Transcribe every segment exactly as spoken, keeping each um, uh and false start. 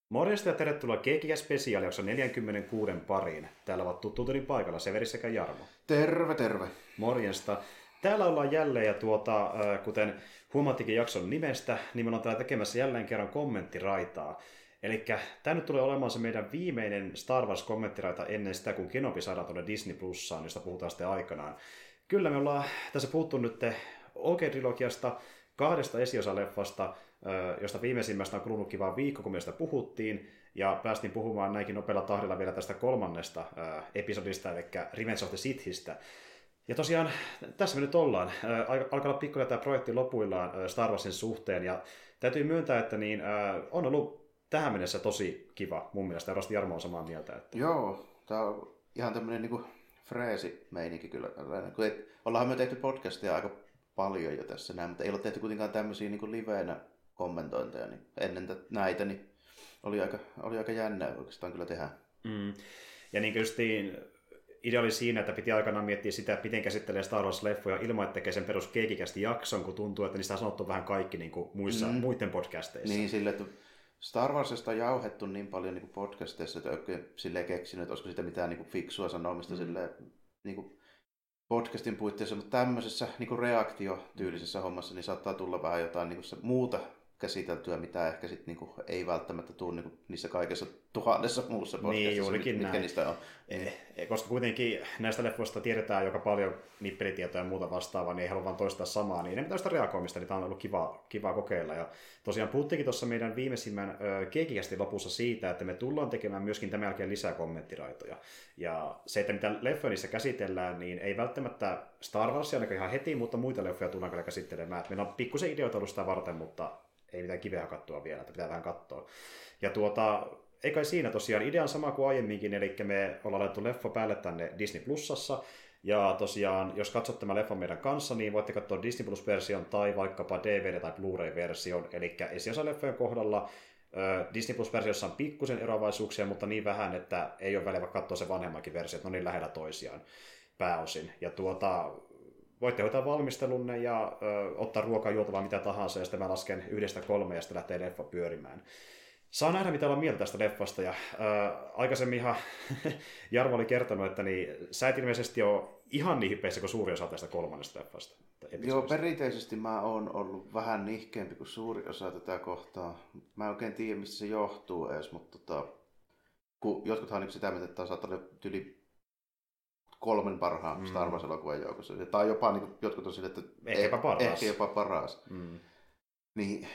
Morjesta ja tervetuloa Keekikä Special jakson neljäkymmentäkuusi pariin. Täällä ovat tuttuuteni paikalla Severi sekä Jarmo. Terve, terve. Morjesta. Täällä ollaan jälleen ja tuota, kuten huomattikin jakson nimestä, niin me ollaan täällä tekemässä jälleen kerran kommenttiraitaa. Eli tämä nyt tulee olemaan se meidän viimeinen Star Wars-kommenttiraita ennen sitä, kun Kenobi saadaan tuonne Disney Plussaan, josta puhutaan sitten aikanaan. Kyllä me ollaan tässä puhuttu nyt O G-trilogiasta, kahdesta esiosaleffasta, josta viimeisimmästä on kulunutkin vain viikko, kun me sitä puhuttiin, ja päästiin puhumaan näinkin nopealla tahdilla vielä tästä kolmannesta episodista, eli Revenge of the Sithistä. Ja tosiaan, tässä me nyt ollaan. Alkaa olla pikkuinen tämä projekti lopuillaan Star Warsin suhteen, ja täytyy myöntää, että niin, on ollut tähän mennessä tosi kiva mun mielestä, ja varmasti Jarmo on samaa mieltä. Että... Joo, tämä on ihan tämmöinen niinku freesi meininki kyllä. Ollaanhan me tehty podcastia aika paljon jo tässä näin, mutta ei ole tehty kuitenkaan tämmöisiä niin kuin liveenä kommentointeja, niin ennen näitä niin oli aika, oli aika jännää oikeastaan kyllä tehdä. Mm. Ja niin justiin idea oli siinä, että piti aikanaan miettiä sitä, että miten käsittelee Star Wars-leffoja ilman, että tekee sen perus keekikästi jakson, kun tuntuu, että niistä on sanottu vähän kaikki niin kuin muissa, mm. muiden podcasteissa. Niin, sille, että Star Warsista on jauhettu niin paljon niin kuin podcasteissa, että oikein silleen keksinyt, että olisiko siitä mitään niin kuin fiksua sanomista mm. silleen, niin kuin podcastin puitteissa, mutta tämmöisessä niin kuin reaktiotyylisessä hommassa niin saattaa tulla vähän jotain niin kuin se muuta käsiteltyä, mitä ehkä sit, niin kuin, ei välttämättä tule niin kuin, niissä kaikessa tuhannessa muussa podcastissa, niin, juurikin mit, mitkä niistä on. Eh, koska kuitenkin näistä leffoista tiedetään joka paljon nippelitietoja ja muuta vastaavaa, niin ei halua vaan toistaa samaa, niin enemmän tästä reagoimista, niin tämä on ollut kiva, kiva kokeilla. Ja tosiaan puhuttiinkin tuossa meidän viimeisimmän keekikästi lopussa siitä, että me tullaan tekemään myöskin tämän jälkeen lisää kommenttiraitoja. Ja se, että mitä leffoja niissä käsitellään, niin ei välttämättä Star Warsia ainakaan ihan heti, mutta muita leffoja tullaan kyllä käsittelemään. Meillä on pikkusen ideoita ollut sitä varten, mutta ei mitään kiveä hakattua vielä, että pitää vähän katsoa. Ja tuota, ei kai siinä tosiaan, idea on sama kuin aiemminkin, eli me ollaan laitettu leffa päälle tänne Disney Plusassa, ja tosiaan, jos katsot tämän leffan meidän kanssa, niin voitte katsoa Disney Plus-version tai vaikkapa D V D- tai Blu-ray-version, eli esiosaleffojen kohdalla Disney Plus-versiossa on pikkusen eroavaisuuksia, mutta niin vähän, että ei ole väliä vaikka katsoa se vanhemmankin versio, että ne on niin lähellä toisiaan pääosin. Ja tuota... Voitte hoitaa valmistelunne ja ö, ottaa ruokaa, juotavaa, mitä tahansa, ja sitten mä lasken yhdestä kolme ja sitten lähtee leffa pyörimään. Saa nähdä, mitä ollaan mieltä tästä leffasta. Ja, ö, aikaisemminhan Jarmo oli kertonut, että niin, sä et ilmeisesti ole ihan niin hypeissä kuin suuri osa tästä kolmannesta leffasta. Joo, perinteisesti mä oon ollut vähän nihkeämpi kuin suuri osa tätä kohtaa. Mä en oikein tiedä, mistä se johtuu edes, mutta tota, kun jotkuthan on sitä mieltä, että tämä saattaa olla yli kolmen parhaan mm. Star Wars-elokuvan joukossa. Tai jopa niin kuin, jotkut on sille, että ehkä jopa paras. Ehkä jopa paras. Mm. Niin,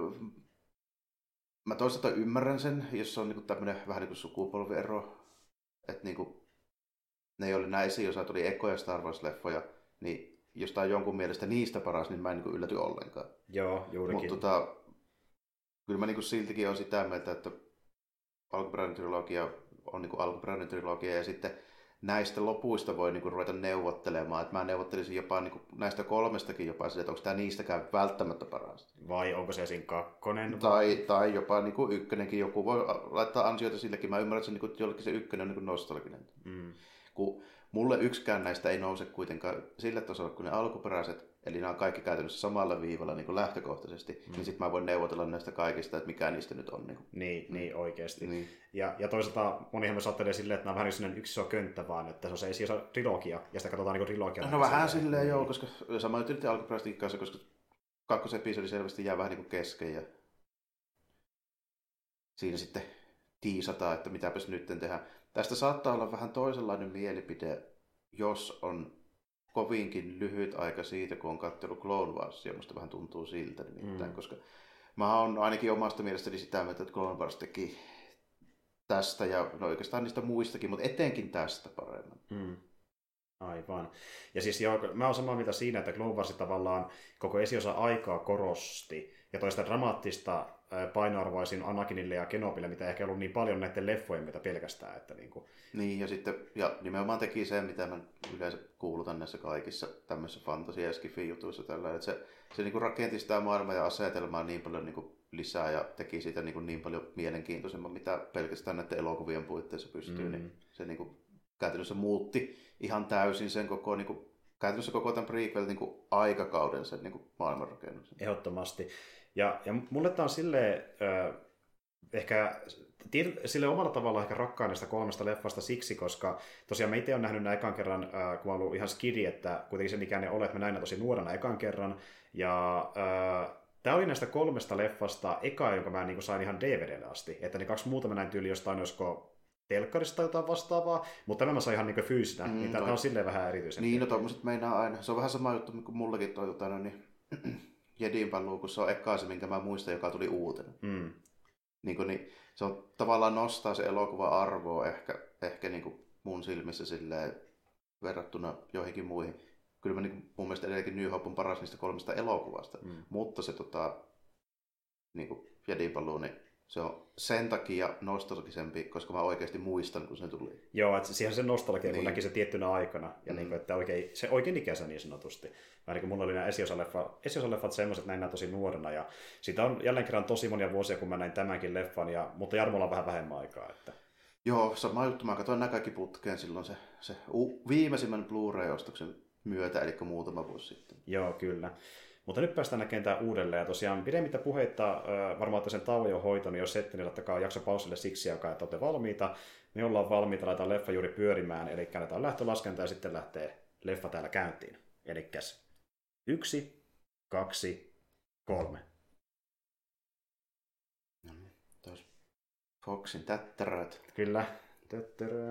mä toisaalta ymmärrän sen, jos se on niin tämmöinen vähän niin kuin sukupolviero. Että niin kuin, ne, joille nämä esiosat oli ekoja Star Wars-leffoja, niin jos tämä on jonkun mielestä niistä paras, niin mä en niin kuin ylläty ollenkaan. Joo, juurikin. Mutta tota, kyllä mä niin kuin siltikin olen sitä mieltä, että alkuperäinen trilogia on niin kuin alkuperäinen trilogia ja sitten näistä lopuista voi niinku ruveta neuvottelemaan. Et mä neuvottelisin jopa niinku näistä kolmestakin jopa sille, että onko tämä niistäkään välttämättä paras. Vai onko se esim. kakkonen? Tai, tai jopa niinku ykkönenkin. Joku voi laittaa ansioita sillekin. Mä ymmärrän, että se, niinku, jollekin se ykkönen on niinku nostalginen. Mm. Kun mulle yksikään näistä ei nouse kuitenkaan sille tasolle kuin ne alkuperäiset. Eli nämä on kaikki käytännössä samalla viivalla niin kuin lähtökohtaisesti. Mm. Niin sitten mä voin neuvotella näistä kaikista, että mikä niistä nyt on. Niin, niin, mm. niin oikeasti. Niin. Ja, ja toisaalta monihan myös ajattelee silleen, että nämä on vähän sellainen yksi iso könttä vaan, että se on se ei ole trilogia, ja sitä katsotaan niin kuin trilogia. No vähän silleen, silleen joo, koska sama nyt alkuperäisesti kanssa, koska kakkosepisodi selvästi jää vähän niin kuin kesken. Ja siinä sitten tiisataan, että mitäpäs nyt tehdään. Tästä saattaa olla vähän toisenlainen mielipide, jos on kovinkin lyhyt aika siitä, kun on katsellut Clone Warsia. Musta vähän tuntuu siltä nimittäin, mm. koska mä oon ainakin omasta mielestäni sitä mieltä, että Clone Wars teki tästä ja no oikeastaan niistä muistakin, mutta etenkin tästä paremmin. Mm. Aivan. Ja siis joo, mä oon samaa mieltä siinä, että Clone Wars tavallaan koko esiosa aikaa korosti ja toista dramaattista painoarvoisin Anakinille ja Kenobille, mitä ei ehkä ollut niin paljon näiden leffojen mitä pelkästään. Että niin, kuin... niin, ja sitten ja nimenomaan teki sen, mitä mä yleensä kuulutan näissä kaikissa tämmöisissä fantasia- ja skifi-jutuissa tällä, että se, se niin kuin rakenti sitä maailmaa ja asetelmaa niin paljon niin kuin lisää ja teki siitä niin, kuin niin paljon mielenkiintoisemman, mitä pelkästään näiden elokuvien puitteissa pystyy, mm. niin se niin kuin käytännössä muutti ihan täysin sen koko, niin kuin, käytännössä koko tämän prequel niin kuin aikakauden sen niin kuin maailmanrakennuksen. Ehdottomasti. Ja, ja mulle tämä on silleen, äh, ehkä sille omalla tavalla ehkä rakkaan näistä kolmesta leffasta siksi, koska tosiaan mä itse olen nähnyt nämä ekan kerran, äh, kun mä ollut ihan skidi, että kuitenkin sen ikäinen olet, että mä näin nämä tosi nuorena ekan kerran, ja äh, tämä oli näistä kolmesta leffasta eka, jonka mä niin sain ihan D V D:lle asti, että ne kaksi muuta mä näin tyyli jostain, josko telkkarista tai jotain vastaavaa, mutta tämä mä sain ihan niin fyysinä, mm, niin tämä on silleen vähän erityisen. Niin, no tommoset meinaa aina. Se on vähän sama juttu kuin mullakin toi tota, niin Jedin paluu, kun se on eka se, minkä mä muistan, joka tuli uutena. Mm. Niin, kuin, niin, se on tavallaan nostaa se elokuva arvoa ehkä, ehkä niin kuin mun silmissä silleen, verrattuna joihinkin muihin. Kyllä mä, niin kuin, mun mielestä edelleenkin New Hope on paras niistä kolmesta elokuvasta, mm. mutta se tota, niin kuin Jedin paluu, niin se on sen takia nostalgisempi, koska mä oikeasti muistan, kun se tuli. Joo, että siihen se nostalgia, niin. kun näki se tiettynä aikana, ja mm. niin kuin, että oikein, se oikein ikänsä niin sanotusti. Vähän niin kuin mulla oli nämä esiosaleffat, esiosaleffat semmoiset, näin nämä tosi nuorena, ja siitä on jälleen kerran tosi monia vuosia, kun mä näin tämänkin leffan, ja, mutta Jarmolla on vähän vähemmän aikaa. Että... Joo, sama juttu, mä katsoin nämä kaikki putkeen silloin se, se viimeisimmän Blu-ray-ostoksen myötä, eli muutama vuosi sitten. Joo, kyllä. Mutta nyt päästään näkemään tämä uudelleen. Ja tosiaan pidemmittä puheita, varmaan että sen tauon jo hoito, niin jos ette, niin laittakaa jakso pausille siksi aikaa, että olette valmiita. Me ollaan valmiita, laitetaan leffa juuri pyörimään, eli annetaan lähtölaskenta ja sitten lähtee leffa täällä käyntiin. Elikkäs yksi, kaksi, kolme. No niin, tuossa Foxin tättäröt. Kyllä, tättärö.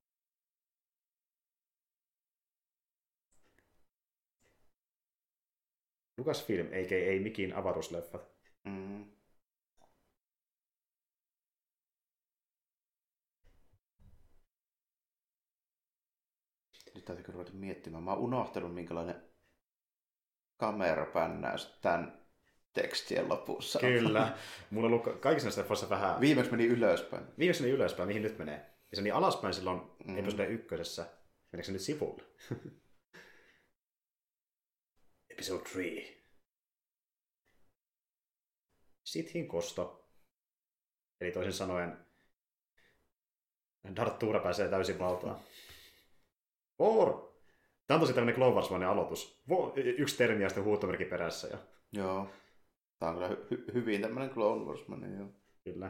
Lucasfilm, eikä ei mikin avaruusleffat. Mm. Nyt täytyy kyllä ruveta miettimään. Mä oon unohtanut, minkälainen kamerapännäys tämän tekstien lopussa. Kyllä. Mulla on ollut kaikissa näissä leffoissa vähän... Viimeksi meni ylöspäin. Viimeksi meni ylöspäin. Mihin nyt menee? Ja se meni alaspäin silloin mm. episode ykkösessä. Meneekö se nyt sivulle? Episode kolme. Sithin kosto. Eli toisin sanoen Darth Vader pääsee täysin valtaan. Or! Tämä on tosi tämmöinen Cloversmanin aloitus. Yksi termi ja sitten huutomerkki perässä. Ja... Joo. Tämä on kyllä hy- hyvin tämmöinen Cloversman. Joo. Kyllä.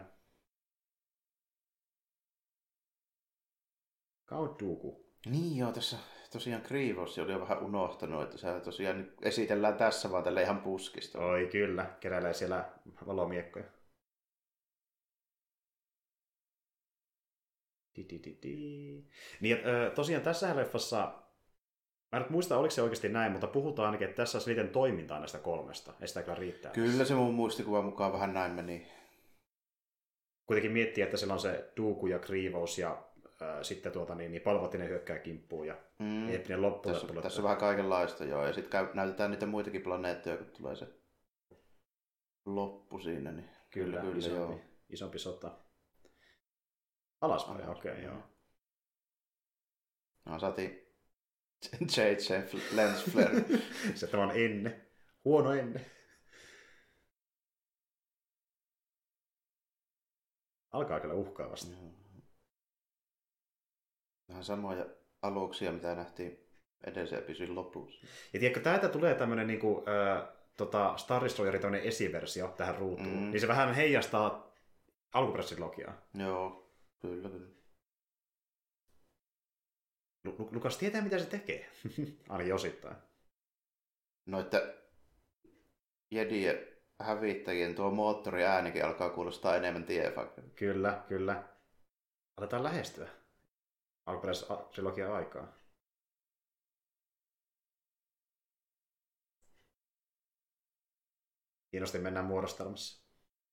Count Dooku. Niin joo, tässä tosiaan Grievous oli jo vähän unohtanut, että se tosiaan esitellään tässä vaan tälle ihan puskista. Oi kyllä, keräilee siellä valomiekkoja. Di-di-di-di. Niin, tosiaan tässä leffassa, mä en nyt muista, oliko se oikeasti näin, mutta puhutaan ainakin, että tässä on niiden toimintaa näistä kolmesta. Ei sitä kyllä riittää. Kyllä se mun muistikuvan mukaan vähän näin meni. Kuitenkin miettii, että siellä on se Dooku ja Grievous ja äh, sitten tuota, niin, niin Palpatine hyökkää kimppuun ja mm. eeppinen loppu. Tässä, tässä on vähän kaikenlaista, joo. Ja sitten näytetään niitä muitakin planeettoja, kun tulee se loppu siinä. Niin kyllä, kyllä, kyllä isompi, joo. isompi sota. Alaspäin, Alas, okei, okay, joo. No, saatiin J J Lens Flare. Se tämä on enne. Huono enne. Alkaa kyllä uhkaavasti. Vähän samoja aluksia, mitä nähtiin edellisen episodin lopussa. Ja tiedätkö, täältä tulee tämmöinen niin kuin, äh, tota Star Destroyerin tämmöinen esiversio tähän ruutuun. Mm. Niin se vähän heijastaa alkuperäistrilogiaa. Joo. Kyllä, kyllä. Lukas tietää, mitä se tekee. Ainakin osittain. No, että Jedien hävittäjien tuo moottoriäänikin alkaa kuulostaa enemmän tiefakkelta. Kyllä, kyllä. Aletaan lähestyä alkuperäistrilogian aikaa. Hienosti mennään muodostelmassa.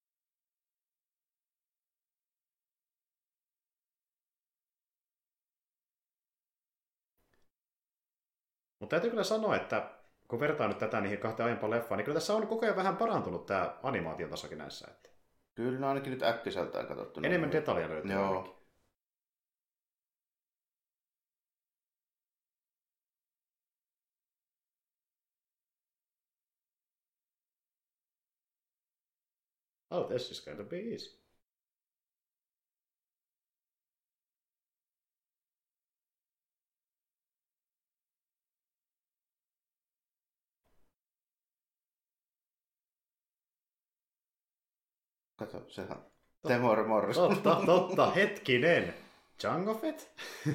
Mutta täytyy kyllä sanoa, että kun vertaan nyt tätä niihin kahteen aiempaan leffaan, niin kyllä tässä on koko ajan vähän parantunut tämä animaation tasokin näissä. Että... Kyllä, no ainakin nyt äkkiseltään katsottuna. Enemmän detalja löytyy. Joo. Ainakin. Oh, this is going to be easy. Kato, sehän Temor Morris. Totta, totta, hetkinen. Jango Fett?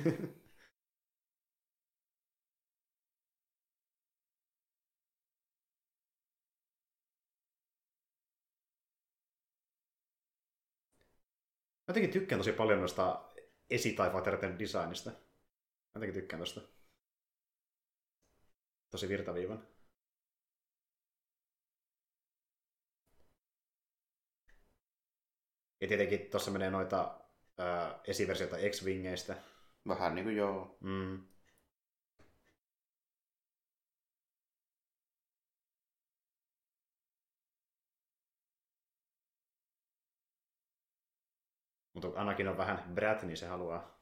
Mä jotenkin tykkään tosi paljon noista esitaifaterten designista. Mä jotenkin tykkään tosta. Tosi virtaviivan. Ja tietenkin tuossa menee noita ää, esiversioita X-Wingeistä. Vähän niinku joo. Mm. Mutta Anakin on vähän brat, niin se haluaa,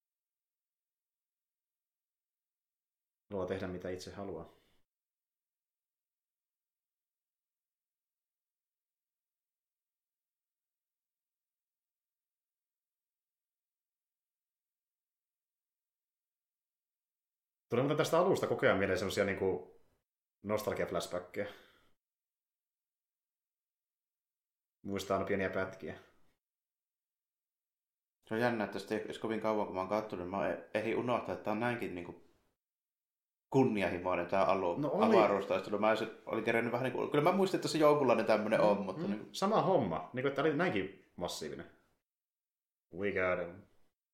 haluaa tehdä mitä itse haluaa. Tulee muuten tästä alusta koko ajan mieleen semmosia niinku nostalgia-flashbackkejä. Muistaa aina pieniä pätkiä. Se on jännä, että sitten jos kovin kauan kun mä oon kattonut, niin mä ehdin unohtaa, että tää on näinkin niinku kunnianhimoinen tää alu, no oli... avaruustaistelu. Mä olin kerennyt vähän niinku, kyllä mä muistin, että se jonkunlainen tämmönen mm, on, mutta mm, niinku... Sama homma, niinku että oli näinkin massiivinen. We got him.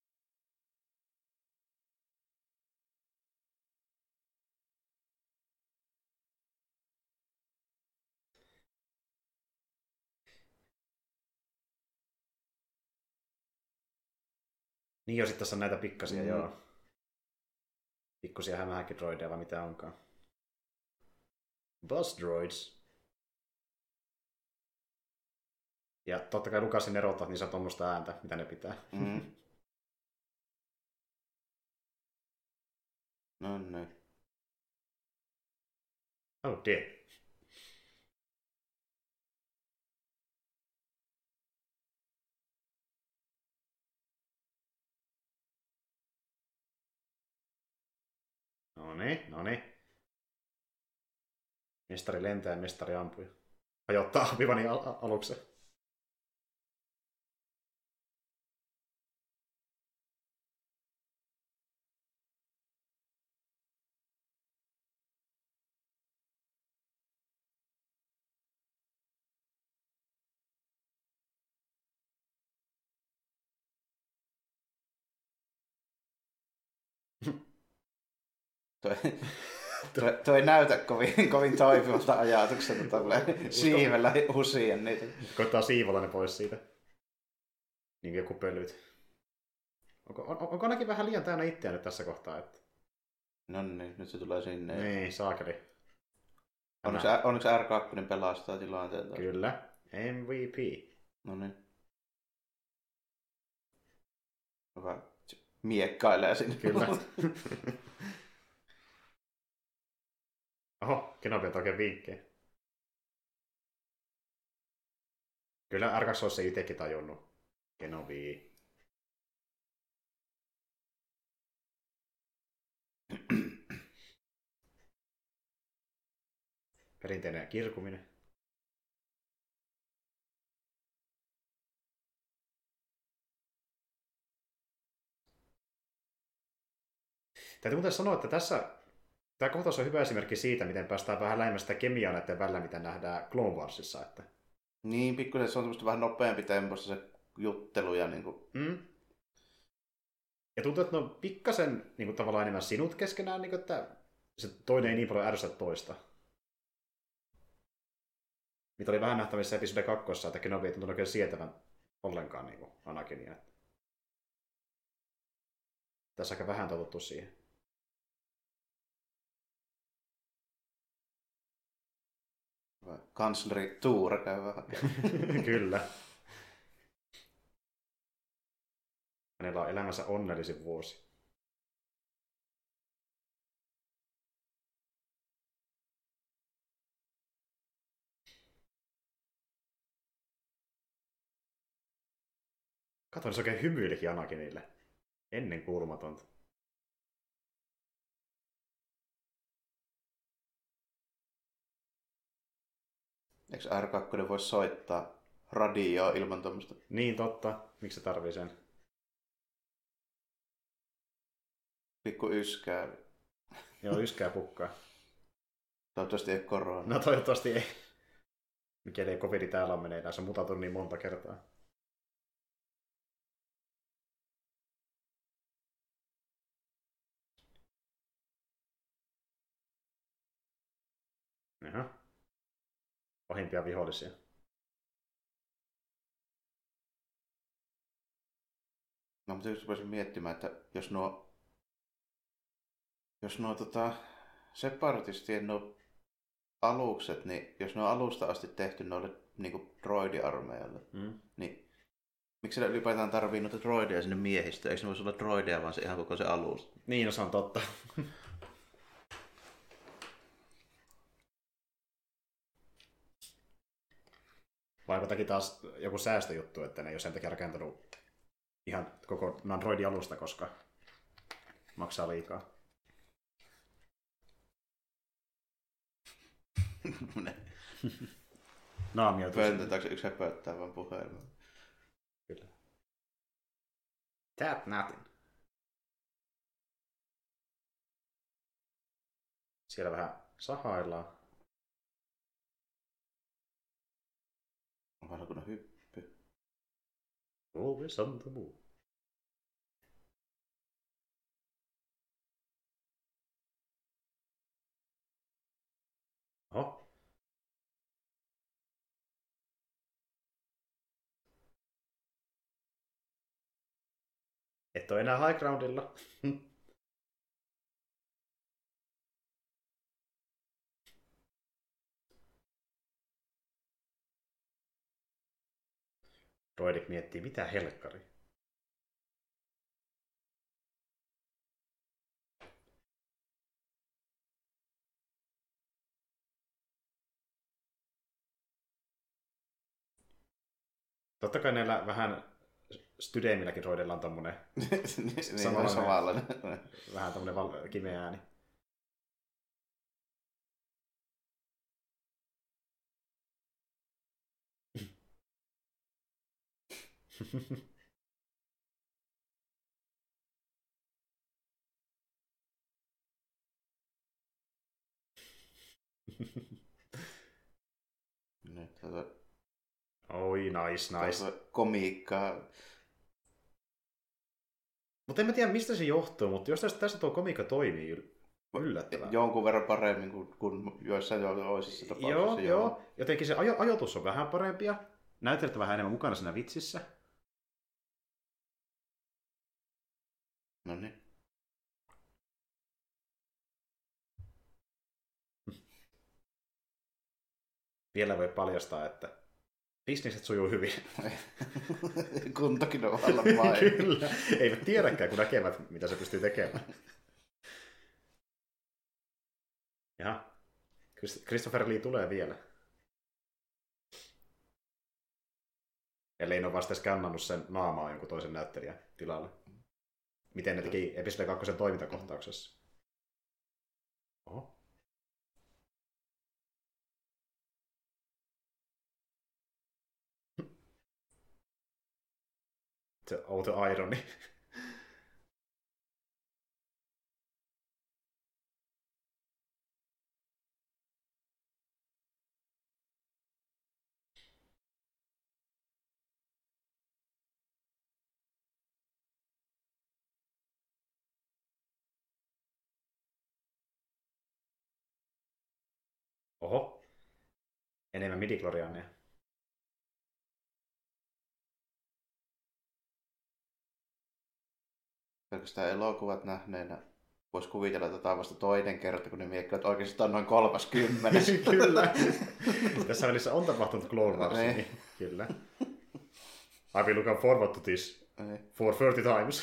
Niin jo, sit tässä on näitä pikkasia, mm. joo. Pikkusia hämähäkkidroideja vai mitä onkaan. Buzz droids. Ja totta kai Lukasin erottaa, niin saa tuommoista ääntä, mitä ne pitää. Mm. No niin. Oh dear. Noniin, noniin. Mestari lentää ja mestari ampui. Hajottaa Vivani al- aluksen. Toi, toi, toi ei näytä kovin, kovin toivovalta ajatukselta tolleen siivellä husien niitä. Koittaa siivolla ne pois siitä. Niin kuin joku pölyt. Onko, on, onko ainakin vähän liian täynnä itseään nyt tässä kohtaa? Että... No niin, nyt se tulee sinne. Niin, saakeli. Onneksi, onneksi R kaksi pelastaa tilanteen. Kyllä, M V P. No niin. Hyvä. Miekkailee sinne. Kyllä. Oho, Kenobi on oikein vinkkejä. Kyllä R kaksi olisi se itsekin tajunnut. Kenobi. Perinteinen kirkuminen. Täytyy muuten sanoa, että tässä tämä kohtaus on hyvä esimerkki siitä, miten päästään vähän lähemmäs sitä kemiaa näiden välillä, mitä nähdään Clone Warsissa. Että... Niin, pikkuisen se on semmoista vähän nopeampi temposta se juttelu. Ja, niin kuin... mm. ja tuntuu, että ne on pikkasen niin kuin, tavallaan enemmän sinut keskenään, niin kuin, että se toinen ei niin paljon ärsytä toista. Mitä oli vähän nähtävissä episode kakkossa, että Kenobi ei tuntunut oikein sietävän ollenkaan niin kuin Anakinia. Tässä aika vähän totuttu siihen. Kansleri Tuura käy vähän. Kyllä. Hänellä on elämänsä onnellisin vuosi. Kato, se oikein hymyilikin Anakinille. Ennen kuulumatonta. Eikö R kaksi voisi soittaa radioa ilman tuommoista. Niin totta. Miksi se tarvii sen? Pikku yskää. Joo, yskää pukkaa. Toivottavasti ei korona. No toivottavasti ei. Mikäli ei covidi täällä on menee, se on mutautunut niin monta kertaa. Jaha. Pahimpia vihollisia. No, mutta jos voisin miettimään, että jos nuo, jos nuo tota, separatistien nuo alukset, niin jos ne on alusta asti tehty noille niin droidiarmeijalle, mm. niin miksi ne ylipäätään tarvii noita droideja sinne miehistöön? Eikö ne voisi olla droideja, vaan se ihan koko se alus? Niin, no se on totta. Vai jotakin taas joku säästöjuttu, että ne ei ole sen takia rakentanut ihan koko Androidin-alusta, koska maksaa liikaa. Naamioitus. Pöntetäänkö yksi höpöttää vaan puheella? Kyllä. Tap nothing. Siellä vähän sahaillaan. On vähän kuin hyppy. Always on the move. Oho. Et ole enää high groundilla. Droidit miettii, mitä helkkari. Totta kai näillä vähän Stydemilläkin droidilla on tommonen niin, samanlainen. Vähän tommonen val- kimeä ääni. Nyt tätä... Oi, nice, nice. Komiikkaa. Mutta en mä tiedä, mistä se johtuu, mutta jos tässä, tässä tuo komiikka toimii yllättävää. Jonkun verran paremmin kuin, kuin joissain toisissa tapauksissa. Joo, joo. joo. Jotenkin se ajo- ajoitus on vähän parempia. Näytelijät vähän enemmän mukana siinä vitsissä. No niin. Vielä voi paljastaa, että bisnekset sujuu hyvin. Kuntokin on vallan vain. Kyllä. Eivät tiedäkään, kun näkevät, mitä se pystyy tekemään. Jaha. Christopher Lee tulee vielä. Ellei ne ole vasta skannannut sen naamaa jonkun toisen näyttelijän tilalle. Miten ne teki episode kakkosen toimintakohtauksessa. Oho. Se outo ironi. Oho. Enemmän midi-kloriaaneja. Pelkästään elokuvat nähneenä voisi kuvitella, että tämä on vasta toinen kerta, kun ne miettivät, että oikeasti on noin kolmaskymmenes. Kyllä. Tässä välissä on tapahtunut Clone Wars. Niin. Kyllä. I will look forward to this Niin. for thirty times.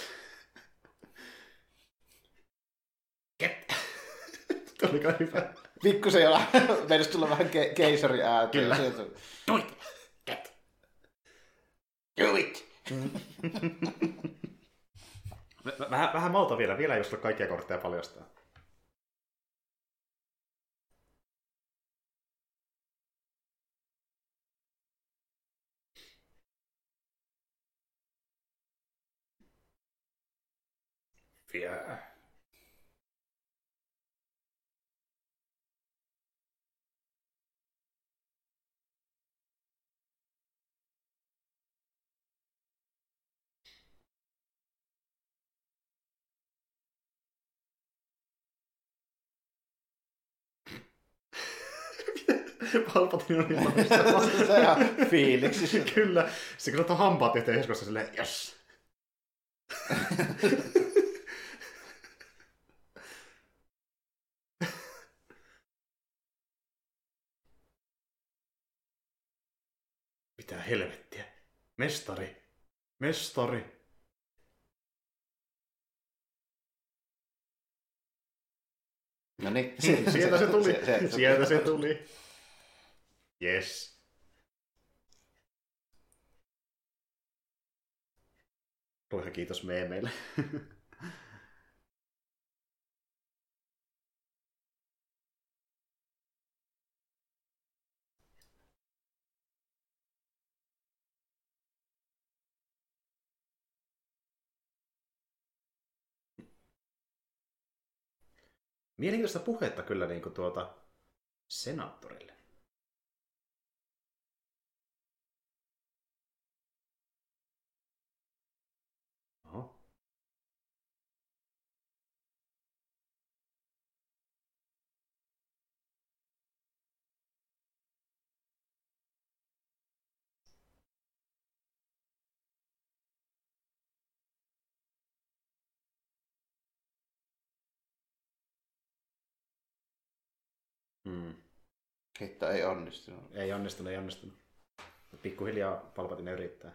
Get! Tuo oli kai hyvä. Pikkusen jo meidän tulla vähän ke- keisari äätä. Kyllä. Do it! Get! Do it! Vähän, vähän malta vielä. Vielä ei ole kaikkia kortteja paljastaa. Vie. Palpatine on niin loistava. Se ihan fiiliksi. Kyllä. Se kun ottaa hampaat eteen heskossa silleen, jes. Mitä helvettiä? Mestari. Mestari. No niin. Sieltä se tuli. Sieltä se tuli. Yes. Luoja kiitos meemeille. Mielenkiintoista puhetta kyllä niin kuin tuota senaattorille. Oho. Hmm. Että ei onnistunut. Ei onnistunut, ei onnistunut. Pikkuhiljaa Palpatine yrittää.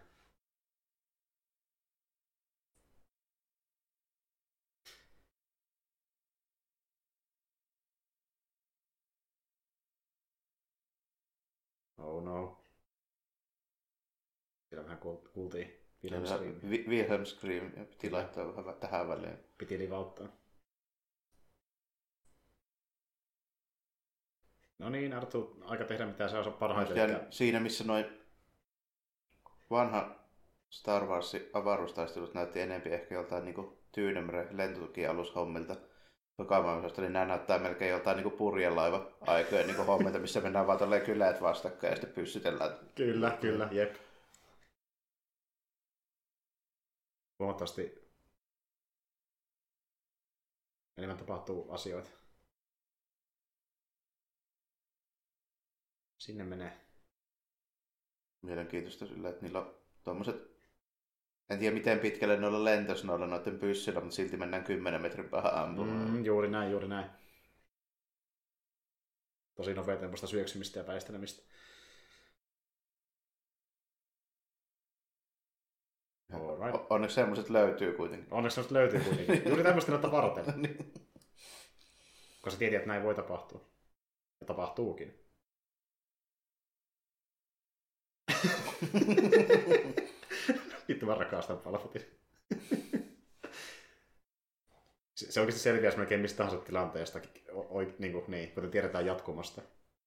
Oh no. Siellä vähän kuultiin Wilhelm Scream. Wilhelm Scream piti laittaa vähän tähän väliin. Piti livauttaa. No niin, Artu, aika tehdä mitä se osaa parhaiten. Ja siinä missä noin vanha Star Warsin avaruustaistelut näytti enemmän ehkä joltain niin Tyynemre lentotukialushommilta. Tokamaailmasta, niin nämä näyttää melkein joltain niin purjelaiva-aikojen niin hommilta, missä mennään vaan tolleen kyläät vastakkain ja sitten pyssytellään. Kyllä, kyllä, jep. Huomattavasti enemmän tapahtuu asioita. Sinne menee. Mielenkiintoista sillä, että niillä on tommoset, en tiedä miten pitkälle noilla lentos noilla noiden pyssyillä, mutta silti mennään kymmenen metrin päähän ampumaan. Mm, juuri näin, juuri näin. Tosi nopeatempoista syöksymistä ja väistelemistä. Right. Onneksi semmoiset löytyy kuitenkin. Onneksi semmoiset löytyy kuitenkin. Juuri tämmöistä näitä varten. Koska sä tiedät, että näin voi tapahtua. Ja tapahtuukin. Vittu mä rakastan Palpatine. Se oikeasti selviäisi melkein mistä tahansa tilanteesta, niin kuin, niin, kuten tiedetään jatkumasta.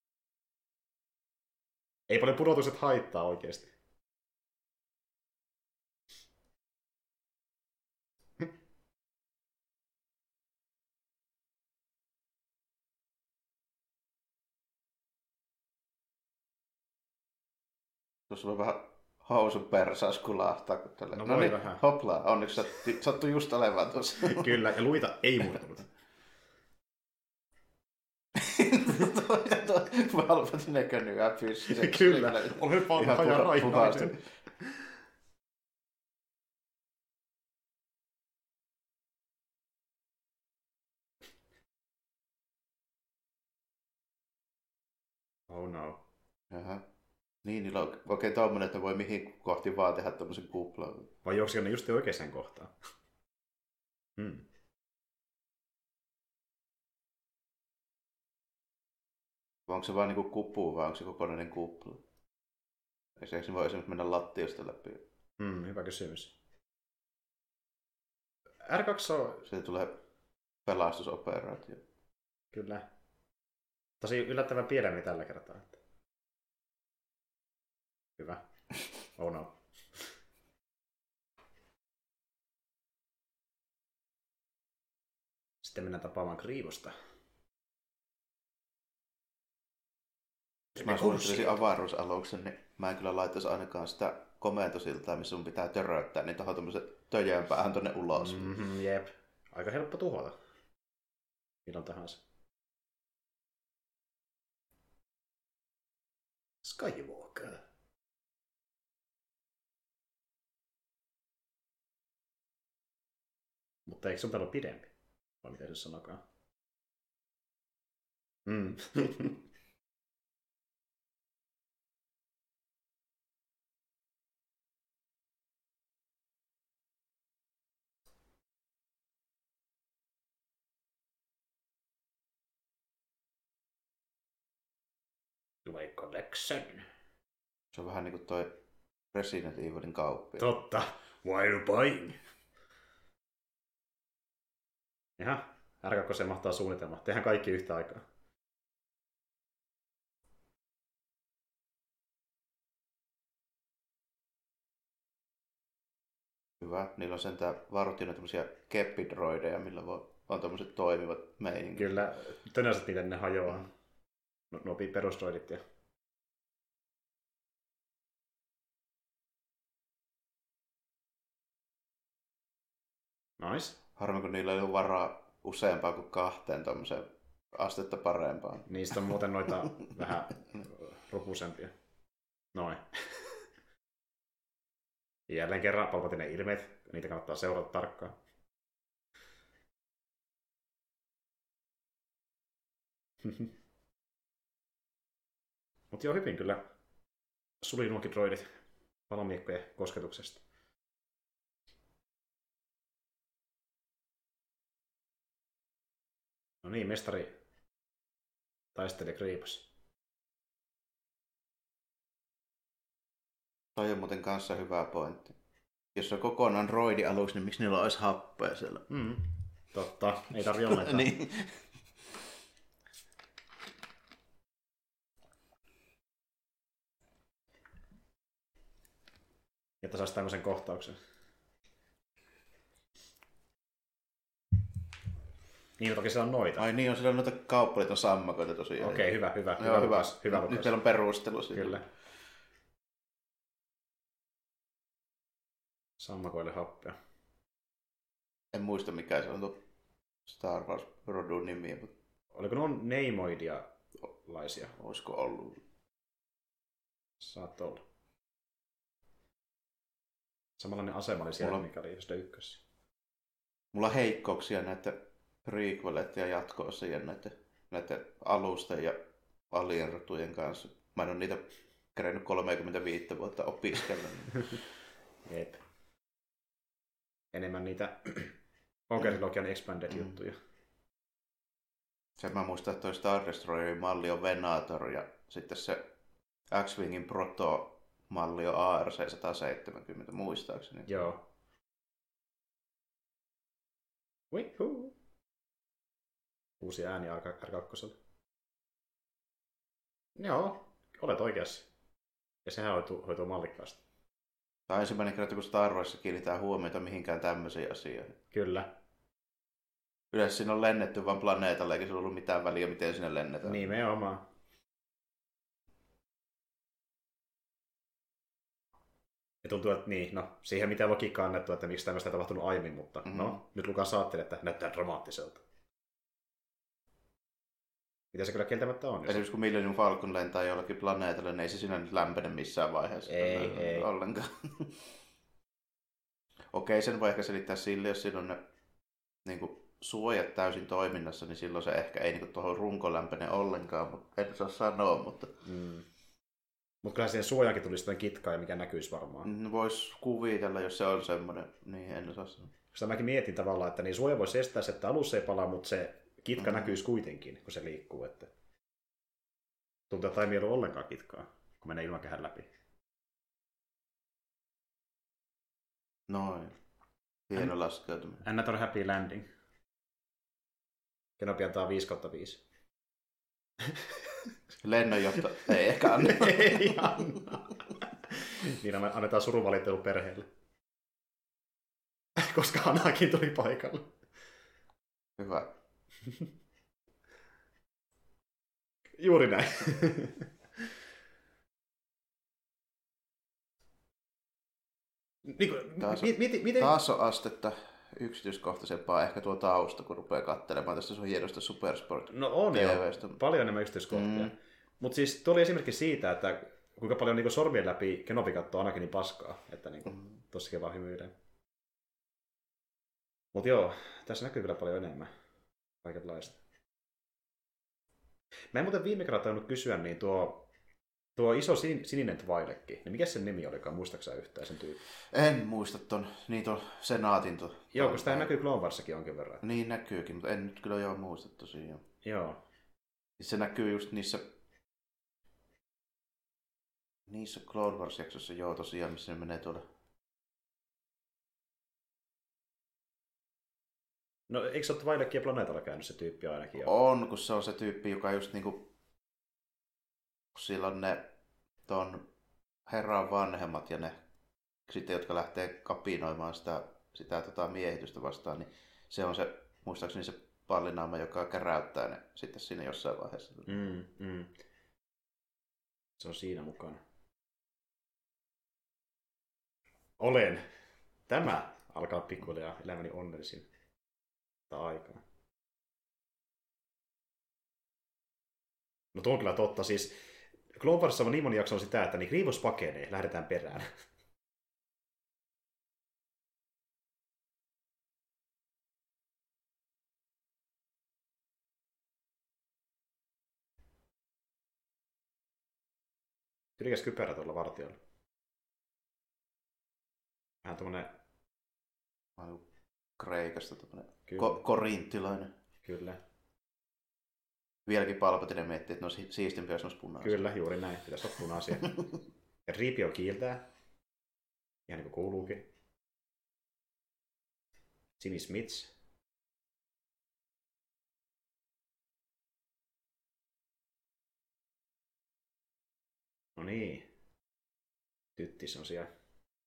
Ei paljon pudotukset haittaa oikeasti. Tuossa on vähän housun persaus kulahtaa. No, no voi niin, vähän. Hoplaa, onneksi sattui just olemaan tuossa. Kyllä, ja luita ei murtunut. Palpatine könnyää pystyy. Kyllä, olen vanha ja raivainen. Oh no. Jaha. Niin, niillä on oikein tommonen, että voi mihin kohti vaan tehdä tommosen kuplan. Vai juoksiko ne just oikeaan kohtaan? Hmm. Vai onko se vaan niinku kupu vai onko se kokonainen kupla? Eikö se voi esimerkiksi mennä lattiasta läpi? Hmm, hyvä kysymys. R kaksi on... Se tulee pelastusoperaatio. Kyllä. Tosi yllättävän pieneni tällä kertaa. Hyvä. Oh no. Sitten mennään tapaamaan Griivosta. Jos mä suunnittelisin avaruusaluksen, niin mä en kyllä laittaisi ainakaan sitä komentosiltaa, missä sun pitää töröttää, niin tohon tommoset töjään päähän tonne ulos. Mm-hmm, jep. Aika helppo tuhota. Milloin tahansa. Skywalker. Mutta eikö sun täällä ole pidempi? Vai miten se sanokaan? Mm. Tulee collection. Se on vähän niinku toi Resident Evilin kauppi. Totta. Why are you buying? Jaha, R kaksi mahtaa suunnitelma. Tehdään kaikki yhtä aikaa. Hyvä. Niillä on sentään vartioina tämmöisiä keppidroideja, millä voi, on tommoset toimivat meiningit. Kyllä, tönäiset niitä ne hajoaa. Mm. No, nopii perusdroidit ja... Nice. Harmi, kun niillä ei ole varaa useampaa kuin kahteen tommoseen astetta parempaan. Niistä on muuten noita vähän rupusempia. Noin. Jälleen kerran Palpatinen ilmeet. Niitä kannattaa seurata tarkkaan. Mutta joo, hyvin kyllä suli nuokin droidit palomiekkojen kosketuksesta. No niin, mestari taistelee Grievous. Toi on muuten kanssa hyvä pointti. Jos on kokonaan droidi-alus, niin miksi niillä olisi happea siellä? Mm. Totta, ei tarvitse ollenkaan. Niin. Jotta saisi tämmöisen kohtauksen. Niin, toki siellä on noita. Ai niin, on siellä noita kauppaliiton sammakoita tosiaan. Okei, okay, hyvä, hyvä. Joo, hyvä, hyvä. Lukas, hyvä Nyt Lukas. meillä on perustelu siitä. Kyllä. Sammakoille happea. En muista mikä se on tuo Star Wars-rodun nimi. Mutta... Oliko ne on neimoidia-laisia? Olisiko ollut? Saatto olla. Samanlainen asema oli siellä, Mulla... mikä oli sitä ykkössä. Mulla on heikkouksia näiden prequeleiden ja jatko-osien näiden, näiden alusten ja alienrotujen kanssa. Mä en ole niitä kerennyt kolmekymmentäviisi vuotta opiskella. Jep. Enemmän niitä Onker-trilogian expanded-juttuja. Mm. Sen mä muistan, että toi Star Destroyerin malli on Venator ja sitten se X-Wingin proto-malli on A R C sata seitsemänkymmentä, muistaakseni. Joo. Wihuu. Uusi ääni R kaksi. Joo, olet oikeassa. Ja sehän hoituu, hoituu mallikkaasti. Tämä on ensimmäinen kerta, kun Star Warsissa kiinnitetään huomiota mihinkään tämmöisiin asioihin. Kyllä. Yleensä siinä on lennetty vaan planeetalle, eikä sillä ollut mitään väliä, miten sinne lennetään. Nimenomaan. Ja tuntuu, että niin, no, siihen mitään logiikkaa annettu, että miksi tämmöistä ei tapahtunut aiemmin, mutta mm-hmm. no, nyt Lukas ajattelee, että näyttää dramaattiselta. Mitä se kyllä kieltämättä on. Esimerkiksi kun Millennium Falcon lentää jollakin planeetalle, niin ei se siinä nyt lämpene missään vaiheessa. Ei, ei. Ollenkaan. Okei, sen voi ehkä selittää sille, jos siinä on ne niin kuin, suojat täysin toiminnassa, niin silloin se ehkä ei niin tuohon runkoon lämpene ollenkaan, mutta en saa sanoa, mutta... Mm. Mutta kyllä siihen suojaankin tulisi sitä kitkaa, mikä näkyisi varmaan. Voisi kuvitella, jos se on semmoinen, niin en osaa sanoa. Sitä mäkin mietin tavallaan, että niin suoja voisi estää se, että alus ei palaa, mutta se kitka mm-hmm. näkyisi kuitenkin, kun se liikkuu. Että... Tuntuu, että ei ollut ollenkaan kitkaa, kun menee ilmakehän läpi. Noin. Hieno laskeutuminen. Another happy landing. Kenobi antaa viisi kautta viisi. Lennonjohto ei ehkä anna. Ei anna. Niin annetaan surunvalittelu perheelle. Koska Anakin tuli paikalle. Hyvä. Juuri näin. Niin kuin, taas, mi- mi- miten... taas on astetta yksityiskohtaisempaa ehkä tuo tausta, kun rupeaa katselemaan tästä sun hienosta Supersport No on jo, paljon enemmän yksityiskohtia. Mm. Mutta siis tuo oli esimerkki siitä, että kuinka paljon niin sormien läpi Kenobi katsoo Anakinin paskaa, että niin mm. tossakin vaan hymyilee. Mutta joo, tässä näkyy kyllä paljon enemmän kaikenlaista. Mä en muuten viime kerralla tainnut kysyä, niin tuo, tuo iso sin, sininen Twi'lekki, niin mikä sen nimi olikaan, muistaaksä yhtään sen tyyppi? En muista ton, niin ton senaatin ton. Joo, koska tämä näkyy Clone Warssakin jonkin verran. Niin näkyykin, mutta en nyt kyllä joo muista tosiaan. Joo. Se näkyy just niissä, niissä Clone Wars-jaksoissa joo tosiaan, missä ne menee tuolla. No eikö se ole Twi'lekkiä planeetalla käynyt se tyyppi ainakin jo? On, kun se on se tyyppi, joka just niinku, sillä on ne ton herran vanhemmat ja ne sitten, jotka lähtee kapinoimaan sitä, sitä tota miehitystä vastaan, niin se on se, muistaakseni se pallinaama, joka käräyttää ne sitten siinä jossain vaiheessa. Mm, mm. Se on siinä mukana. Olen. Tämä alkaa pikkuhiljaa elämäni onnellisin aikaa. No tuo on kyllä totta. Siis Clone Warsissa on niin moni jakso on sitä, että niin Grievous pakenee, lähdetään perään. Ylikäs kypärä tuolla vartiolla. Vähän tommonen... Kreikasta tommonen ko- korinttilainen. Kyllä. Vieläkin Palpatine miettii, että ne on siistimpiä, jos ne olisi punaisia. Kyllä, juuri näin. Pitäisi olla punaisia. Ja Riipio kiiltää. Ihan niin kuin kuuluukin. Jimmy Smits. No niin. Tyttis on siellä.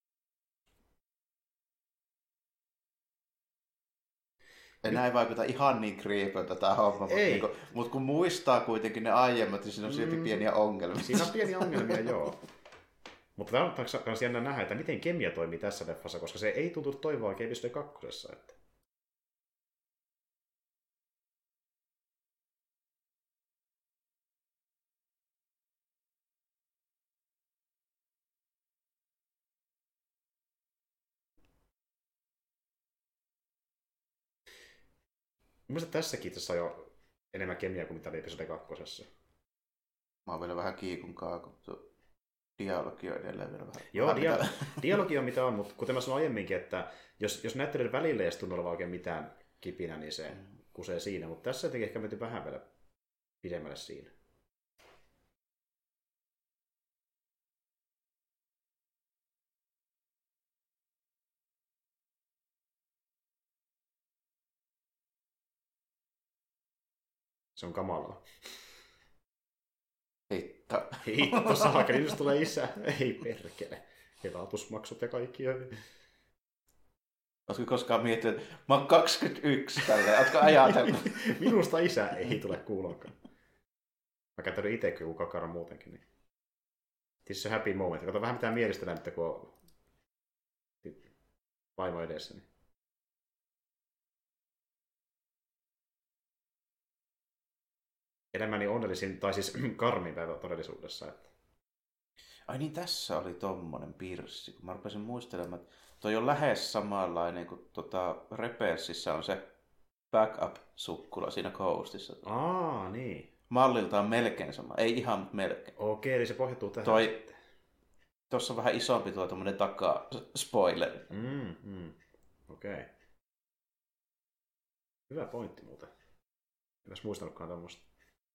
Enää ei vaikuta ihan niin kriipeltä tämä homma, mutta, niinku, mutta kun muistaa kuitenkin ne aiemmat, niin siinä on silti mm. pieniä ongelmia. Siinä on pieniä ongelmia, joo. Mutta tämä on myös jännä nähdä, että miten kemia toimii tässä leffassa, koska se ei tuntunut toivoa oikein episodi kakkosessa. Että... Mielestäni tässäkin tässä on jo enemmän kemiaa kuin mitä oli episodi kakkosessa. Mä oon vielä vähän kiikunkaa, kun tuo dialogi on edelleen vielä vähän. Joo, dia- dialogi on mitä on, mutta kuten mä sanoin aiemminkin, että jos, jos näyttelyiden välillä ei tunnu olevan oikein mitään kipinä, niin se mm. kusee siinä. Mutta tässä jotenkin ehkä menty vähän vielä pidemmälle siinä. Se on kamalaa. Hitto. Hitto, saakeli, jos tulee isä. Ei perkele. Elatusmaksut ja kaikki. Oletko koskaan miettinyt, että mä oon kaksikymmentäyksi tälleen, ootko ajatellut? Minusta isä ei tule kuuloonkaan. Mä käytän itse joku kakara muutenkin. Niin. This is a happy moment. Kato vähän mitään mielistellä nyt, kun on vaimo edessä. Niin. Elämäni onnellisin, tai siis karmin päivä todellisuudessa. Että... Ai niin, tässä oli tommonen pirssi, kun mä rupesin muistelemaan, että toi on lähes samanlainen kuin tota Rebelsissä on se backup-sukkula siinä Ghostissa. Aa, niin. Malliltaan melkein sama, ei ihan, mutta melkein. Okei, eli se pohjautuu tähän. Toi, tossa on vähän isompi tuo tommonen taka-spoileri. Mm, mm. Okei. Hyvä pointti muuten. En olisi muistanutkaan tämmöistä.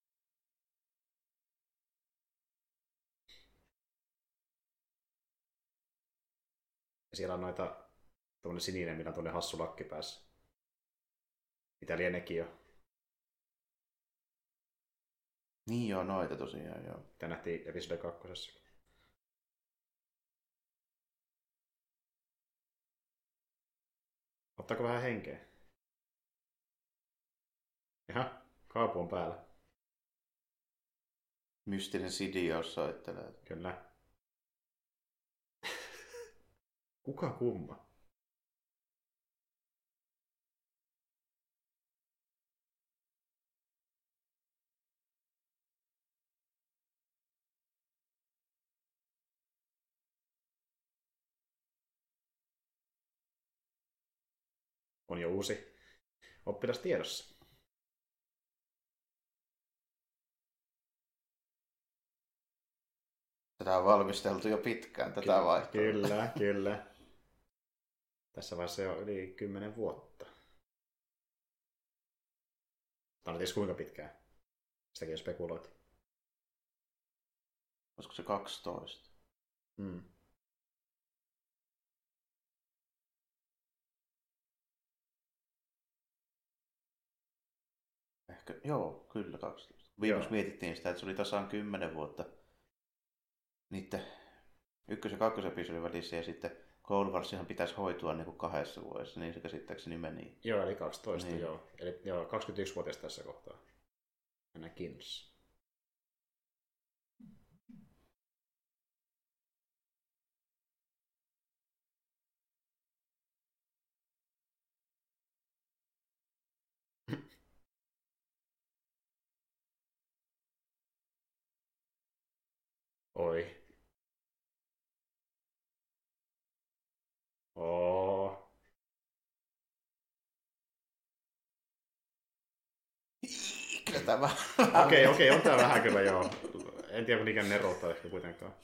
Ja siellä on noita, tuommoinen sininen, millä on tuonne hassu lakki päässä. Mitä lienekin jo. Niin joo, noita tosiaan joo. Mitä nähtiin episode kakkosessa. Ottaako vähän henkeä? Jaha, kaapu on päällä. Mystinen Sidious soittelee. Kyllä. Kuka kumma? On jo uusi oppilas tiedossa. Tätä on valmisteltu jo pitkään, tätä Ky- vaihtoehtoa. Kyllä, kyllä. Tässä vaiheessa jo yli kymmenen vuotta. Tai en tiedä kuinka pitkään. Sitäkin on spekuloitu. Olisiko se kaksitoista? Mm. Ehkä, joo, kyllä kaksitoista. Viimeksi mietittiin sitä, että se oli tasaan kymmenen vuotta niiden ykkös- ja kakkosepisodin välissä, ja sitten Clone Warsihan pitäisi hoitua niin kuin kahdessa vuodessa, niin se käsittääkseni meni. Joo, eli kaksitoista, niin. joo. Eli joo, kaksikymmentäyksivuotias tässä kohtaa. Ainakin. Oi. Oo. Kyllä tämä. Okei, okei, on tää vähän kyllä joo. En tiedä, mikä nerottaa ehkä kuitenkaan.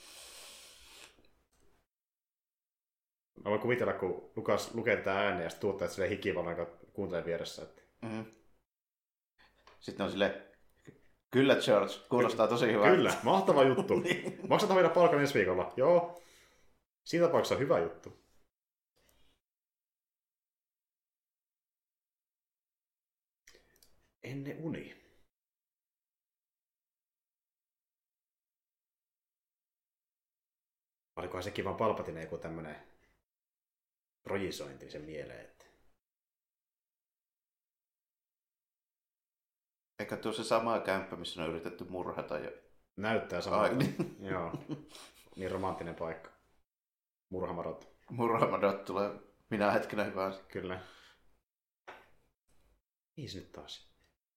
Mä voin kuvitella, kun Lukas lukee tätä ääneen ja sitten tuottajat silleen hikivallan, joka kuuntelee vieressä. Että... Mm-hmm. Sitten on silleen, kyllä George, kuulostaa tosi hyvältä. Kyllä, mahtava juttu. Maksataan meidän palkan ensi viikolla. Joo. Siinä tapauksessa hyvä juttu. Ennen uni. Olikohan sekin vaan Palpatine joku tämmönen projisointi sen mieleen, että... Eikä tuo se sama kämppä, missä on yritetty murhata jo. Näyttää samalta. Ai, niin. Joo. Niin romanttinen paikka. Murhamarot. Murhamadot tulee minä hetkenä hyvänsä. Kyllä. Mihin se nyt taas?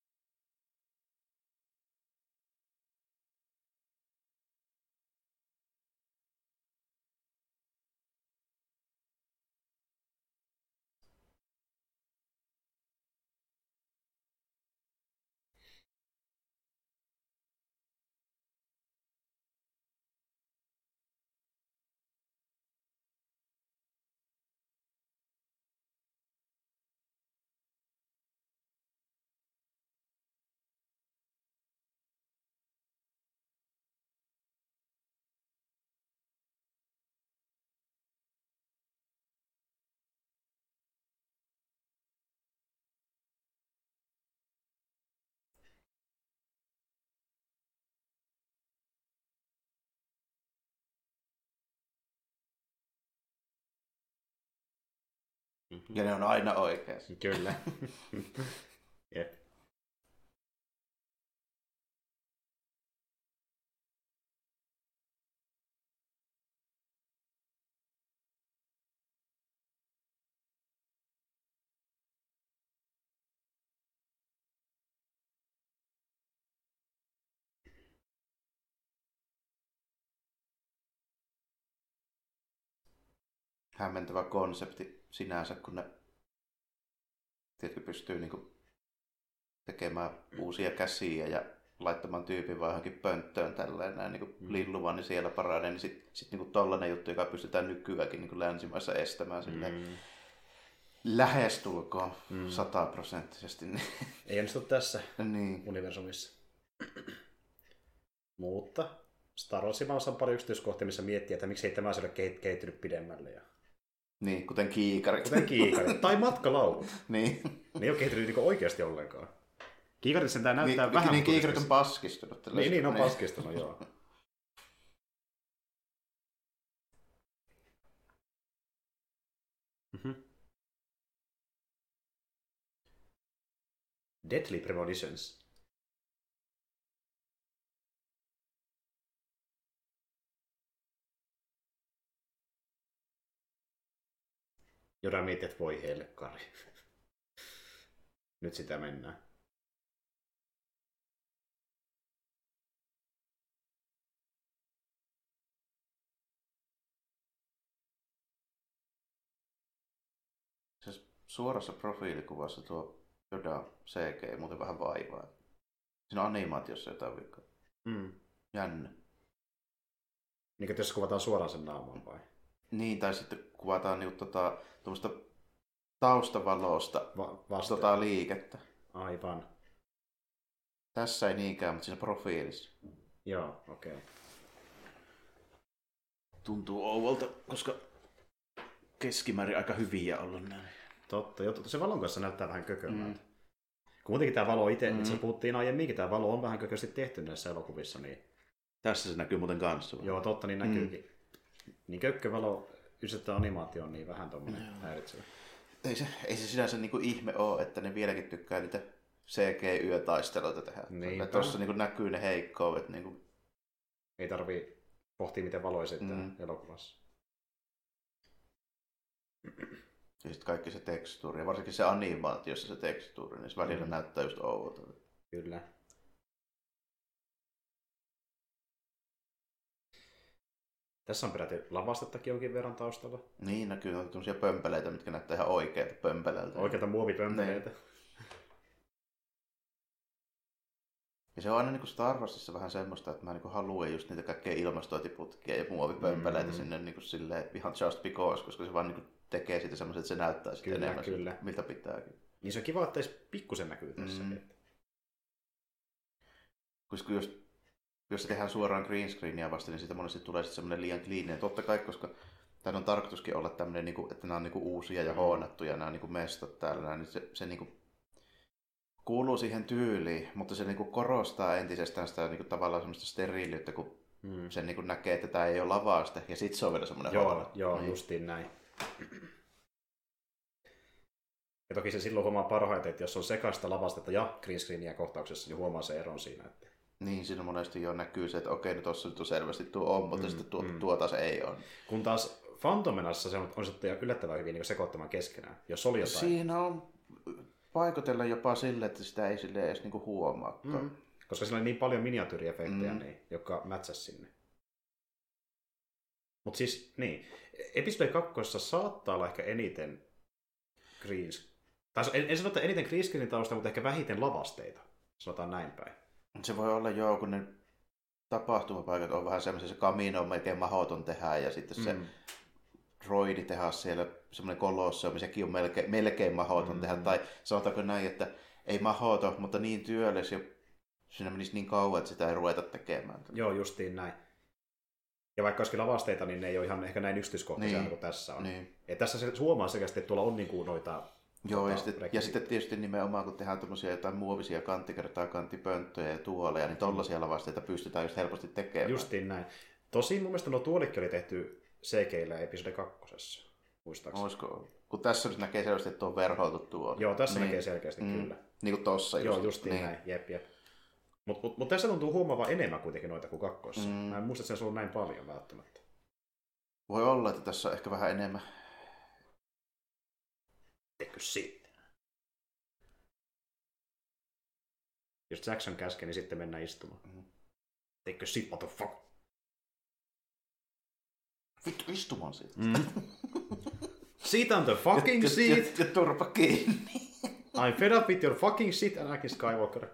Ja ne on aina oikeassa. Kyllä. Jep. Hämmentävä konsepti sinänsä, kun ne tiedätkö, pystyy niinku tekemään uusia käsiä ja laittamaan tyypin vaan johonkin pönttöön tälleen näin niinku mm. lilluvan, niin siellä paranee. Niin sitten sit niinku tollainen juttu, joka pystytään nykyäänkin niinku länsimaissa estämään silleen mm. lähestulkoon mm. sataprosenttisesti. Niin. Ei onnistu tässä niin. universumissa. Mutta Star Warsissa on paljon yksityiskohtia, missä miettii, että miksi ei tämä ole kehittynyt pidemmälle. Ja... Niin, kuten kiikarit. Kuten kiikarit. Tai matkalaulut. niin. Ne ei ole kehittynyt niin oikeasti ollenkaan. Kiikarit sen tää näyttää niin, vähän... Niin, kiikarit on paskistunut. Niin, niin, on paskistunut, joo. Mm-hmm. Deadly Premonitions. Joda mietit, että voi helkkari. Nyt sitä mennään. Siis suorassa profiilikuvassa tuo Yoda C G muuten vähän vaivaa. Siinä on animaatiossa jotain viikkoa. Mm. Jännä. Niin kuin jos kuvataan suoraan sen naaman vai? Niin, tai sitten kuvataan niinku tota, tuommoista taustavalosta Va- tota liikettä. Aivan. Tässä ei niinkään, mutta siinä profiilissa. Joo, okei. Okay. Tuntuu ouvolta, koska keskimäärin aika hyviä ollut näin. Totta, joo, se valon kanssa näyttää vähän kökömmältä. Mm. Kuitenkin tämä valo itse, mm. itse puhuttiin aiemminkin, tämä valo on vähän kökösti tehty näissä elokuvissa. Niin... Tässä se näkyy muuten kanssa. Joo, totta, niin näkyykin. Mm. Niin kökkövalo yhdistetään animaatio on niin vähän tommoinen no. häiritsevä. Ei se, ei se sinänsä niinku ihme ole, että ne vieläkin tykkää niitä C G-yötaisteluita tehdä. Tuossa niinku näkyy ne heikkoudet. Niinku... Ei tarvii pohtia, miten valo esittää mm. elokuvassa. Ja sitten kaikki se tekstuuri, ja varsinkin se animaatiossa se tekstuuri, niin se välillä mm. näyttää just ouvolta. Kyllä. Tässä on peräti lavastettakin jonkin verran taustalla. Niin, näkyy on tämmöisiä pömpeleitä, mitkä näyttää ihan oikeilta pömpeleiltä. Oikeilta muovipömpeleitä. Niin. Ja se on aina niin kuin Star Warsissa vähän semmoista, että mä niin kuin haluan just niitä kaikkea ilmastointiputkia ja muovipömpeleitä mm. sinne niin kuin silleen, ihan just because, koska se vaan niin kuin tekee siitä semmoista, että se näyttää sitten kyllä, enemmän, kyllä. miltä pitääkin. Niin se on kiva, että edes pikkusen näkyy tässä. Mm. Koska jos, jos se tehdään suoraan green screenia vasta, niin siitä monesti tulee sitten semmoinen liian clean. Totta kai, koska tämän on tarkoituskin olla tämmöinen, että nämä on uusia ja hoonattuja, nämä on mestot täällä, niin se, se niin kuuluu siihen tyyliin, mutta se niin korostaa entisestään sitä niin tavallaan semmoista steriiliyttä, kun mm. se niin näkee, että tämä ei ole lavaste, ja sitten se on vielä semmoinen joo, hoonattu. Joo, niin. Justiin näin. Ja toki se silloin huomaa parhaiten, että jos on sekaista lavastetta ja green screenia kohtauksessa, niin huomaa se eron siinä. Että... Niin, siinä monesti jo näkyy se, että okei, nyt tuossa nyt on selvästi tuo on, mutta mm, sitten tuo, mm. tuota se ei ole. Kun taas Phantom Menassa se on onnistuttu yllättävän hyvin niin sekoittamaan keskenään, jos oli jotain. Siinä on paikotella jopa sille, että sitä ei sille edes niinku huomaa. Mm. Koska siinä oli niin paljon miniatyyriefektejä, mm. niin, jotka mätsäs sinne. Mutta siis, niin, episode kakkosessa saattaa olla ehkä eniten green tai en, en sano, että eniten green screenin tausta, mutta ehkä vähiten lavasteita. Sanotaan näin päin. Se voi olla joo, kun ne tapahtumapaikat on vähän semmoisia, se kamino on melkein mahdoton tehdä ja sitten mm. se droidi tehdä siellä, semmoinen kolosseumi, sekin on melkein, melkein mahdoton mm. tehdä. Tai sanotaanko näin, että ei mahdoton, mutta niin työläs ja siinä menisi niin kauan, että sitä ei ruveta tekemään. Joo, justiin näin. Ja vaikka olisikin lavasteita, niin ne ei ole ihan ehkä näin yksityiskohtaisia niin kuin tässä on. Niin. Ja tässä se huomaa selkeästi, että tuolla on niin kuin noita... Joo, tota, ja, sitten, ja sitten tietysti nimenomaan, kun tehdään tämmöisiä jotain muovisia kanttikertaa kanttipönttöjä ja tuoleja, niin tollaisia lavasteita pystytään just helposti tekemään. Justiin näin. Tosin mun mielestä nuo tuolikki oli tehty C G:llä episode kakkosessa, muistaakseni. Olisiko? Kun tässä nyt näkee selvästi, että on verhoiltu tuoli. Joo, tässä niin. näkee selkeästi mm. kyllä. Niin kuin tossa just. Joo, justiin niin. Näin, jep jep. Mutta mut, mut tässä tuntuu huomaavaa enemmän kuitenkin noita kuin kakkossa. Mm. Mä en muista, että se on ollut näin paljon välttämättä. Voi olla, että tässä on ehkä vähän enemmän. Tekö sitten? Jos Jackson käskee, niin sitten mennään istumaan. Mm. Tekö sit, what the fuck? Vittu istumaan siitä. Mm. Sit on the fucking seat. Ja, ja, ja turpa kiinni. I'm fed up with your fucking shit, Anakin Skywalker.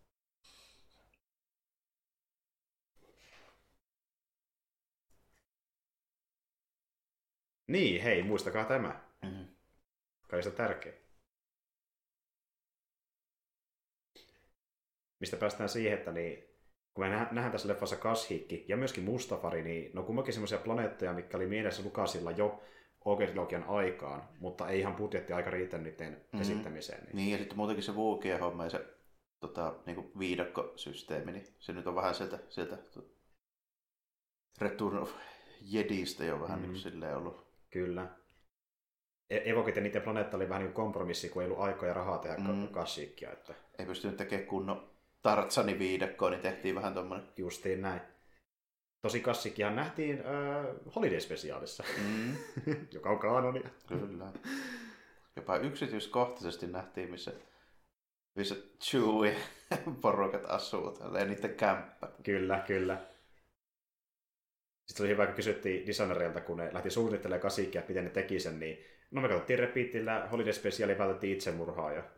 Niin, hei, muistakaa tämä. Mm-hmm. Kai sitä tärkeä. Mistä päästään siihen, että niin, kun me nähdään tässä leffassa Kashyyyk ja myöskin Mustafari, niin ne on kummankin semmoisia planeettoja, mitkä oli mielessä Lucasilla jo O G-trilogian aikaan, mutta ei ihan budjetti aika riittänyt niiden mm-hmm. esittämiseen. Niin. niin, ja sitten muutenkin se Wookien homma ja se tota, niin viidakkosysteemi, niin se nyt on vähän sieltä, sieltä Return of Jedistä jo vähän mm-hmm. niin silleen ollut. Kyllä. Evokit ja niiden planeetta oli vähän niin kuin kompromissi, kun ei ollut aikaa ja rahaa tehdä mm. klassiikkia. Että... Ei pystynyt tekemään kunnon Tartsani viidekkoa, niin tehtiin vähän tommonen. Justiin näin. Tosi klassiikkihan nähtiin äh, Holiday-spesiaalissa, mm. joka on kaanonia. Kyllä. Jopa yksityiskohtaisesti nähtiin, missä, missä Chewie porukat asuu ja niiden kämppä. Kyllä, kyllä. Sitten oli hyvä, kun kysyttiin designereilta, kun ne lähti suunnittelemaan kasiikkia, että miten ne teki sen, niin no me katsottiin repeatillä Holiday-spesiaali, vältettiin itsemurhaa ja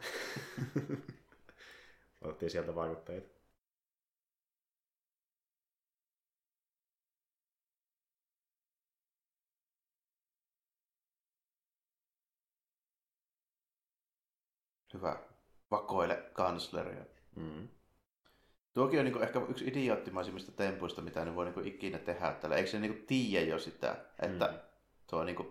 otettiin sieltä vaikutteita. Hyvä. Vakoile kansleria. Mm. Tuokin on niin ehkä yksi idioottimaisimmista tempuista, mitä ne voi niin ikinä tehdä tällä. Eikö se niin tiedä jo sitä, että mm. tuo niin kuin...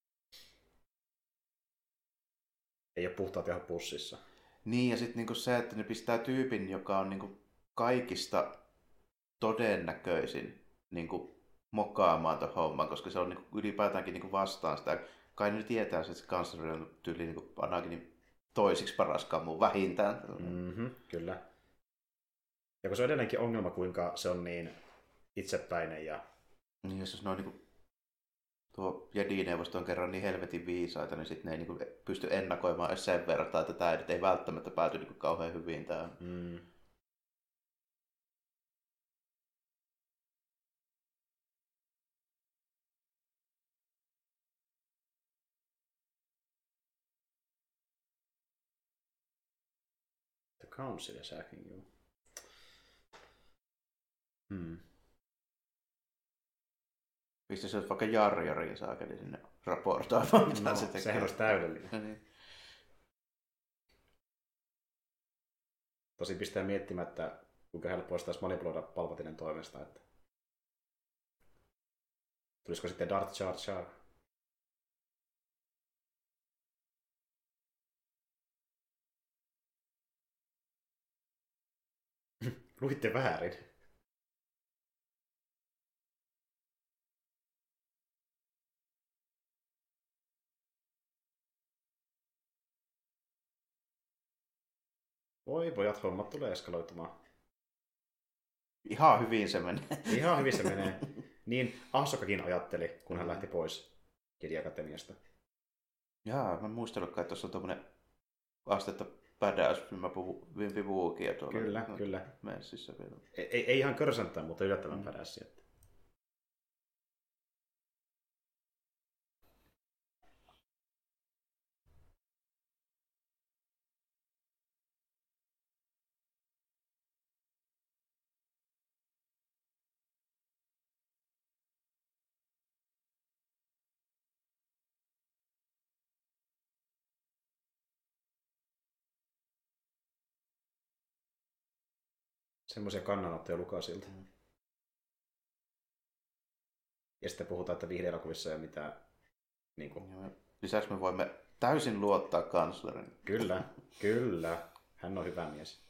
ei ole puhtaat ihan pussissa. Niin, ja sitten niin se, että ne pistää tyypin, joka on niin kaikista todennäköisin niin mokaamaan tuon homman, koska se on niin ylipäätäänkin niin vastaan sitä. Kai ne tietää, että se kansleri on tyyli niin ainakin toisiksi paras kammu vähintään. Mm-hmm, kyllä. Ja kun se on edelleenkin ongelma, kuinka se on niin itsepäinen ja... Niin, jos ne on niin tuo Jedi-neuvosto on kerran niin helvetin viisaita, niin sitten ne ei niin pysty ennakoimaan edes sen verran, että tämä ei välttämättä pääty niin kauhean hyvin tähän. Mm. The Council is hacking you. Hmm. Pistä se vaikka Jarjariin saakeli sinne raportoimaan, mitä no, se tekee. Sehän olisi täydellinen. niin. Tosi pistää miettimättä, kuinka helppo olisi taas manipuloida Palpatinen toimesta. Että... tulisiko sitten Darth Jar Jar? Luitte väärin. Voi pojat, hommat tulee eskaloitumaan. Ihan hyvin se menee. Ihan hyvin se menee. Niin Ahsokakin ajatteli, kun hän lähti pois Jedi Akatemiasta. Jaa, mä en muistellutkaan, että tuossa on tommonen astetta badass, mä puhun Wimpy Wookia tuolla. Kyllä, no, kyllä. Messissä vielä. Ei, ei, ei ihan körsänttää, mutta yllättävän mm. badassia. Semmoisia kannanottoja Lukasilta. Mm. Ja sitten puhutaan, että viihde-elokuvissa ei ole mitään... Niin kuin... Lisäksi me voimme täysin luottaa kanslerin. Kyllä, kyllä. Hän on hyvä mies.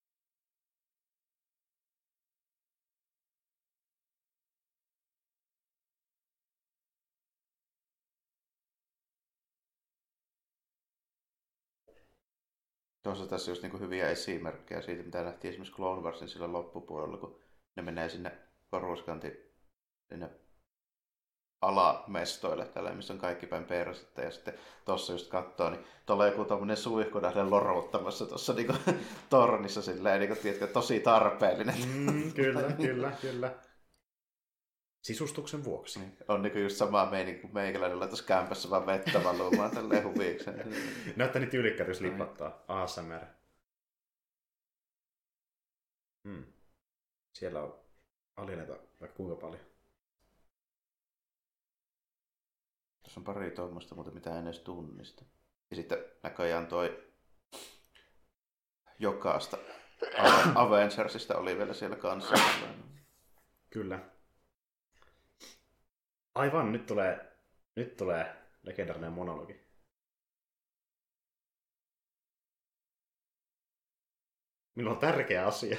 Tuossa tässä just niin hyviä esimerkkejä siitä, mitä nähtiin esimerkiksi Clone Warsin sillä loppupuolella, kun ne menee sinne Coruscantin sinne alamestoille, tällä, missä on kaikki päin persettä, ja sitten tuossa just katsoo, niin tuolla on joku tommonen suihkunahden lorottamassa tuossa niin tornissa silleen, niin kuin, tiedätkö, tosi tarpeellinen. Mm, kyllä, kyllä, kyllä. Sisustuksen vuoksi. Niin, on niin just sama meininki kuin meikäläinen laitaisi kämpässä vaan vettä valumaan tälleen huviikseen. Näyttää niin tyylikkäät, jos lipattaa. A S M R. Hmm. Siellä on alieneita vaikka kuinka paljon. Tässä on pari tuommoista, mutta mitä en edes tunnista. Ja sitten näköjään toi jokaista Avengersista oli vielä siellä kanssa. Kyllä. Aivan, nyt tulee, nyt tulee legendaarinen monologi. Minulla on tärkeä asia.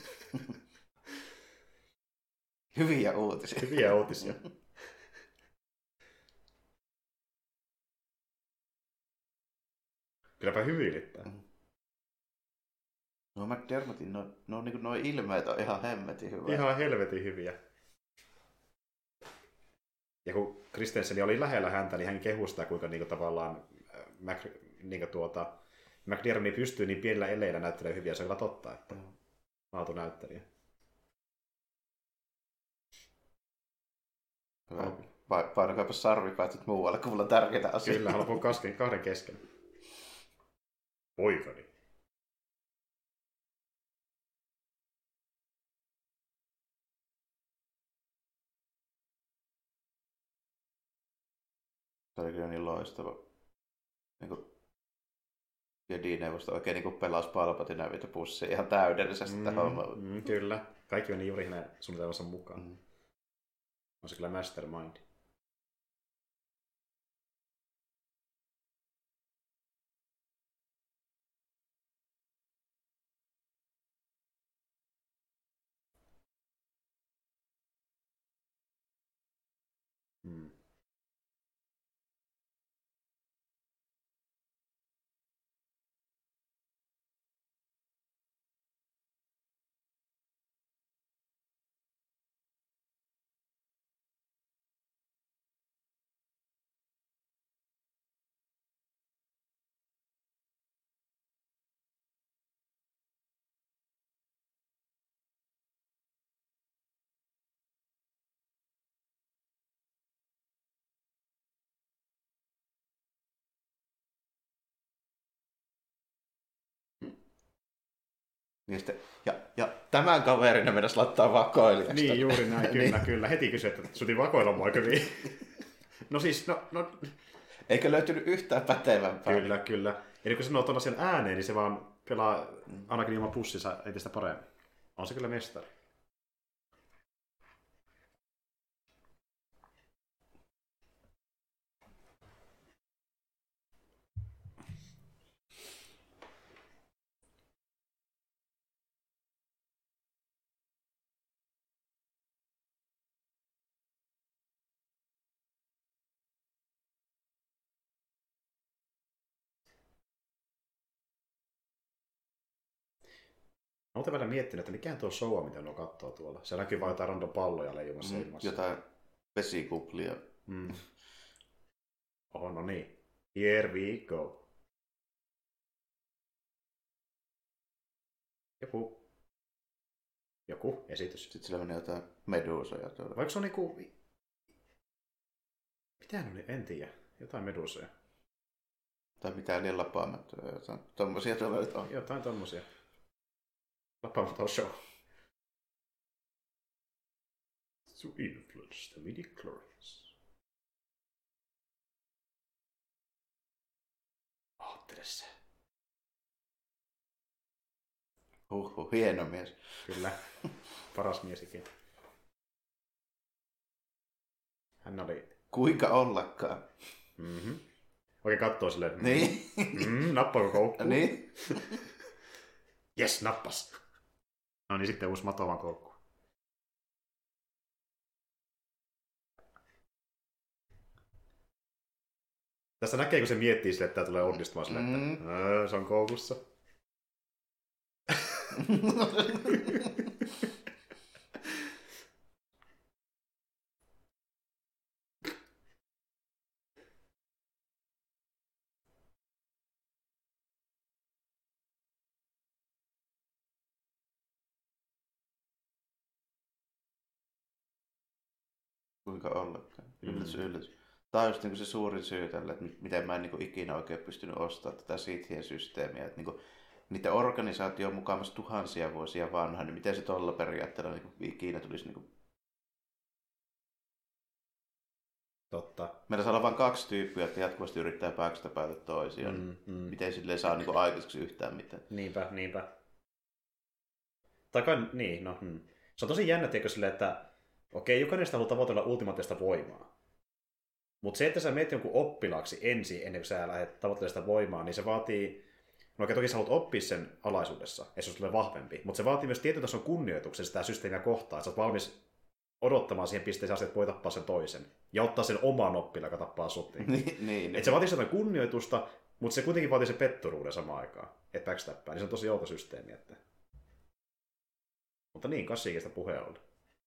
Hyviä uutisia. Hyviä uutisia. Kylläpä hymyilyttää. Mm. No McDermottin, no, no niin nuo ilmeet on ihan hemmetin hyviä. Ihan helvetin hyviä. Ja kun Christensen oli lähellä häntä, niin hän kehui sitä, kuinka niinku tavallaan Mac, niinku tuota, McDermott pystyy niin pienillä eleillä näyttelemään hyviä. Se on kyllä totta, että mm. laatunäyttelijä. Painakaapa sarvipäätöt muualle, kun mulla on tärkeitä asioita. Kyllä, haluan puhua kahden kesken. Poikani. Se oli kyllä niin loistava. Niin kuin Jedi-neuvosto oikein niin pelasi Palpatine pussia ihan täydellisesti mm, hommaa. Mm, kyllä. Kaikki meni juuri hänen suunnitelmansa mukaan. Mm. On se kyllä mastermind. Mm. Niin sitten, ja, ja tämän kaverina mennäs laittaa vakoilijaksi. Niin, juuri näin, kyllä, niin. kyllä. Heti kysyi, että suti vakoilla mua kyllä. No siis, no, no... Eikö löytynyt yhtään pätevämpää? Kyllä, kyllä. Eli kun sanoo tuon asian ääneen, niin se vaan pelaa ainakin ilman pussinsa entistä paremmin. On se kyllä mestari. Olen vielä miettinyt, että mikä tuo show, mitä nuo katsoo tuolla. Se näkyy vain jotain random palloja leijumassa mm, ilmassa. Jotain vesikuplia. Mm. Oho, no niin. Here we go. Joku. Joku esitys. Sitten sillä menee jotain medusoja tuolla. Vaikka se on niinku... Mitähän oli? En tiedä. Jotain medusoja. Tai mitään liian lapaamattoja. Jotain tommosia tuolla nyt on. Jotain tommosia. Lapamaton show. To influence the midi-chlorians. Aattele se. Huhhuh, hieno mies. Kyllä, paras mies ikinä. Hän oli... Kuinka ollakaan. Mhm. Oikein kattoo silleen. Niin. Mm, nappaako koukkuun? Niin. Jes, nappas. No niin, sitten uusi matovan koukku. Tässä näkee, kun se miettii sille, että tämä tulee onnistumaan sille, että mm. se on koukussa. Kuinka ollakaan. Yllätys, mm. yllätys. Tämä on just niin se suurin syy tälle, että miten mä en niin ikinä oikein pystynyt ostamaan tätä Sithien systeemiä. Että niin niiden organisaatio on mukaamassa tuhansia vuosia vanha, niin miten se tuolla periaatteella niin ikinä tulisi... Niin Totta. Meillä saa olla vain kaksi tyyppiä, että jatkuvasti yrittää päästä päätä toisiaan. Mm, mm. Miten silleen saa niin aikaiseksi yhtään mitään. Niinpä, niinpä. Tai kai, niin, no. Hmm. Se on tosi jännä, tiedätkö, silleen, että okei, jokainen sitä haluaa tavoitella ultimaattista voimaa. Mutta se, että sä menet jonkun oppilaaksi ensin, ennen kuin sä lähdet tavoittelemaan sitä voimaa, niin se vaatii... No oikein toki sä haluat oppia sen alaisuudessa, että se on vahvempi. Mutta se vaatii myös tietyn tason kunnioituksen sitä systeemiä kohtaan, että sä oot valmis odottamaan siihen pisteeseen asti, että voi tappaa sen toisen. Ja ottaa sen oman oppilaan, joka tappaa sut. niin, niin, että se vaatii sitä kunnioitusta, Mutta se kuitenkin vaatii se petturuuden samaan aikaan, että backstappaa, niin se on tosi outo systeemi. Että... Mutta niin, kassiikista puheen ollen.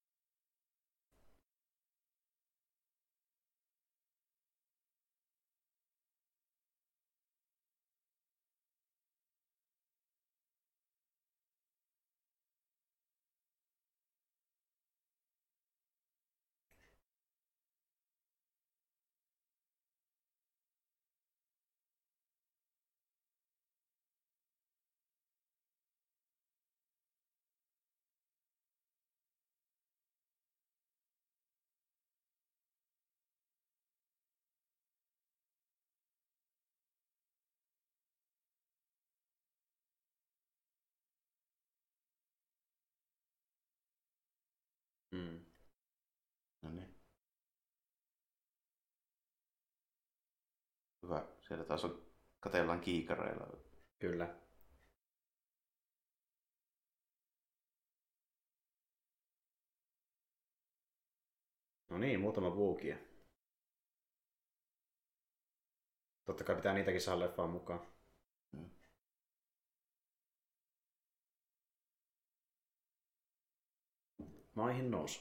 Mm. No niin. Hyvä. Siellä taas on, katellaan kiikareilla. Kyllä. No niin, muutama vuokia. Totta kai pitää niitäkin saada leffaan mukaan. Hmm. Maihin nousu.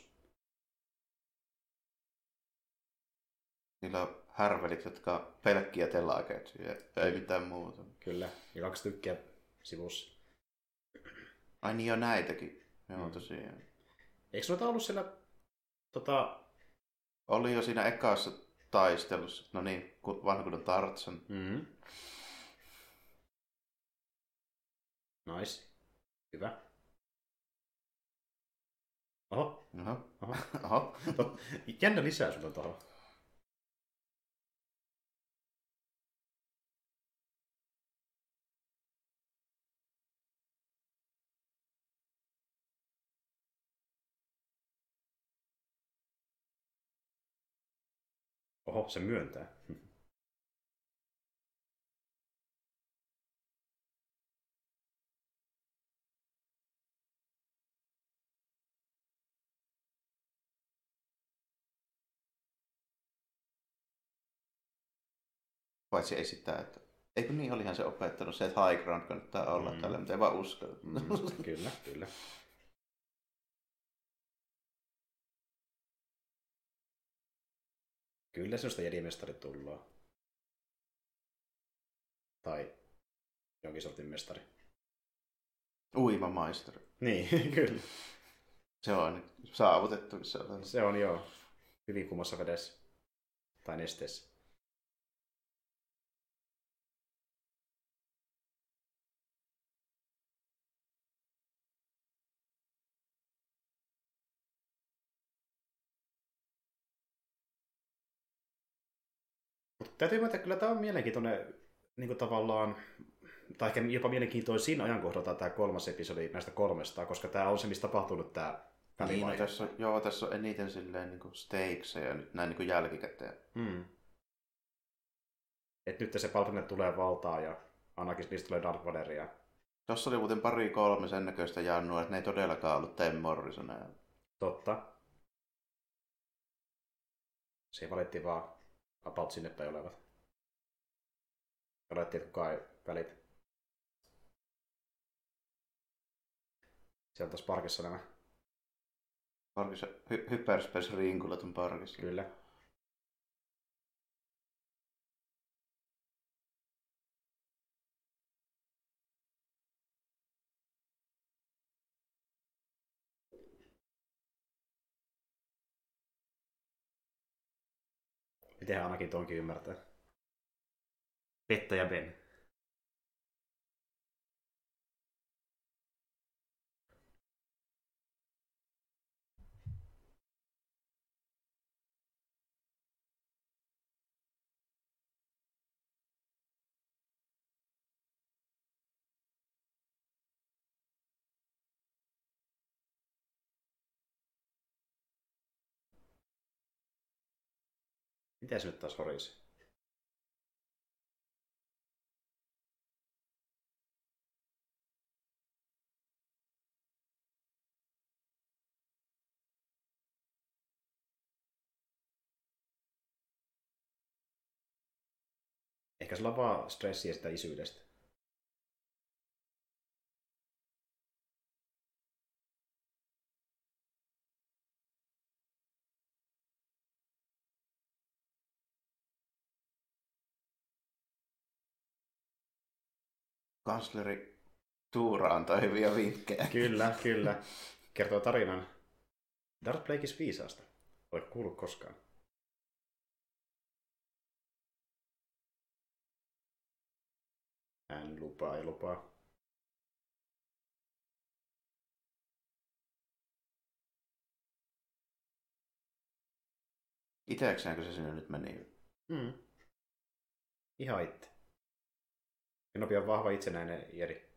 Niillä on härvelit, jotka on pelkkiä telakeetsyjä. Ei mitään muuta. Kyllä, ja kaksi tykkiä sivussa. Ai niin jo näitäkin. Joo, Mm. tosiaan. Eikö noita ollut siellä tota... Oli jo siinä ekassa taistelussa. No niin, vanha kuin Tarzan. Mm-hmm. Nice. Hyvä. Oho. Oho. Oho. Oho. Jännä lisää sulla tuohon. Oho, se myöntää. Paitsi esittää, että eikö niin, olihan se opettanut se, että high ground kannattaa olla mm. tällä, mutta ei vaan uskalla. Mm, kyllä, kyllä. Kyllä sinusta jedimestari tullaan. Tai jonkin sortin mestari. Uimamaisteri. Niin, kyllä. Se on saavutettu. Se on, se on joo. Hyvin kummassa vedessä. Tai nesteessä. Täytyy myöntää, että kyllä tämä on mielenkiintoinen niin kuin tavallaan, tai ehkä jopa mielenkiintoinen siinä ajankohdalta tämä kolmas episodi näistä kolmesta, koska tämä on se, missä tapahtunut tämä niin, no, tässä on, joo, tässä on eniten silleen niin stakesia nyt näin niin kuin jälkikäteen. Hmm. Että nyt se Palpatine tulee valtaan ja Anakin niistä tulee Darth Vaderia. Tuossa oli muuten pari kolme sen näköistä jannua, että ne ei todellakaan ollut Tim Morrisoneja. Totta. Se valittiin vaan about sinne päin olevat. Olettiin, että kukaan ei välitä. Se on tuossa parkissa nämä. Parkissa, hy- Hyperspace Rinkulat on parkissa. Kyllä. Miten ainakin tuonkin ymmärtää? Pettäjä Ben. Miten se nyt taas horisi? Ehkä sulla on vaan stressiä sitä isyydestä. Kansleri Tuura antaa hyviä vinkkejä. Kyllä, kyllä. Kertoo tarinan. Darth Plagueis viisaasta. Oletko kuullut koskaan? Hän lupaa ja lupaa. Itekseenkö se sinne nyt meni? Mm. Ihan itse. Kenobi on vahva itsenäinen Jedi.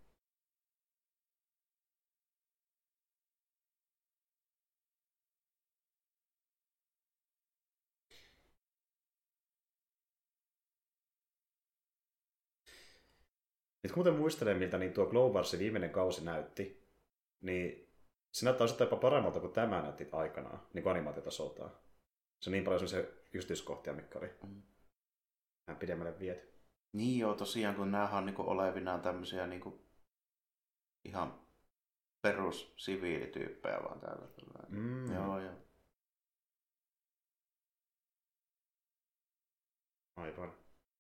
Nyt kun muuten muistelen, miltä niin tuo Clone Warsin viimeinen kausi näytti, niin se näyttää osittain jopa paremmalta kuin tämä näytti aikanaan, niin kuin animaatiotasoltaan. Se on niin paljon sellaisia yksityiskohtia, mitkä oli mm. vähän pidemmälle viety. Niin joo, tosiaan, kun näähän on niinku olevinaan tämmöisiä niinku ihan perus siviilityyppejä vaan täällä. Mm. Joo, joo. Aivan.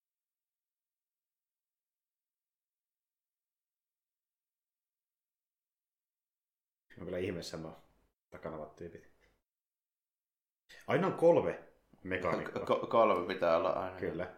On kyllä ihmeessä nuo takanavat tyypit. Aina on kolme mekaanikkoa. Ko- kolme pitää olla aina. Kyllä.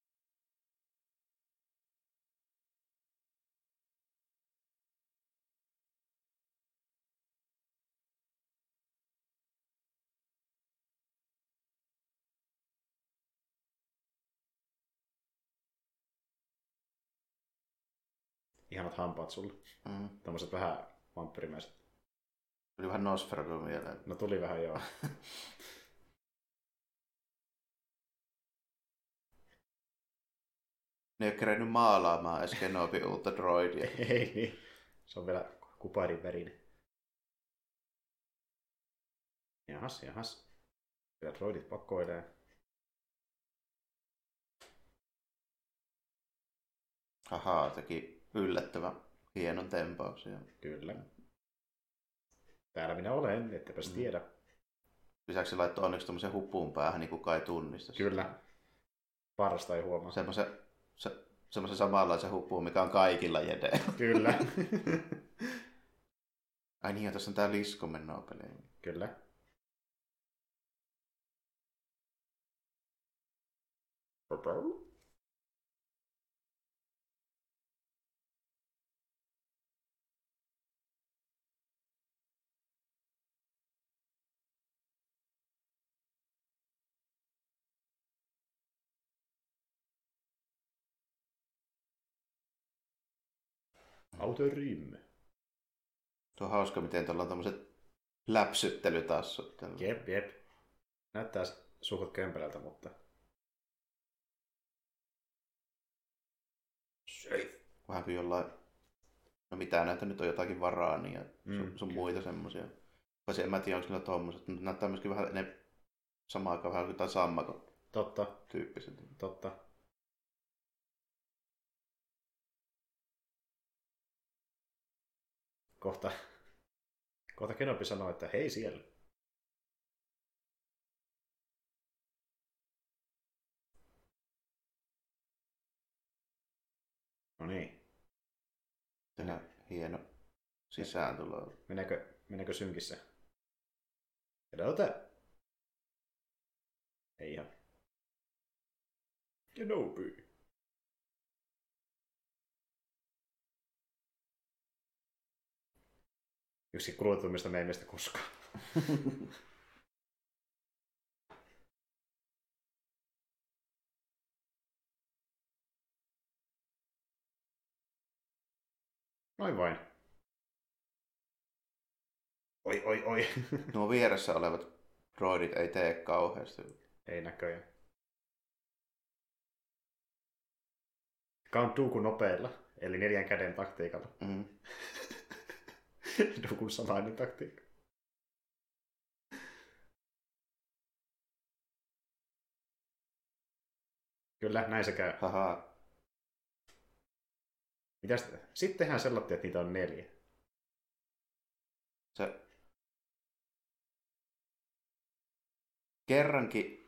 Ihanat hampaat sulle. Mm. Tämmöiset vähän vampyrimäiset. Tuli vähän Nosferatu mieleen. No tuli vähän joo. Ne ei ole kerennyt maalaamaan edes Kenobin uutta droidia. Ei niin. Se on vielä kuparin värinen. Jahas, jahas. Vielä droidit pakoilee. Ahaa, teki yllättävän hienon tempauksen. Kyllä. Täällä minä olen, ettepäs mm. tiedä. Lisäksi se laittoi onneksi tuommoisen huppuun päähän, niin kukaan ei tunnista. Kyllä. Parasta ei huomaa. Semmoisen, se, semmoisen samanlaisen huppuun, mikä on kaikilla jedeillä. Kyllä. Ai niin, tässä on tää lisko mennään peliin. Kyllä. Autorymme. Tuo on hauska, miten tuolla on tommoset läpsyttelytassut. Jep, jep. Näyttää suhut kömpelältä, mutta... Safe. Vähän kuin jollain... No mitä näitä nyt on jotakin varaania ja mm, sun muita semmosia. Vai en mä tiedä, onko niillä tommoset. Näyttää myöskin vähän enemmän samaa aikaan vähän kuin jotain sammakon. Totta. Tyyppiset. Totta. Kohta, kohta Kenobi sanoo, että hei siellä. No niin. Tämä hieno sisääntulo. Meneekö, meneekö synkissä? Odota. Ei ihan. Kenobi. Yksi kulutetummista meemistä koskaan. Noin vain. Oi, oi, oi. Nuo vieressä olevat droidit ei tee kauheasti. Ei näköjään. Count Dooku nopeilla, eli neljän käden taktiikalla. Mm. Dookun salainen taktiikka. Kyllä, näin se käy. Haha. Mitäs? Sitten tehdään sellainen, että niitä on neljä. Se kerrankin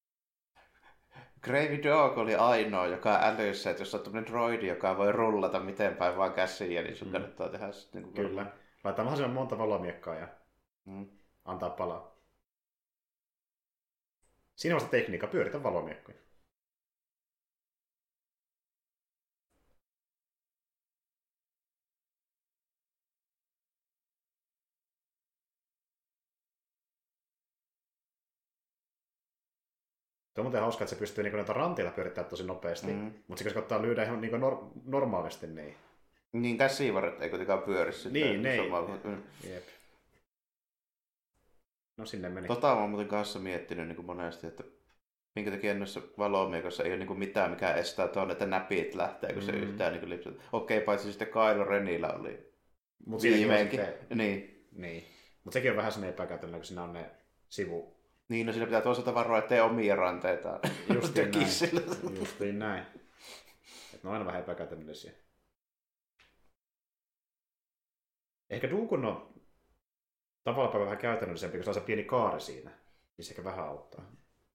Gravy Dog oli ainoa, joka älyssä, että jos on tämmöinen droidi, joka voi rullata miten päin vaan käsiä, niin sun mm. kannattaa tehdä sitten. Niin Kyllä. Varmaan. Laittaa mahdollisimman monta valomiekkaa ja mm. antaa palaa. Siinä vasta tekniikka, pyöritä valomiekkoja. Tuo on muuten hauska, että se pystyy niin noita ranteita pyörittämään tosi nopeasti, mm. mutta se koska ottaa lyödä ihan niin nor- normaalisti, niin... Niin käsivarret ei kuitenkaan pyöri sitten. Niin, ne ei. Jep. No sinne meni. Tota mä oon muuten kanssa miettinyt niin kuin monesti, että minkä takia noissa valomiekossa ei ole niin kuin mitään, mikä estää tuonne, että näpit lähtee, kun mm. se yhtään niin lipsut. Okei, paitsi sitten Kylo Renillä oli Mut viimeinkin. Sitten... Niin. niin. Mutta sekin on vähän sellainen epäkäytännöllä, kun siinä on ne sivu... Niin, no siinä pitää toisaalta varoa, ettei omia ranteitaan. Justiin näin. Justiin näin. Että ne on aina vähän epäkäytännöllisiä. Ehkä Dukun on tavallaan vähän käytännöllisempi, kun se on se pieni kaari siinä. Niin se ehkä vähän auttaa.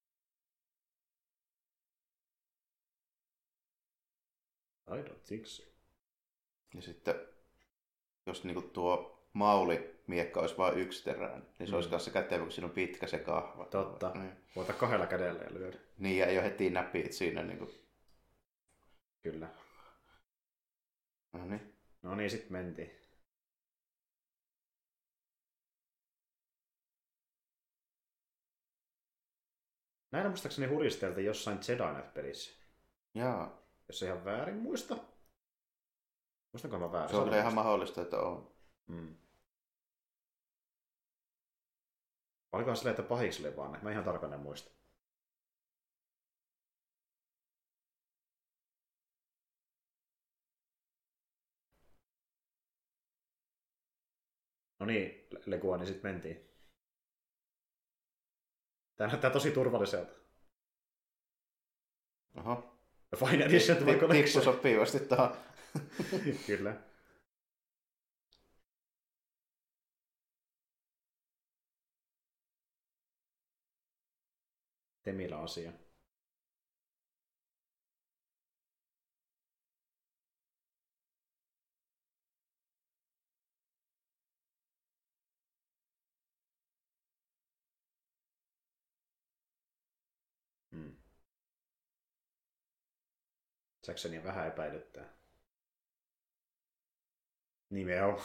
I don't think so. Ja sitten, jos niinku tuo mauli-miekka olisi vain yksi terään, niin se mm. olisi kanssa kätevä, kun siinä on pitkä se kahva. Totta. Niin. Voita kahdella kädellä ja lyödä. Niin, ja ei ole heti näpit siinä. Niin kuin... Kyllä. No niin. No niin, sitten mentiin. Näin muistaakseni huristeltiin jossain Jedi Knight-pelissä. Jaa. Jos ei ihan väärin muista. Muistanko mä väärin? Se on ihan mahdollista, että on. Mm. Olikohan silleen, että pahiksi oli vaan? Mä ihan tarkalleen muista. No niin, Legua, niin sitten mentiin. Tää näyttää tosi turvalliselta. Oho. Fine Edition tulee collection. Tippu sopivasti tähän. Kyllä. Temillä asia. Hmm. Jacksonia vähän epäilyttää. Nimenomaan.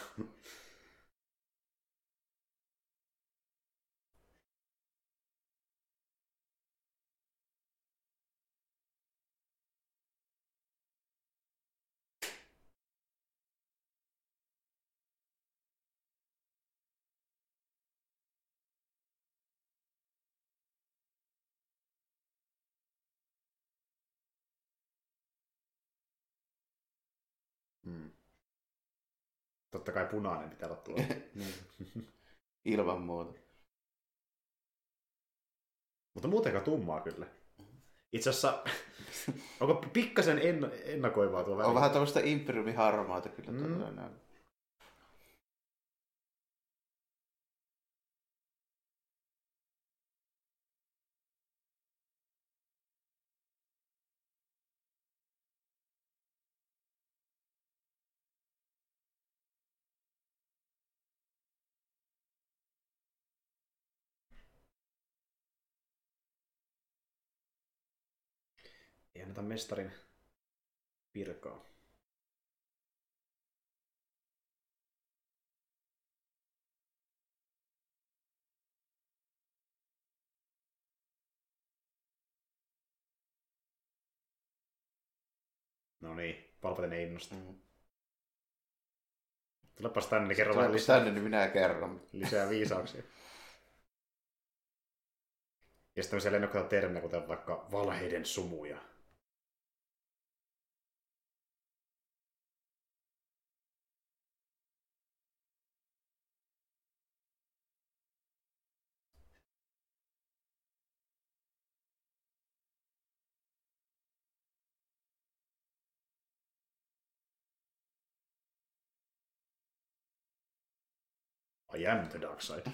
Hmm. Totta kai punainen pitää olla tuolla. Ilman muuta. Mutta muutenkaan tummaa kyllä. Itse asiassa, onko pikkasen en, ennakoivaa tuo väliin? On vähän tämmöistä imperiumin harmaata kyllä. Mm. Ei anneta mestarin virkaa. No niin, Palpatine ei innosta. Mm. Tulepas tänne, niin kerro vähän lisää. Tänne, niin minä kerron. Lisää viisauksia. Ja sitten tämmöisiä lennokkaita termejä, kuten vaikka valheiden sumuja. I am the dark side.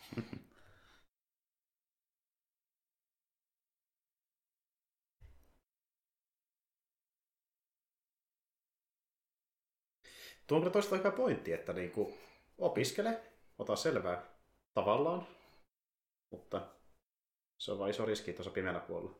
Tuo on kyllä toista hyvä pointti, että niinku opiskele, ota selvää tavallaan, mutta se on vain iso riski tuossa pimeällä puolella.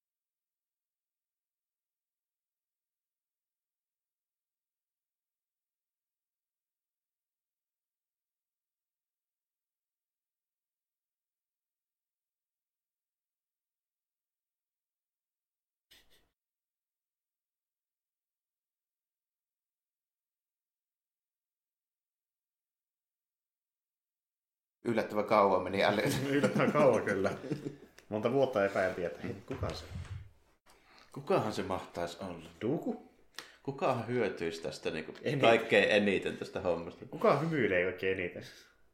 Yllättävän kauan meni äly. Yllättävän kauan kyllä. Monta vuotta epäiltiin, että hei, kuka se? Kukahan se mahtaisi olla? Duku? Kukahan hyötyisi tästä niin kuin Eniten. kaikkein eniten tästä hommasta? Kuka hymyilee oikein eniten?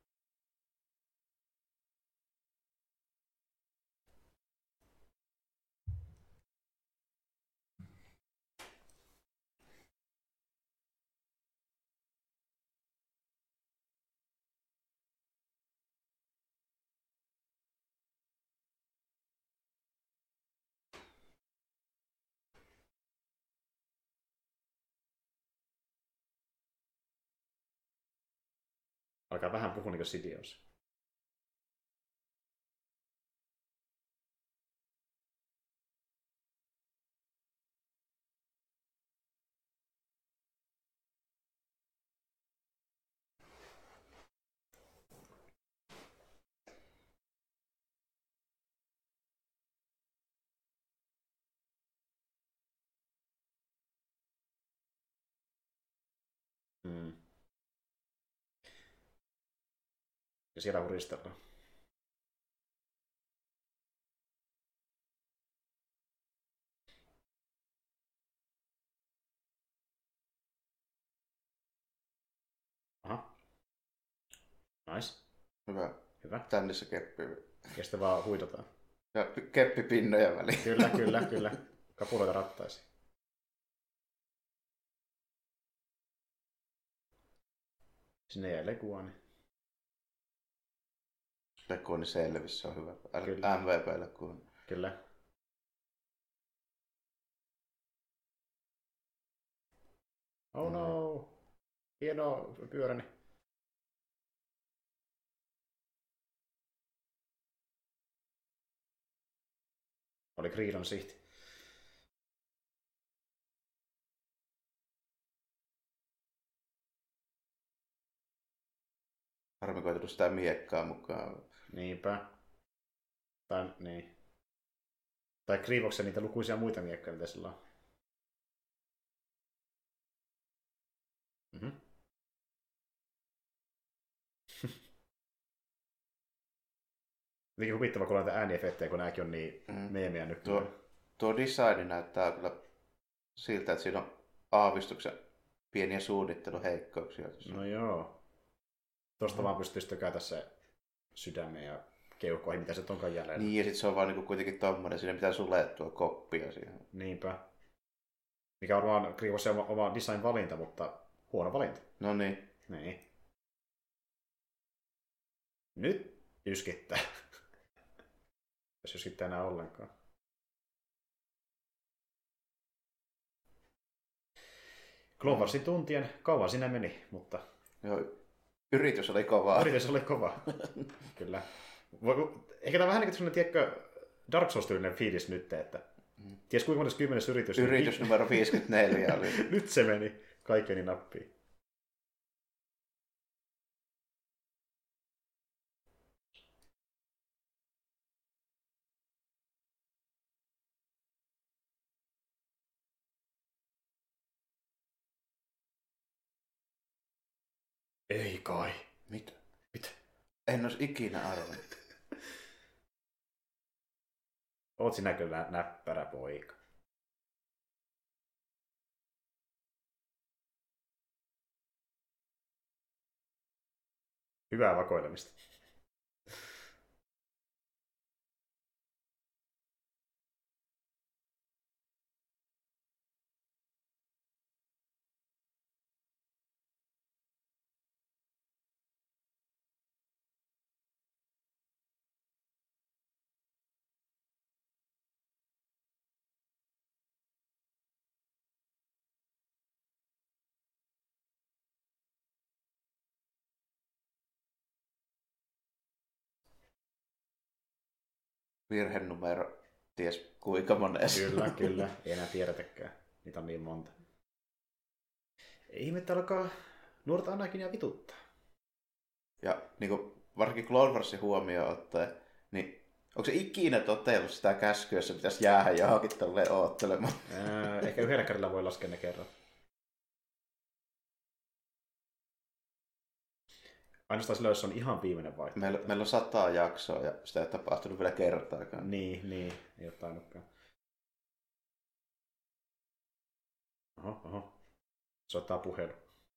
Alkaa vähän puhua niin kuin Sidious. Hmm. Ja siellä huristellaan. Aha. Nice. Hyvä. Hyvä. Tännissä keppi. Ja sitten vaan huidotaan. Ja keppipinnoja väliin. Kyllä, kyllä, kyllä. Kapuloita rattaisiin. Sinne jäi Leguani. Lekuoni selvissä on hyvä. Kyllä. M V P-lekuoni. Kyllä. Oh no. Hieno pyöräni. Oli Kriidon sihti. Harmi, kun ei tullut sitä miekkaa mukaan. Niinpä. Tai, niin. Tai Kriivoksen niitä lukuisia muita miekkoja, mitä sillä on. Mm-hmm. Jotenkin huvittava, kun on näitä ääniefektejä, kun nääkin on niin mm. meemiä nykyään. Tuo, tuo design näyttää kyllä siltä, että siinä on aavistuksen pieniä suunnitteluheikkouksia. No joo. Tuosta mm. vaan pystyisi tökätä se sydämen ja keuhkoihin, mitä se onkaan jäljellä. Niin, ja sitten se on vaan niin kuitenkin tommoinen, siinä pitää sulettua koppia siihen. Niinpä. Mikä on vaan Kriivoksen oma, oma design-valinta, mutta huono valinta. No niin. Niin. Nyt yskittää. Jos yskittää enää ollenkaan. Cloversin tuntien kauan sinne meni, mutta... Joo, yritys oli kova. Yritys oli kova. Kyllä. Ehkä tämä on vähän niin kuin tiedätkö, Dark Souls-tyylinen fiilis nyt, että mm. ties kuinka monessa kymmenes yritys... Yritys niin... numero viisikymmentäneljä oli. Nyt se meni kaikkeni nappiin. Ei kai. Mitä? Mitä? En olisi ikinä arvannut. Oot sinä kyllä näppärä poika. Hyvää vakoilemista. virhenumero ties kuinka monessa. Kyllä, kyllä. Ei enää tiedetäkään. Niitä on niin monta. Ei ihmettä alkaa nuorta Anakinia vituttaa. Ja niin kuin, varsinkin Clone Warsin huomioon ottaen, niin onko se ikinä totellut sitä käskyä, jos se pitäisi jäädä johonkin tolleen oottelemaan? Ää, ehkä yhdellä kerralla voi laskea ne kerran. Ainoastaan silloin, jos on ihan viimeinen vaihtoehto. Meillä, meillä on sataa jaksoa ja sitä ei ole tapahtunut vielä kertaakaan. Niin, niin. Ei ole tainnutkaan. Oho, oho. Soittaa puhelu.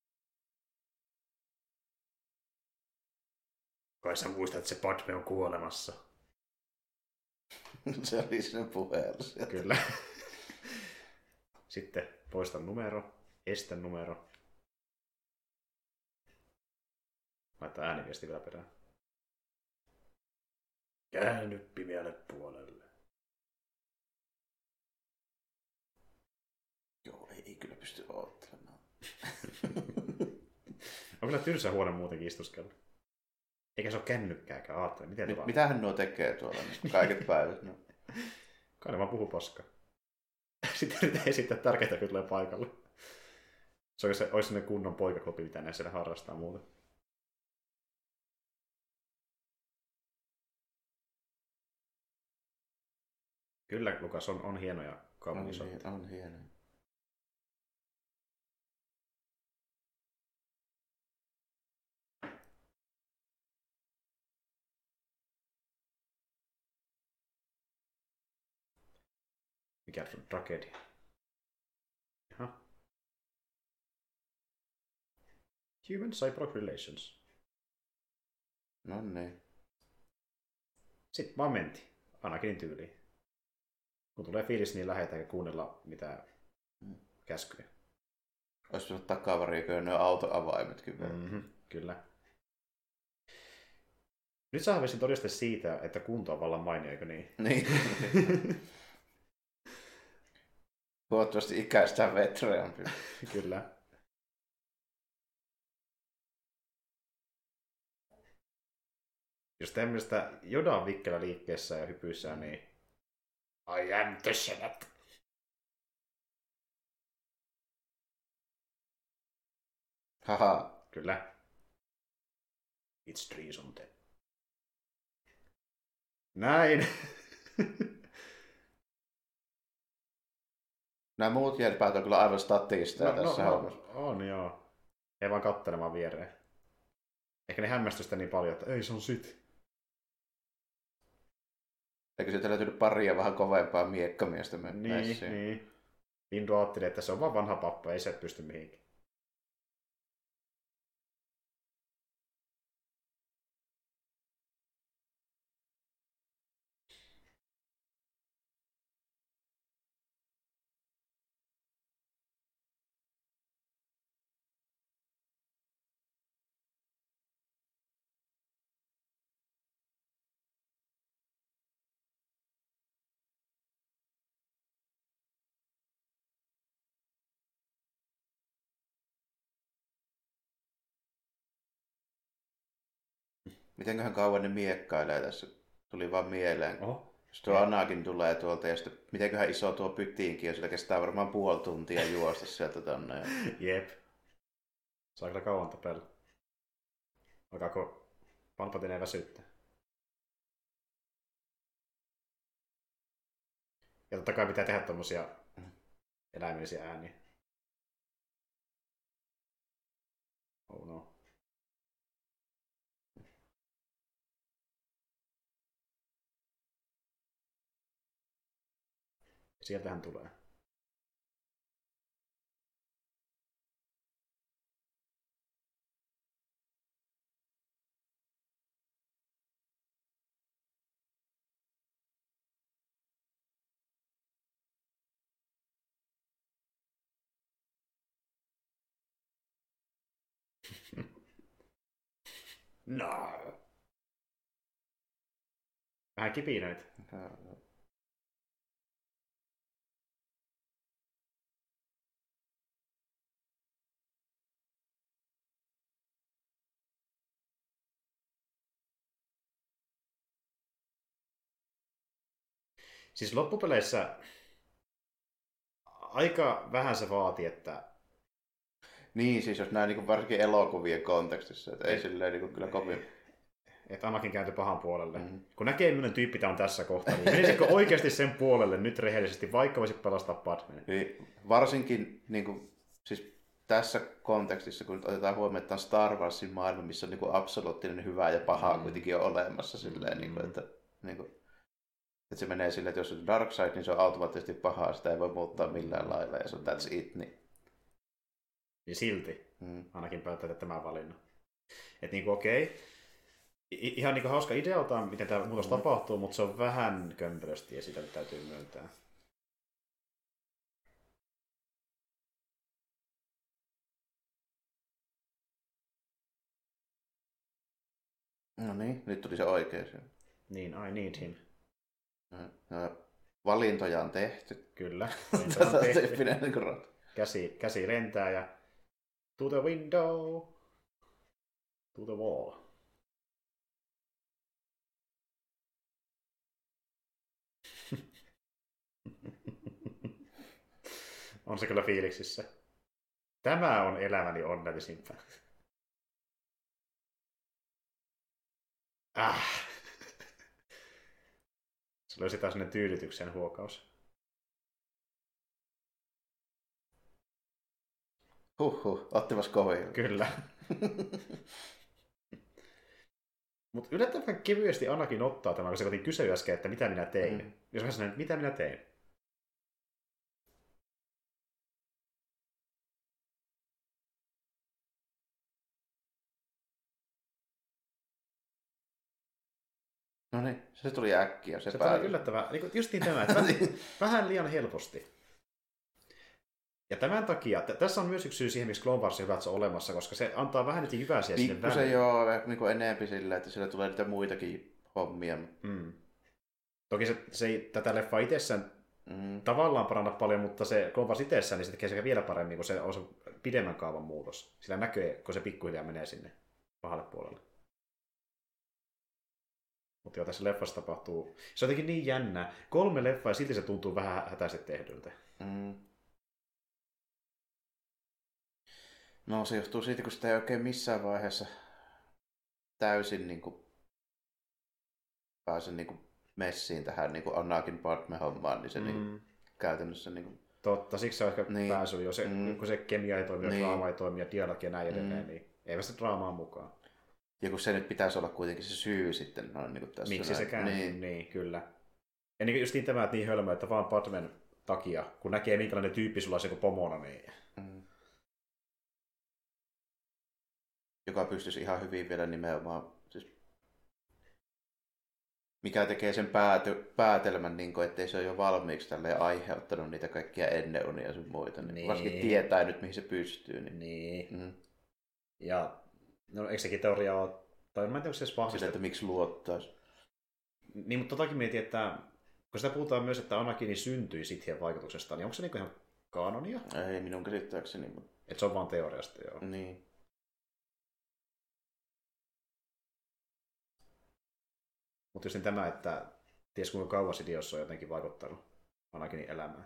Kai sä muistat, että se Padme on kuolemassa. Se oli sinne puhelu sieltä. Kyllä. Sitten poista numero, estä numero. Laittaa ääniviesti vielä perään. Käänny pimeälle puolelle. Joo, ei, ei kyllä pysty oottelemaan. On kyllä tylsä huone muutenkin istuskella. Eikä se ole kännykkääkään, aattele. Miten Mi- tuolla? mitähän nuo tekee tuolla niin kaiket päivät? No. Kai ne vaan puhuu paskaa. Sitten yritetään esittää tärkeitä, kun tulee paikalle. Se olisi, olisi sellainen kunnon poikaklubi, mitä ne siellä harrastaa muuten. Kyllä, Lukas, on, on hienoja kaupungisotteja. On, on hienoja. Mikä on tragedia? Jaha. Human Cyborg Relations. No niin. Sitten vaan menti. Anakinin tyyliin. Kun tulee fiilis, niin lähdetään kuunnella mitään käskyjä. Olisi tullut takavarikoida nuo autoavaimetkin vielä. Mm-hmm, kyllä. Nyt saa vissiin todiste siitä, että kunto on vallan mainio, eikö niin? Niin. Huomattavasti ikäistään vetreampi. Kyllä. Jos tämmöistä Yoda on vikkelä liikkeessä ja hypyissä, niin I am the Senate. Haha. Kyllä. It's treason then. Näin. Nämä muut jälpäät on kyllä aivan statista no, tässä no, hommassa. no, on joo. Ei vaan kattelemaan viereen. Ehkä ne hämmästystä niin paljon, että ei se on sit. Eikö sieltä löytynyt paria vähän kovempaa miekkamiestä Niin, messiin? niin. Lindu ajatteli, että se on vaan vanha pappa, ei se pysty mihinkään. Mitenköhän kauan ne miekkailee tässä? Tuli vaan mieleen. Oho. Jos tuo Anakin tulee tuolta ja sitten mitenköhän iso tuo pytiinkin on, sillä kestää varmaan puoli tuntia juosta sieltä tonne. Ja... Jep. Saa kyllä kauan tapella. Alkaako Palpatine väsyttää? Ja totta kai pitää tehdä tommosia eläimellisiä ääniä. Oh no. Sieltähän tulee. No. Vähän kipinöitä. Siis loppupeleissä aika vähän se vaati, että... Niin, siis jos näin niin varsinkin elokuvien kontekstissa, että ei et, silleen niin kyllä kovin... Että Anakin kääntyi pahan puolelle. Mm. Kun näkee, millainen tyyppi tämä on tässä kohtaa, niin menisikö oikeasti sen puolelle nyt rehellisesti, vaikka voisi pelastaa Padmen? Niin, varsinkin niin kuin, siis tässä kontekstissa, kun otetaan huomioon, että on Star Warsin maailma, missä on niin kuin absoluuttinen hyvä ja paha mm. kuitenkin on olemassa. Silleen, mm. niin kuin, että, niin kuin, että se menee silleen, että jos on dark side, niin se on automaattisesti pahaa, sitä ei voi muuttaa millään lailla ja se on that's it. Niin, niin silti mm. ainakin päättää tämän valinnan. Että niin kuin okei. Okay. I- ihan niin kuin hauska idealtaan, miten tämä muutos mm. tapahtuu, mutta se on vähän kömpelösti ja sitä täytyy myöntää. No niin, nyt tuli se oikein. Niin, I need him. No, valintoja on tehty. Kyllä, valintoja on tehty. Käsi, käsi lentää ja to the window, to the wall. On se kyllä fiiliksissä. Tämä on elämäni onnellisimpää. Ah. Se löysi taas sellainen tyydytyksen huokaus. Huhhuh, ottimas kovin. Kyllä. Mutta yllättävän kevyesti Anakin ottaa tämän, kun se kotiin kysyi äsken, että mitä minä tein. Mm. Jos mä sanon, että mitä minä tein. No niin, se tuli äkkiä. Se, se tuli yllättävää. Niin justiin tämä, että vähän, vähän liian helposti. Ja tämän takia, t- tässä on myös yksi syy siihen, miksi Clone Wars on olemassa, koska se antaa vähän niitä jyväisiä sinne väliin. Pikkusen joo, niin enemmän sillä, että siellä tulee niitä muitakin hommia. Mm. Toki se, se ei tätä leffaa itsessään mm. tavallaan paranna paljon, mutta se Clone Wars itsessään, niin se tekee sekä vielä paremmin, kun se on se pidemmän kaavan muutos. Sillä näkyy, kun se pikkuhiljaa menee sinne pahalle puolelle. Mutta joo, tässä leffassa tapahtuu... Se on jotenkin niin jännä. Kolme leffaa ja silti se tuntuu vähän hätäisesti tehdyltä. Mm. No se johtuu siitä, kun sitä ei oikein missään vaiheessa täysin niin kuin, pääse niin kuin, messiin tähän niin kuin Anakin Padme-hommaan, niin se mm. niin, käytännössä... Niin kuin... Totta, siksi se on ehkä niin. päässyt jo. Se, mm. Kun se kemia ei toimi, niin. draama ei toimi ja dialogi ja näin edelleen, mm. niin ei sitä draamaa mukaan. Ja kun se nyt pitäisi olla kuitenkin se syy sitten. No, niin kuin tässä miksi näin. se käy? Niin. niin, kyllä. Ja niin just niin tämä, että niin hölmö, että vaan Padmen takia, kun näkee minkälainen tyyppi sulla on se pomona, niin... Mm. Joka pystyisi ihan hyvin vielä nimenomaan... Siis... Mikä tekee sen pääty, päätelmän, niin kuin, ettei se ole jo valmiiksi tälleen aiheuttanut niitä kaikkia enneunia ja sun muita. Niin. Varsinkin tietää nyt, mihin se pystyy. Niin. niin. Mm. Ja... No eikö sekin teoria ole, tai mä en tiedä, onko se edes vahvistettu. Sillä, että miksi luottaisi. Niin, mutta totakin mietin, että kun sitä puhutaan myös, että Anakini syntyi Sithien vaikutuksesta, niin onko se niinku ihan kaanonia? Ei minun käsittääkseni. Mutta... Että se on vaan teoriasta, joo. Niin. Mutta just niin tämä, että ties kuinka kauan Sidiossa on jotenkin vaikuttanut Anakinin elämään.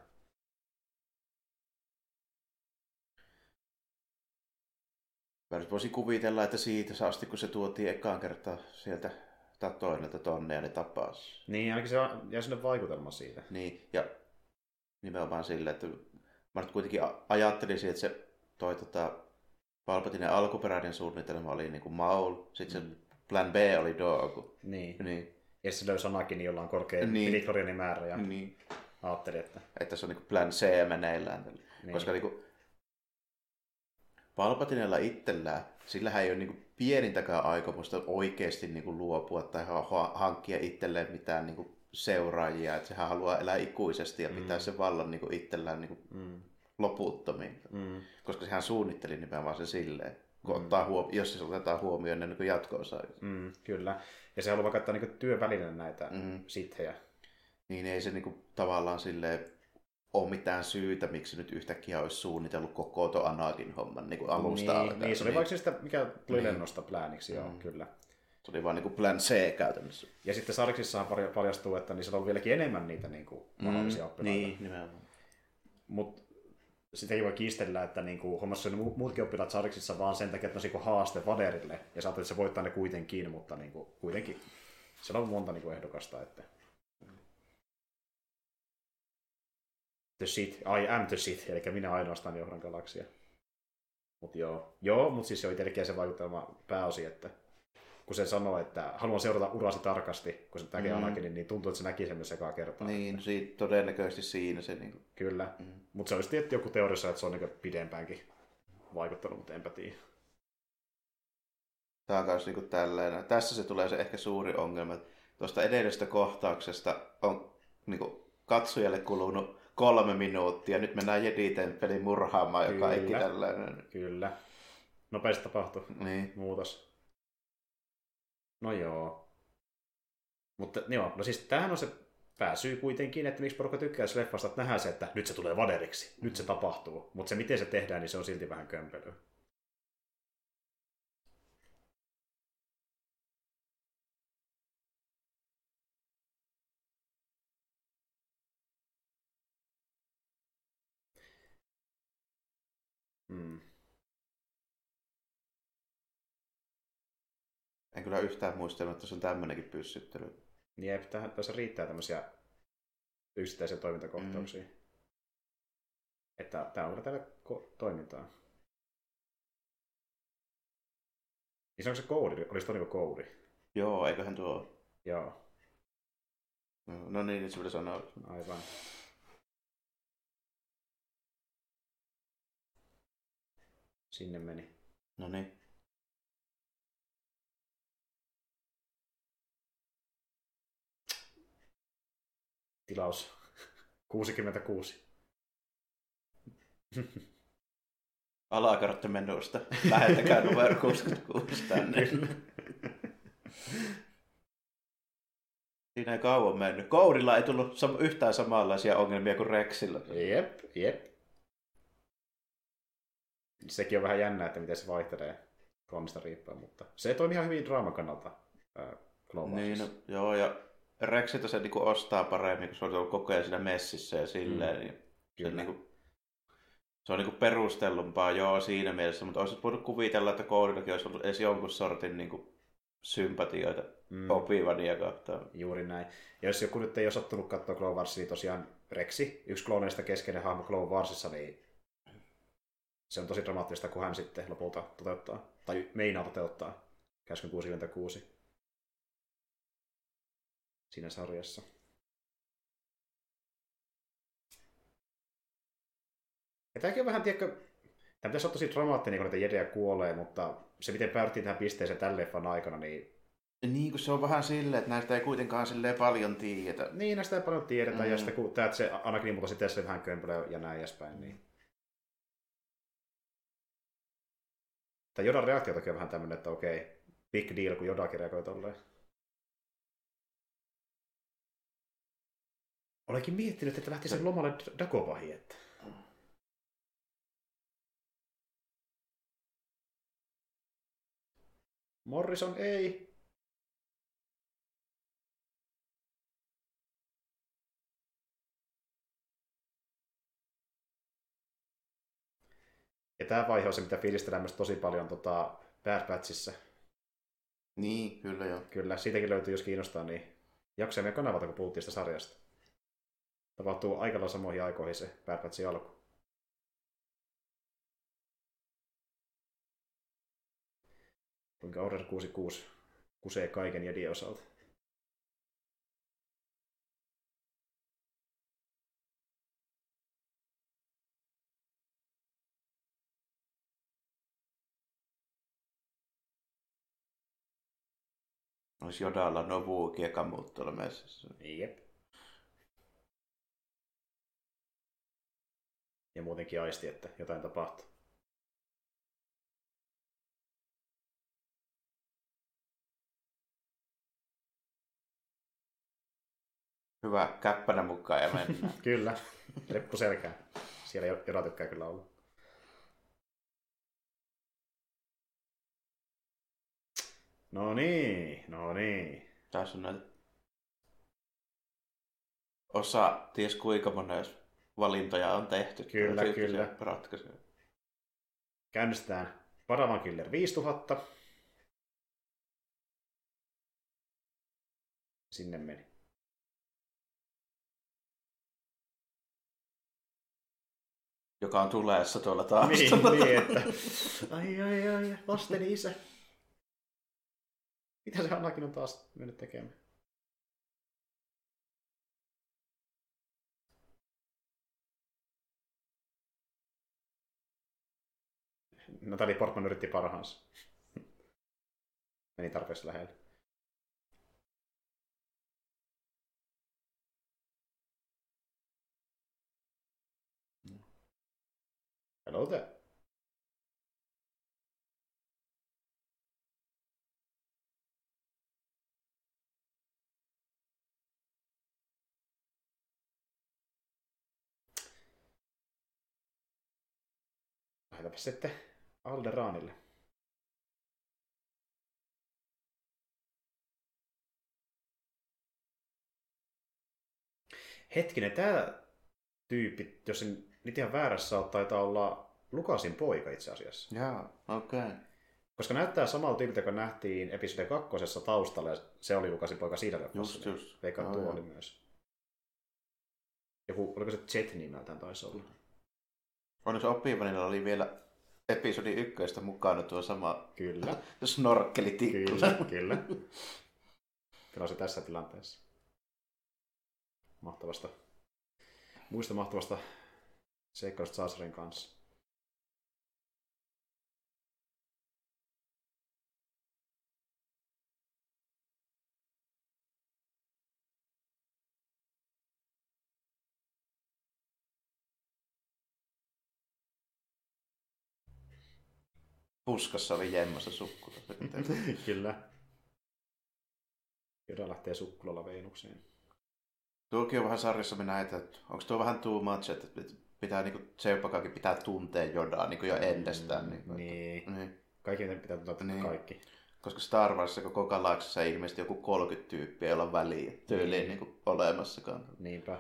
Voisin kuvitella, että siitä asti, kun se tuotiin ekaan kertaa sieltä Tatooinilta tonne ja ne tapas. Niin, ainakin se jäi sinne vaikutelma siitä. Niin, ja nimenomaan sille, että mä nyt kuitenkin ajattelisin, että se toi tota, Palpatinen alkuperäinen suunnitelma oli niin kuin Maul, sitten mm. se plan B oli Dooku. Niin. niin. Ja se löysi Anakin, jolla on korkea niin. midichlorianin määrä ja niin. ajattelin, että... Että se on niin kuin plan C meneillään. Niin. Koska niin kuin Palpatinella itsellään, sillähän ei ole niin kuin pienintäkään aikomusta oikeasti niin kuin luopua tai ha- hankkia itselleen mitään niin kuin seuraajia. Että sehän haluaa elää ikuisesti ja pitää mm. sen vallan niin kuin itsellään niin kuin mm. loputtomiin. Mm. Koska sehän suunnitteli nimenomaan se silleen, kun mm. ottaa huom- jos se otetaan huomioon ennen kuin jatko-osaa. Mm, kyllä. Ja se haluaa käyttää niin työvälineen näitä mm. sithejä. Niin ei se niin kuin, tavallaan silleen ole mitään syytä, miksi nyt yhtäkkiä olisi suunnitellut koko tuon Anakin homman niin kuin alusta niin, alkaen. Niin, se oli niin. Vaikka sitä, mikä tuli niin. lennosta plääniksi, joo, mm. kyllä. Se oli vaan niin kuin plan C käytännössä. Ja sitten Sarksissahan paljastuu, että niissä on vieläkin enemmän niitä niin kuin, mahdollisia mm, oppilaita. Niin, nimenomaan. Mutta sitäkin voi kiistellä, että niin kuin, hommassa on muutkin oppilaat Sarksissa vaan sen takia, että on niin haaste Vaderille. Ja sä että se voittaa ne kuitenkin, mutta niin kuin, kuitenkin siellä on monta niin kuin ehdokasta. Että... The Sith, I am the Sith, eli minä ainoastaan johdan galaksia. Mut joo, joo mutta siis se on itsellekin se vaikutelma pääosin, että kun se sanoo, että haluan seurata urasi tarkasti, kun se näkee mm. Anakinin, niin tuntuu, että se näki sen myös ekaa kertaa. Niin, siitä, todennäköisesti siinä se. Niin kuin... Kyllä, mm. mutta se olisi tietty joku teoriassa, että se on niin pidempäänkin vaikuttanut, mutta enpä tiedä. Tämä on myös niin tällainen. Tässä se tulee se ehkä suuri ongelma. Tuosta edellisestä kohtauksesta on niin kuin katsojalle kulunut kolme minuuttia. Nyt mennään Jedi-temppelin murhaamaan ja kaikki tällainen. Kyllä. Nopeasti tapahtui niin. muutos. No joo. Mutta joo, no siis tämähän on se pääsyy kuitenkin, että miksi porukka tykkää leffasta, että nähdään se, että nyt se tulee Vaderiksi, nyt se tapahtuu. Mutta se miten se tehdään, niin se on silti vähän kömpelyä. Hmm. En kyllä yhtään muistanut, että se on tämmönenkin pyssyttely. Jep, tähän tässä riittää tämmöisiä yksittäisiä toimintakohtauksia. Mm. Että tää on kyllä täällä ko- toimintaa. Niin se onko se koodi? Olis toi niinku koodi? Joo, eiköhän tuo. Joo. No, no niin, nyt se pitäisi sanoa. Aivan. Sinne meni. No niin. Tilaus kuusikymmentäkuusi. Alakarttimenusta. Lähetäkää numero kuusikymmentäkuusi tänne. Siinä ei kauan mennyt. Kourilla ei tullut sam- yhtään samanlaisia ongelmia kuin Rexillä. Jep, jep. Sekin on vähän jännää, että miten se vaihtelee kolmista riippuen, mutta se toimii ihan hyvin draaman kannalta. Ää, niin, no, joo, ja Rexiltä se niinku ostaa paremmin, kun se on ollut koko ajan siinä messissä ja silleen. Mm. Niin se, niinku, se on niinku perustellumpaa joo siinä mielessä, mutta olisit voinut kuvitella, että koodillakin olisi ollut edes jonkun sortin niinku sympatioita mm. Obi-Wania kohtaan. Juuri näin. Ja jos joku nyt ei ole sattunut katsoa Clone Warsia, niin tosiaan Rexi, yksi klooneista keskeinen hahmo Clone Warsissa, niin se on tosi dramaattista, kun hän sitten lopulta toteuttaa, tai meinaa toteuttaa käskyn kuusikymmentäkuusi siinä sarjassa. Ja tämäkin on vähän, tiedätkö, tämä pitäisi olla tosi dramaattinen, kun näitä jedejä kuolee, mutta se miten päädyttiin tähän pisteeseen tämän leffan aikana, niin... Niin, kun se on vähän silleen, että näistä ei kuitenkaan silleen paljon tiedetä. Niin, näistä ei paljon tiedetä, mm. ja sitten kun tämä, se Anakin mutta sitten se vähän kömpelö ja näin edespäin, niin... Tämä Jodan reaktiotakin on vähän tämmöinen, että okei, big deal, kun Jodakin reagoi tolleen. Olenkin miettinyt, että lähti sen lomalle Dagobahin, että... Morrison ei. Ja tämä vaihe on se, mitä fiilistellään myös tosi paljon tota, Bad Batchissa. Niin, kyllä joo. Kyllä, siitäkin löytyy, jos kiinnostaa, niin jaksoja meidän kanavalta, kun puhuttiin sitä sarjasta. Tapahtuu aika lailla samoihin aikoihin se Bad Batchin alku. Kuinka Order kuusikymmentäkuusi kusee kaiken jedien osalta. Olisi Jodalla Nobu Kiekamut tuolla messissä. Jep. Ja muutenkin aisti, että jotain tapahtuu. Hyvä, käppänä mukaan ja mennään. Kyllä, reppu selkää. Siellä Joda tykkää kyllä olla. No niin, no niin. Tässä on näitä osa, ties kuinka monen valintoja on tehty. Kyllä, kyllä. Ratkaisuja. Käynnistetään Paravan Killer viisituhatta. Sinne meni. Joka on tuleessa tuolla taustalla. Niin, niin, että ai ai ai, lasteni isä. Mitä se Annakin on taas mennyt tekemään? Natalie Portman yritti parhaansa. Meni tarpeeksi lähelle. Hello there. Lähetäpä sitten Alderaanille. Hetkinen, tää tyyppi, jos en nyt ihan väärässä ole, taitaa olla Lukasin poika itse asiassa. Jaa, okei. Okay. Koska näyttää samalta tyypiltä, joka nähtiin episode kakkosessa taustalla, ja se oli Lukasin poika siinä leffassa. Just, just. Veikkaan, tuo oli myös. Joku, oliko se Jet nimeltään taisi olla? Onneksi Obi-Wanilla oli vielä episodi ykköstä mukana tuo sama kyllä. snorkkelitikku. Kyllä, kyllä. Kyllä se tässä tilanteessa. Mahtavasta. Muista mahtavasta seikkailusta Saasarin kanssa. Puskassa oli jemmassa sukkula. Kyllä. Joda lähtee sukkulalla Veinukseen. Tuokin on vähän sarjassa me näitä, että onko tuo vähän too much, että pitää niinku Seupakakin pitää tuntea Jodaa niinku jo ennestään. Niinku, niin. Että, niin. Kaikki pitää tuntea niin. Kaikki. Koska Star Warsissa koko galaksissa ei ilmeisesti joku kolmekymmentä tyyppiä, jolla on väliä tyyliin niin. Niinku olemassakaan. Niinpä.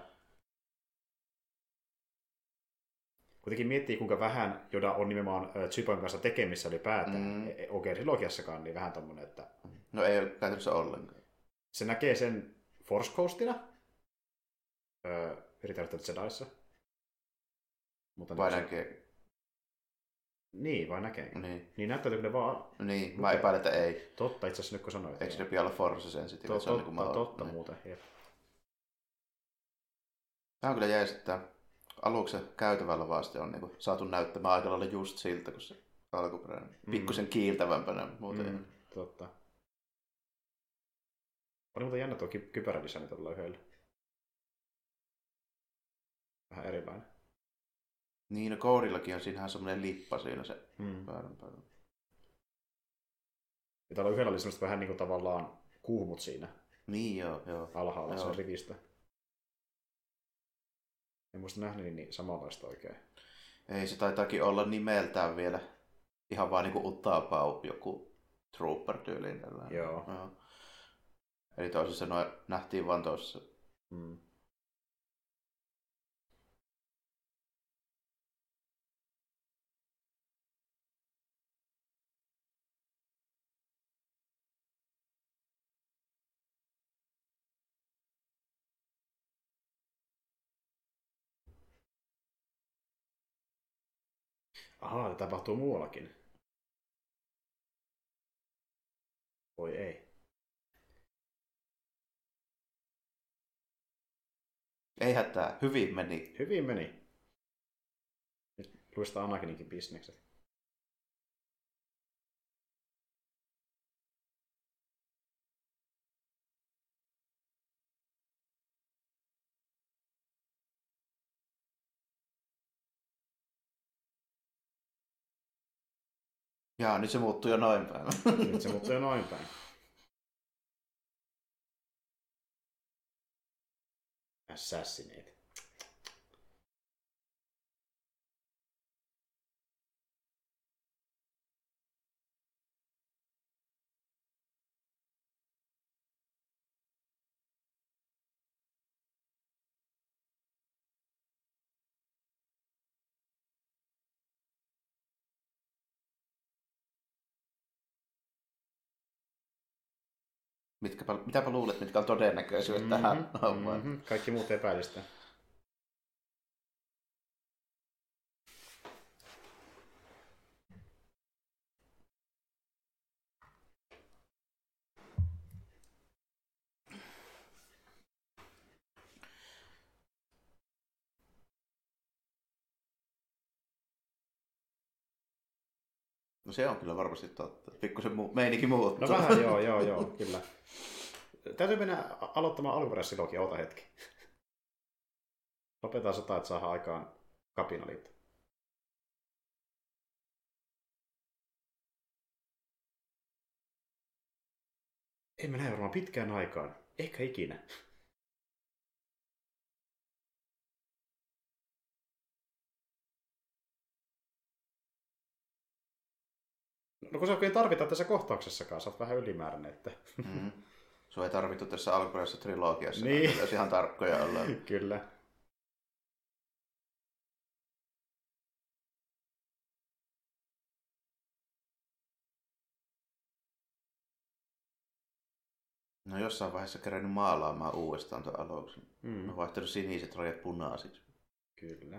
Kuitenkin miettii, kuinka vähän Joda on nimenomaan Chewbacan kanssa tekemissä ylipäätään. Mm. Okei, trilogiassakaan niin vähän tommonen, että... No ei ole käytännössä ollenkaan. Se näkee sen Force Ghostina. Öö, Return of the Jedissa. Mutta vai näkee? Se... Niin, vai näkee? Niin. Niin näyttäytyy ne vaan... Niin, lukee. Mä epäilen, että ei. Totta, itse asiassa nyt kun sanoit. Eikö ne pian olla Force sensitive? Totta, totta, niin totta niin. Muuten. Jep. Tämä on kyllä jäis, että aluksi käytävällä vasta on niin saatu näyttämään aika lailla just siltä, kun se alkuperäinen. Mm. Pikkusen kiiltävämpänä muuten. Mm, totta. Oli muuten jännä tuo kypärädesign tuolla yhdellä. Vähän erilainen. Niin, no koodillakin on siinähän semmoinen lippa siinä se mm. päädän päädän. Ja täällä yhdellä oli semmoista vähän niin kuin tavallaan kuumut siinä. Niin joo, joo. Alhaalla joo. Se rivistä. En muista nähnyt niin samanlaista oikein. Ei, se taitaakin olla nimeltään vielä ihan vaan niinku Utapau joku Trooper-tyyliin. Joo. joo. Eli toisessa noin nähtiin vaan tuossa. Mm. Ahaa, tämä tapahtuu muuallakin. Voi ei. Ei hätää, hyvin meni. Hyvin meni. Nyt luistaa Anakininkin bisnekset. Jaa, nyt se muuttuu jo noin päin. Nyt se muuttuu jo noin päin. Assassinate. mitkäpä, mitäpä luulet, mitkä on todennäköisyydet mm-hmm, tähän hommaan. Mm-hmm. Kaikki muut epäilistä. No se on kyllä varmasti totta. Pikkusen mu- meininki muuttuu. No vähän joo, joo, joo, kyllä. Täytyy mennä aloittamaan alkuperäissilogia, ota hetki. Lopetaan sota, että saadaan aikaan kapinaliitto. Ei me näe varmaan pitkään aikaan. Ehkä ikinä. No kun sä oikein tarvitaan tässä kohtauksessakaan, sä oot vähän ylimääräinen. Että... Mm. Sua ei tarvittu tässä alkuperäisessä trilogiassa. Niin. Jos ihan tarkkoja ollaan. Kyllä. No jossain vaiheessa kerännyt maalaamaan uudestaan tuon aluksen. Mm. On vaihtanut siniset rajat punaisiksi. Kyllä.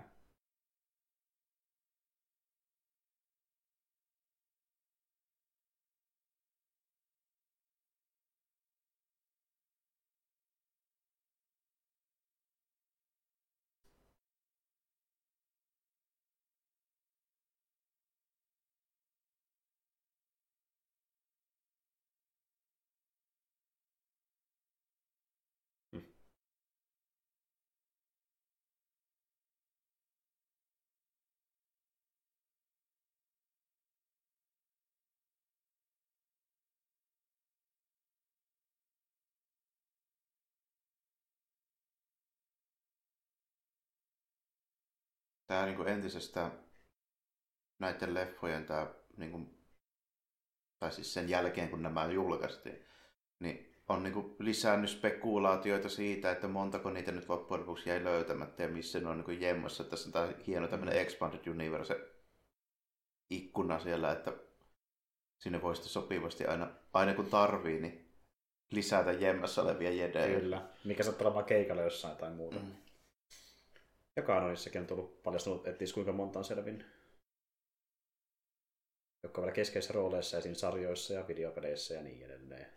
Tää niinku entisestä näiden leffojen tää niinku, tai siis sen jälkeen kun nämä julkaistiin, niin on niinku lisännyt spekulaatioita siitä, että montako niitä nyt loppujen lopuksi jäi löytämättä ja missä ne on niinku jemmassa. Tässä on tää hieno tämmönen Expanded Universe ikkuna siellä, että sinne voi sitten sopivasti aina, aina kun tarvii, niin lisätä jemmassa olevia jedejä. Kyllä. Mikä saattaa olla keikalla jossain tai muuta. Mm. Ja Kanonissakin on tullut paljastunut, että kuinka monta on selvinnyt. Jotka on vielä keskeisissä rooleissa esim. Sarjoissa ja videopeleissä ja niin edelleen.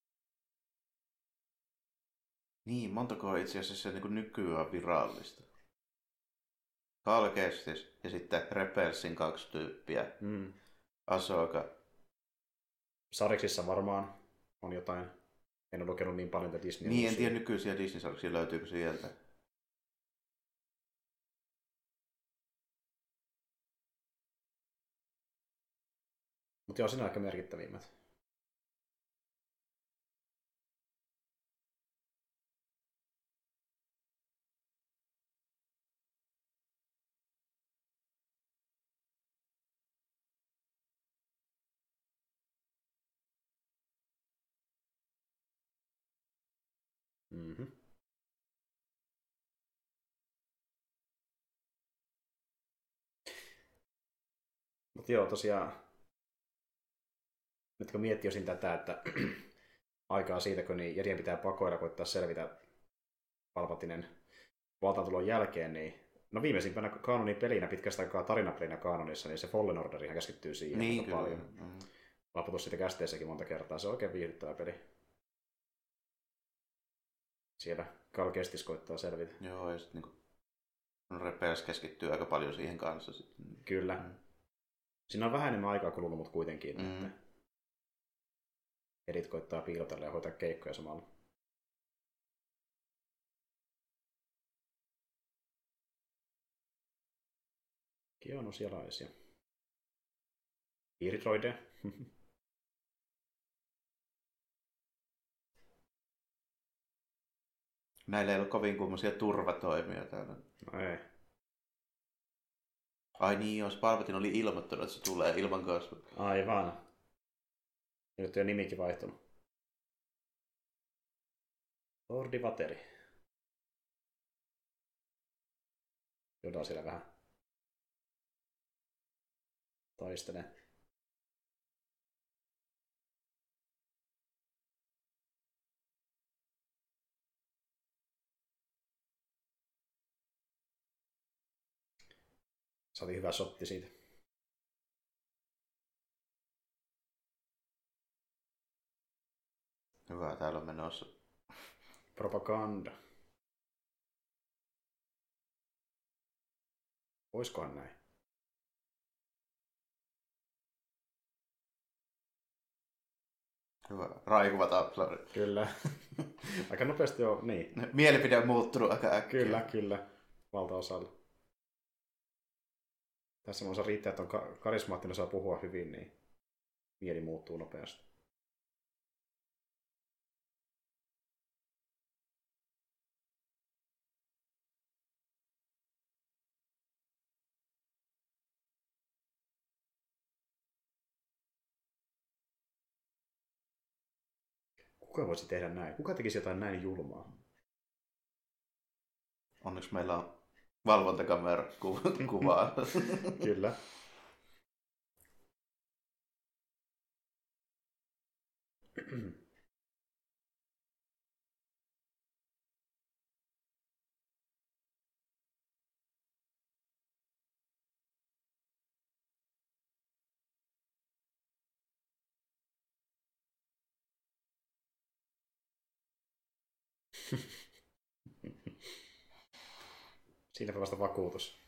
Niin, montako on itse asiassa niin kuin nykyään virallista? Cal Kestis ja sitten Rebelsin kaksi tyyppiä. Mm. Ahsoka. Sariksissa varmaan on jotain. En ole lukenut niin paljon, että Disney Niin, en tiedä nykyisiä Disney-sariksia löytyykö sieltä. Mutta joo, siinä on aika merkittävimmät. Mm-hmm. Mutta joo, tosiaan, nyt kun miettii osin tätä, että aikaa siitä, kun niin Jedien pitää pakoilla koittaa selvitä Palpatinen valtaantulon jälkeen, niin no viimeisimpänä kanonin pelinä, pitkästä aikaa tarinapelinä kanonissa, niin se Fallen Order ihan keskittyy siihen niin, kyllä. paljon. Mm. Laputus siitä kästeessäkin monta kertaa, se on oikein viihdyttävä peli. Siellä Cal Kestis koittaa selvitä. Joo, ja sitten niinku Rebels keskittyy aika paljon siihen kanssa. Sitten. Kyllä. Mm. Siinä on vähän enemmän aikaa kulunut, mutta kuitenkin. Mm. Että Edit koittaa piilotella ja hoitaa keikkoja samalla. Kionusialaisia. Piiritroideja. Näillä ei ole kovin kummoisia turvatoimia täällä. No ei. Ai niin, jos Palpatine oli ilmoittanut, että se tulee ilman kasvua. Aivan. Nyt on nimikin vaihtunut. Lordi Vateri. Jotain siellä vähän taistelee. Saatiin hyvä shotti siitä. Hyvä, täällä on menossa. Propaganda. Oiskohan näin? Hyvä. Raikuvat aplodit. Kyllä. Aika nopeasti on, niin. Mielipide on muuttunut aika äkkiä. Kyllä, kyllä. Valtaosalla. Tässä on riittää, että on karismaattinen, saa puhua hyvin, niin mieli muuttuu nopeasti. Kuka voisi tehdä näin? Kuka tekisi jotain näin julmaa? Onneksi meillä on valvontakamera ku- kuvaa. Kyllä. Siinäpä vasta vakuutus.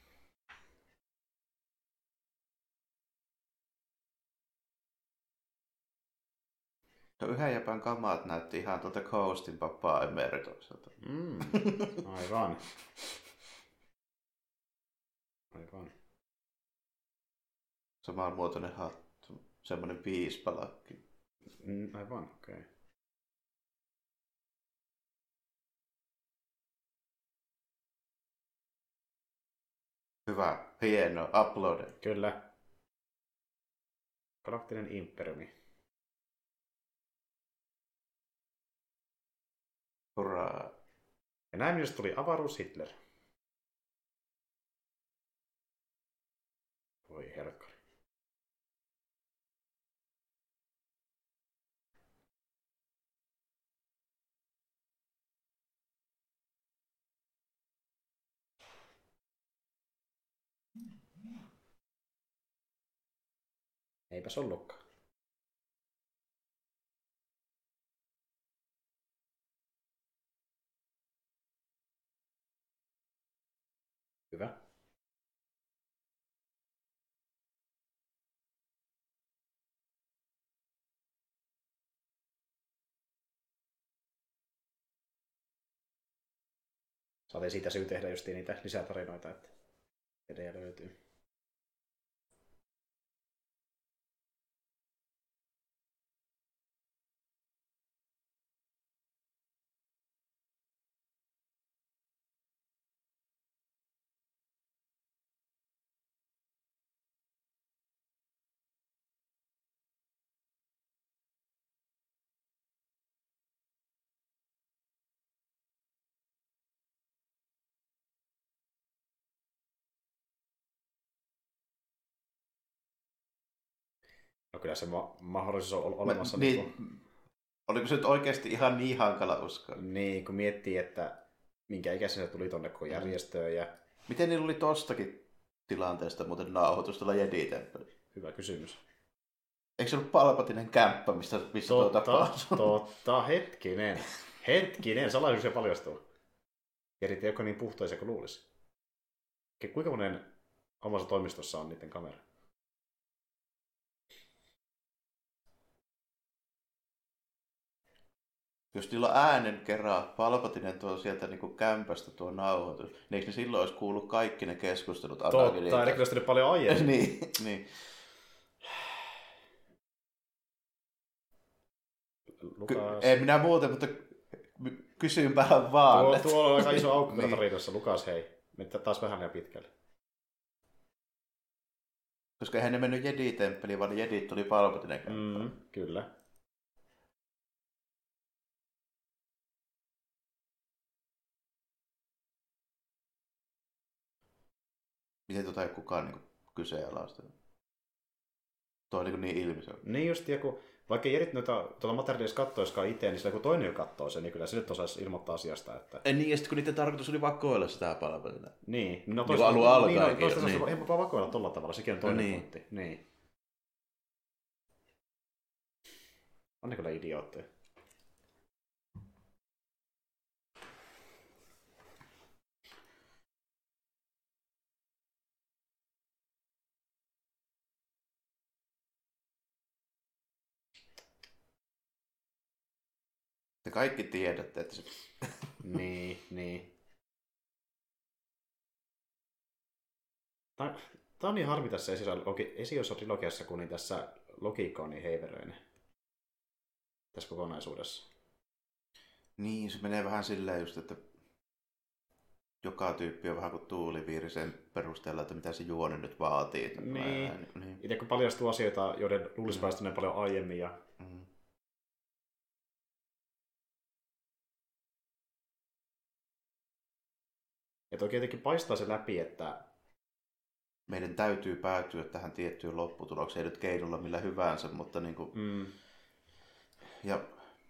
No yhden jäpän kamat näytti ihan tuolta Coastin papaa emeritokselta. Mm, aivan. Aivan. Samanmuotoinen hattu. Semmoinen piispalakki. Mm, aivan, okei. Okay. Hyvä, hieno, uploade. Kyllä. Galaktinen imperiumi. Hurraa. Ja näin minusta tuli avaruus Hitler. Voi herkkari. Eipäs ollutkaan. Hyvä. Saatiin siitä syy tehdä justiin niitä lisätarinoita, että edelleen löytyy. No kyllä se ma- mahdollisuus on olemassa. Mä, niin, niin kuin, oliko se nyt oikeasti ihan niin hankala uskoa? niin, kun miettii, että minkä ikäisenä tuli tonne kun järjestöön. Ja... Miten niillä oli tostakin tilanteesta muuten nauhoitus tuolla Jedi-temppelissä? Hyvä kysymys. Eikö se ollut Palpatinen kämppä, missä, missä totta, tuo tapahtui? Totta, hetkinen. Hetkinen, salaisuus ja paljastuu. Jedi ei olekaan niin puhtoisia kuin luulisi. Kuinka monen omassa toimistossa on niiden kamera? Jos niillä on äänen kerran Palpatinen tuo sieltä niin kuin kämpästä tuo nauhoitus, niin eikö ne silloin olisi kuullut kaikki ne keskustelut Anagililta? Totta, eli kyllä paljon aiemmin. niin, niin. Lukas... Ky- ei minä muuten, mutta kysyn vähän vaan. Tuo, että... tuolla on aika iso aukko niin. tarinassa. Lukas, hei. Nyt taas vähän liian pitkälle. Koska eihän ne mennyt Jedi-temppeliin, vaan Jedit tuli Palpatinen kämppään. Mm, kyllä. Miten tota ei kukaan niin kyseenalaista? Tuo on niin, niin ilmiselvä. Niin just, ja kun vaikka ei erit noita tuolla materiaalissa kattoiskaan itse, niin sillä kun toinen jo katsoo sen, niin kyllä sille osaisi ilmoittaa asiasta. Että... Ei niin, ja sitten kun niiden tarkoitus oli vakoilla sitä palvelua. Niin. No toista, niin alun niin, alkaenkin. Toista niin. Se on vaan vakoilla tolla tavalla, sekin on toinen no niin. pointti. Niin. On ne kyllä idiootteja. Te kaikki tiedätte, että se... niin, niin. Tämä on niin harmi tässä esiossa trilogiassa, kun niin tässä logiikka on niin heiveröinen. Tässä kokonaisuudessa. Niin, se menee vähän silleen just, että joka tyyppi on vähän kuin tuuliviiri sen perusteella, että mitä se juoni nyt vaatii. Niin. niin. Itse kun paljastuu asioita, joiden luulisi mm. päästyneen paljon aiemmin. Ja... Mm. Ja toki jotenkin paistaa se läpi, että meidän täytyy päätyä tähän tiettyyn lopputulokseen, ei nyt keinolla millä hyvänsä, mutta niin kuin... mm. ja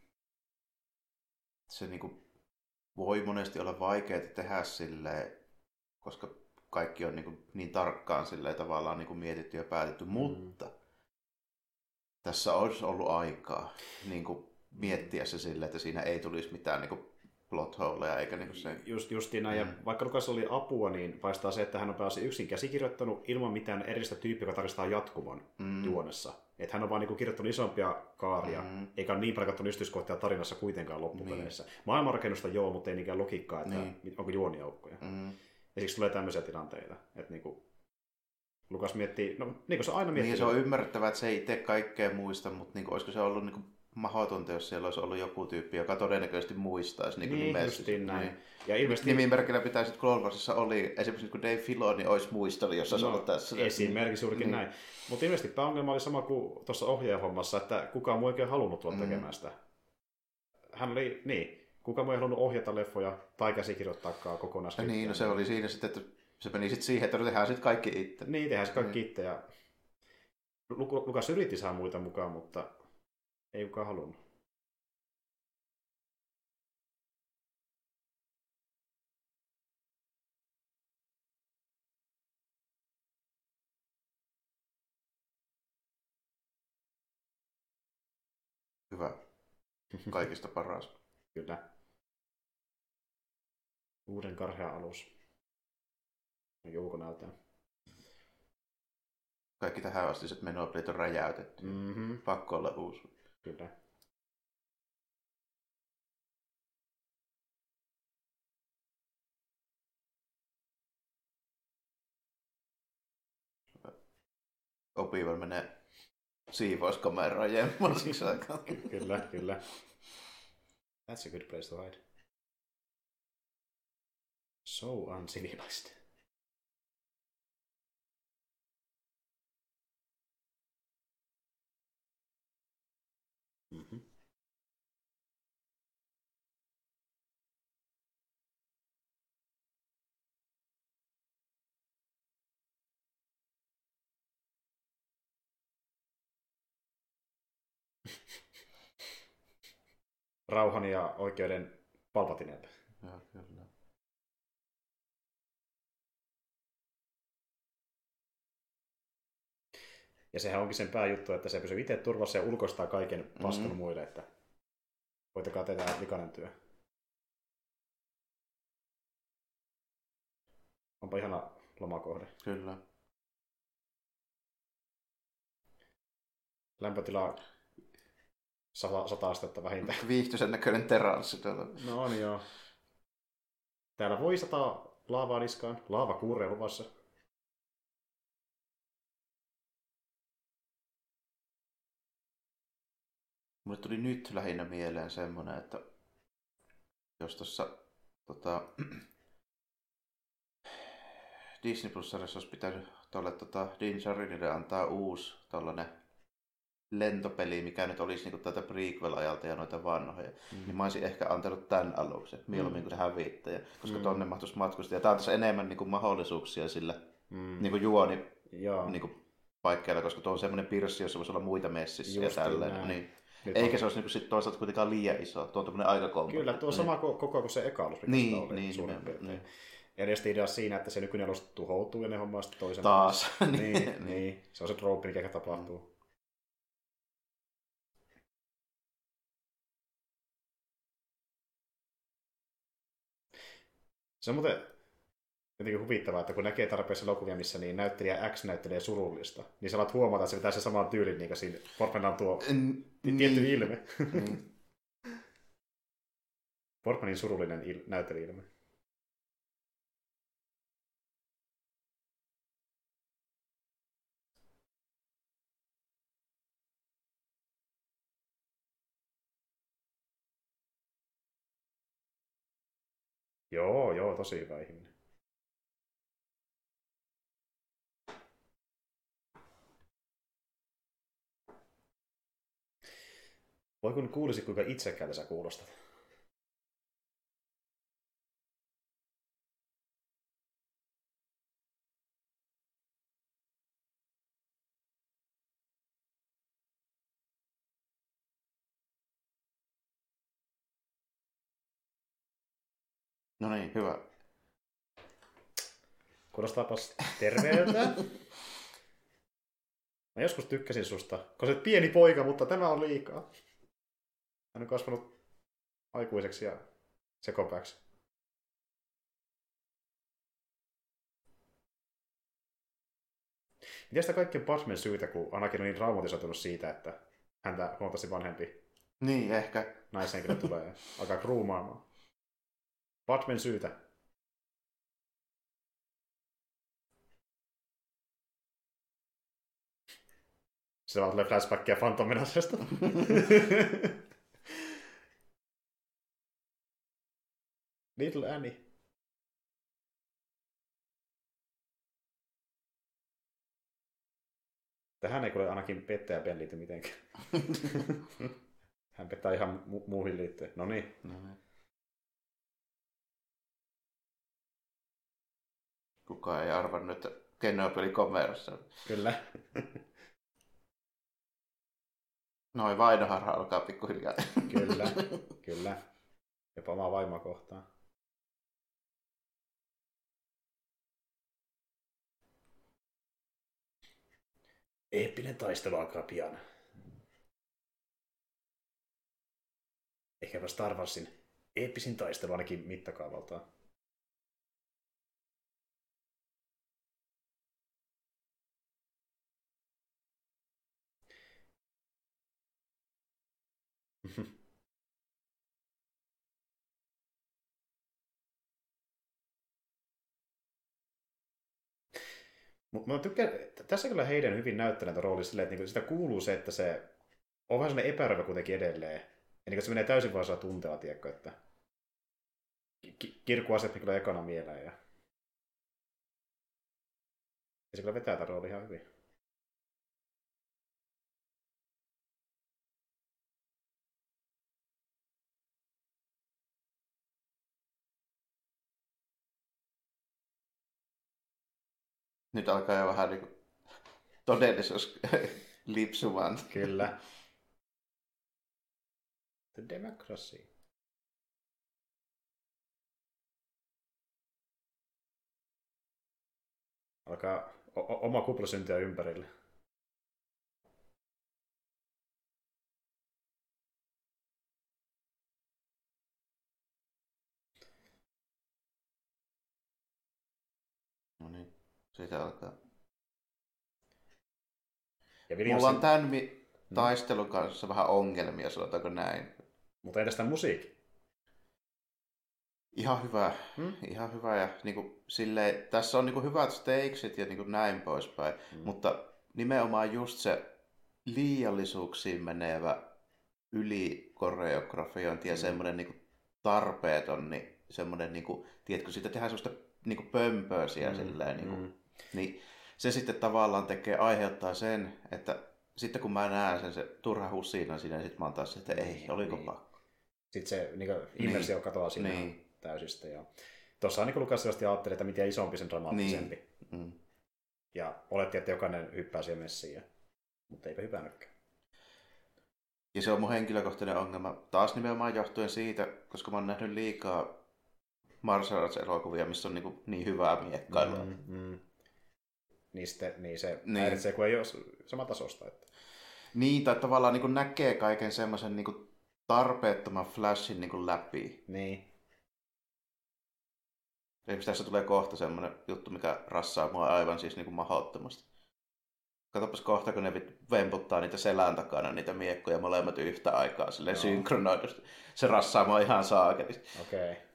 se niin kuin voi monesti olla vaikeaa tehdä silleen, koska kaikki on niin, kuin niin tarkkaan silleen tavallaan niin kuin mietitty ja päätetty, mm. mutta tässä olisi ollut aikaa niin kuin miettiä se silleen, että siinä ei tulisi mitään niin kuin plot holeja, eikä niinku se... Just, justiin näin, mm. ja vaikka Lukas oli apua, niin paistaa se, että hän on pääasi yksin käsikirjoittanut ilman mitään erillistä tyyppiä, joka tarkistaa jatkumon mm. juonessa. Että hän on vaan niinku kirjoittanut isompia kaaria, mm. eikä ole niin paljon katsonut yksityiskohtia tarinassa kuitenkaan loppupeleissä. Niin. Maailmanrakennusta joo, mutta ei niinkään logiikkaa, että niin. onko juoniaukkoja. Mm. Ja siksi tulee tämmöisiä tilanteita, että niinku... Lukas miettii, no niin kuin se aina miettii... Niin, se on ymmärrettävää, että se ei itse kaikkea muista, mutta niinku, olisiko se ollut niinku mahdotonta, jos siellä olisi ollut joku tyyppi, joka todennäköisesti muistaisi niin niin, nimellisesti. Näin. Niin. Ja ilmeisesti... Nimimerkillä pitää sitten Clone Warsissa oli, esimerkiksi kun Dave Filoni olisi muistanut, jos olisi no, ollut tässä. Esimerkiksi juurikin niin. näin. Mutta ilmeisesti pääongelma oli sama kuin tuossa ohjaajahommassa, että kukaan muu ei oikein halunnut tulla mm. tekemään sitä. Hän oli, niin, kukaan muu ei halunnut ohjata leffoja tai käsikirjoittaakaan kokonaan. Niin, no se oli siinä sitten, että se meni sitten siihen, että tehdään sitten kaikki itse. Niin, tehdään se kaikki mm. itse. Ja Lukas yritti saada muita mukaan, mutta ei kukaan halunnut. Hyvä. Kaikista paras. Kyllä. Uuden karhea alus. Jouko näytää. Kaikki tähän astiset menopelit on räjäytetty. Mm-hmm. Pakko olla uusi. Kyllä. Obi-Wan menee siivouskameraan jemmallisiksi aikaan. Kyllä, kyllä. That's a good place to hide. So uncivilized. Mm-hmm. Rauhan ja oikeuden Palpatinelle. Joo, kyllä. Ja sehän onkin sen pääjuttu, että se pysyy itse turvassa ja ulkoistaa kaiken paskan mm-hmm. muille, että voitakaa tehdä likainen työ. Onpa ihana lomakohde. Kyllä. Lämpötila sata, sata astetta vähintään. Viihtyisen näköinen teranssi täällä. No on joo. Täällä voi sataa laavaa niskaan. Laava kuuree luvassa. Mulle tuli nyt lähinnä mieleen semmonen, että jos tuossa tota, Disney Plus-sarjassa olisi pitänyt tuolle tota, Din Djarinille antaa uusi tollanen lentopeli, mikä nyt olisi niinku tätä prequel-ajalta ja noita vanhoja, mm. niin mä olisin ehkä antanut tämän aluksen, mieluummin mm. kuin se hävittäjä, koska mm. tonne mahtuisi matkustaa. Ja tää on tässä enemmän niinku mahdollisuuksia sillä mm. niinku juoni niinku paikkeilla, koska tuo on semmoinen pirssi, jossa voisi olla muita messissä ja Justiin tälleen. näin. Niin. Nyt Eikä on- se olisi niinku sit toisaalta kuitenkaan liian iso. Tuo on tämmöinen aika kompakti. Kyllä, tuo on sama ko- koko kuin se eka alus, mikä Niin, sitä oli niin, suurin niin, piirtein. niin. Ja ne idea siinä, että se nykyinen alus tuhoutuu ja ne hommaa sitten toisen. Taas. niin, niin. niin, se on se trooppi, mikä tapahtuu. Se on muuten jotenkin huvittavaa, että kun näkee tarpeeksi elokuvia, missä niin näyttelijä X näyttelee surullista, niin sä alat huomata, että se pitää se saman tyylin, niin kuin siinä Portmanilla on tuo N- tietty niin. ilme. Niin. Portmanin surullinen il- näyttelijäilme. Joo, joo, tosi hyvä ihminen. Voi kun kuulisi, kuinka itsekkäältä sä kuulostat. No niin, hyvä. Kuulostaapas terveeltä. Mä joskus tykkäsin susta, kun sä oot pieni poika, mutta tämä on liikaa. Hän on kasvanut aikuiseksi ja sekopääksi. Miten sitä kaikkein Batman syytä, kun Anakin on niin traumatisoitunut siitä, että häntä huomattavasti vanhempi Niin, ehkä. naishenkilö tulee ja alkaa kruumaamaan. Batman syytä. Se vaan tulee flashbackia Phantom Menacesta. Little Annie. Tähän ei kuule ainakin pettäjä Ben liity mitenkään. Hän pettää ihan mu- muuhin liittyen. No niin. No niin. Kukaan ei arvannut, että Kenobi oli komerossa. Kyllä. Noin vainoharha alkaa pikkuhiljaa. Kyllä. Kyllä. Jopa omaa vaimoa kohtaan. Eeppinen taistelu alkaa pian. Ehkäpä Star Warsin eeppisin taistelu ainakin mittakaavaltaan. Mä tykkään, tässä kyllä heidän hyvin näyttelevät rooli silleen, että niinku sitä kuuluu se, että se on vähän sellainen epäröivä kuitenkin edelleen. Ja niin se menee täysin vaan saa tunteella, tiedätkö, että ki- kirkku asettaa kyllä ekana mieleen. Ja... ja se kyllä vetää tämän roolin ihan hyvin. Nyt alkaa jo vähän niinku todellisuus lipsumaan. Kyllä. The Democracy. Alkaa o- oma kupla syntyä ympärille. No niin, siitä alkaa. Ja Mulla Williamsin... on tämän mi- taistelun kanssa vähän ongelmia, sanotaanko näin. Mutta entäs tämän musiikki? Ihan hyvä, Hmm? ihan hyvä ja niinku, silleen, tässä on niinku hyvät stakesit ja niinku näin poispäin, Hmm. mutta nimenomaan just se liiallisuuksiin menevä ylikoreografiointi ja Hmm. semmoinen niinku tarpeeton, niin semmoinen, niinku, tiedätkö, siitä tehdään semmoista niinku pömpöisiä Hmm. silleen, niinku, Hmm. niin se sitten tavallaan tekee, aiheuttaa sen, että sitten kun mä näen sen se turha husina siinä, niin sitten mä oon taas, että ei, oliko Niin. pakko. Sitten se niin immersio niin. katoaa siinä Niin. täysistä. Ja... Tuossa on niin Lukas selvästi ajattelee, että mitä isompi sen dramaattisempi. Niin. Mm. Ja oletti, että jokainen hyppää siihen messiin, mutta eipä hypännytkään. Ja se on mun henkilökohtainen ongelma. Taas nimenomaan johtuen siitä, koska mä oon nähnyt liikaa martial arts-elokuvia, missä on niin, niin hyvää miekkailua. Mm, mm. Niin, sitten, niin se niin. häiritsee, kun ei ole samatasosta. Että... Niin, tai tavallaan niin näkee kaiken semmoisen niin tarpeettoman flashin niin läpi. Niin. Esimerkiksi tässä tulee kohta semmoinen juttu, mikä rassaa mua aivan siis niin mahdottomasti. Katsopas kohta, kun ne vemputtaa niitä selän takana, niitä miekkoja molemmat yhtä aikaa, silleen no. synkronoidusti. Se rassaa mua ihan saakelisti. Okei. Okay.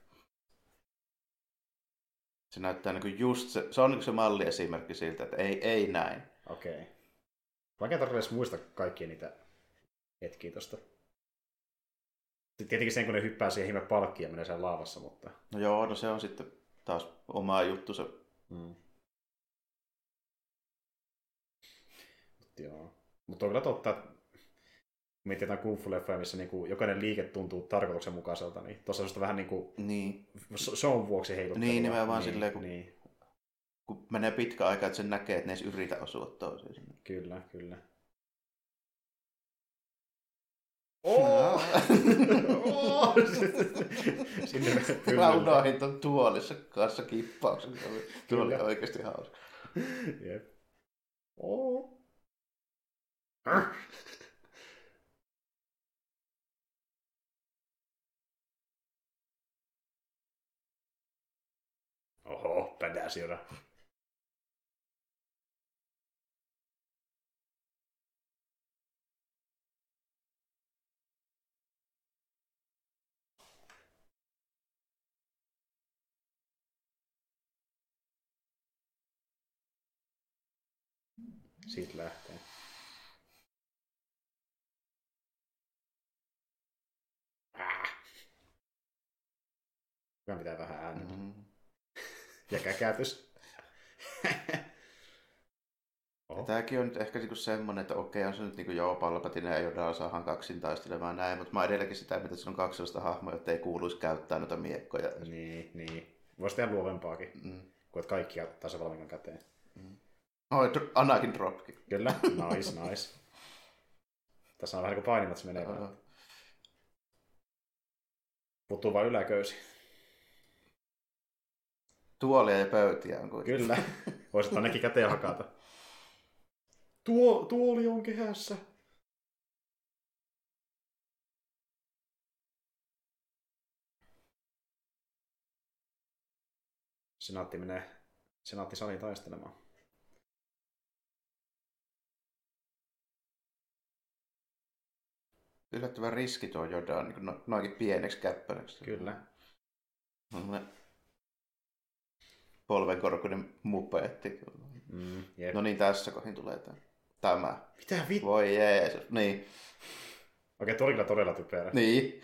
Se näyttää niin kuin just se, se on niin kuin se malliesimerkki siltä, että ei, ei näin. Okei. Okay. Vaikea tarvitse muista kaikkia niitä hetkiä tosta. Tietenkin sen, kun ne hyppää siihen ihme palkkiin ja menee siellä laavassa, mutta... No joo, no se on sitten taas oma juttu se. Hmm. Mut joo. Mutta on kyllä totta, että miettii jotain kung fu-leffoja, missä niinku jokainen liike tuntuu tarkoituksenmukaiselta, niin tuossa on sitä vähän niinku niin. shown vuoksi heiluttelua. Niin, nimenomaan niin, silleen, kun, niin. kun menee pitkä aika, että sen näkee, että ne edes yritä osua toisiin. Kyllä, kyllä. Oh! oh! Sinne mä unohdin ton tuolissa kanssa kippauksen. Tuo oli oikeasti hauska. Jep. Oh! Oho, pädäsjura. Siitä lähtee. Ah. Kyllä pitää vähän äänellä. Mm-hmm. Ja käkätys. oh. Tämäkin on nyt ehkä niinku semmonen, että okei, on se nyt niinku joo, Palpatine ja Yoda saadaan kaksin taistelemaan näin, mutta mä edelleenkin sitä, mitä siinä on kaksi sellaista hahmoa, jotta ei kuuluisi käyttää noita miekkoja. Niin, niin. Voisi tehdä luovempaakin, mm. kun et kaikkia tasavalmiin käteen. Mm. Oi, Anakin dropkick. Kyllä, nice, nice. Tässä on vähän niin kuin painimat, se menee uh-huh. vähän. Puuttuu vaan yläköysi. Tuolia ja pöytiä on kuitenkin. Kyllä, voisit ainakin käteen hakata. Tuo, tuoli on kehässä. Senaatti menee Senaatti saliin taistelemaan. Yllättävän riski tuo Yoda on niin no, noinkin pieneksi käppänäksi. Kyllä. No, polvenkorkuinen mupeetti. Mm, no niin, tässä kohin tulee tämä. Tämä. Mitä vittu? Voi Jeesus, niin. Okei, tuo oli kyllä todella typerä. Niin.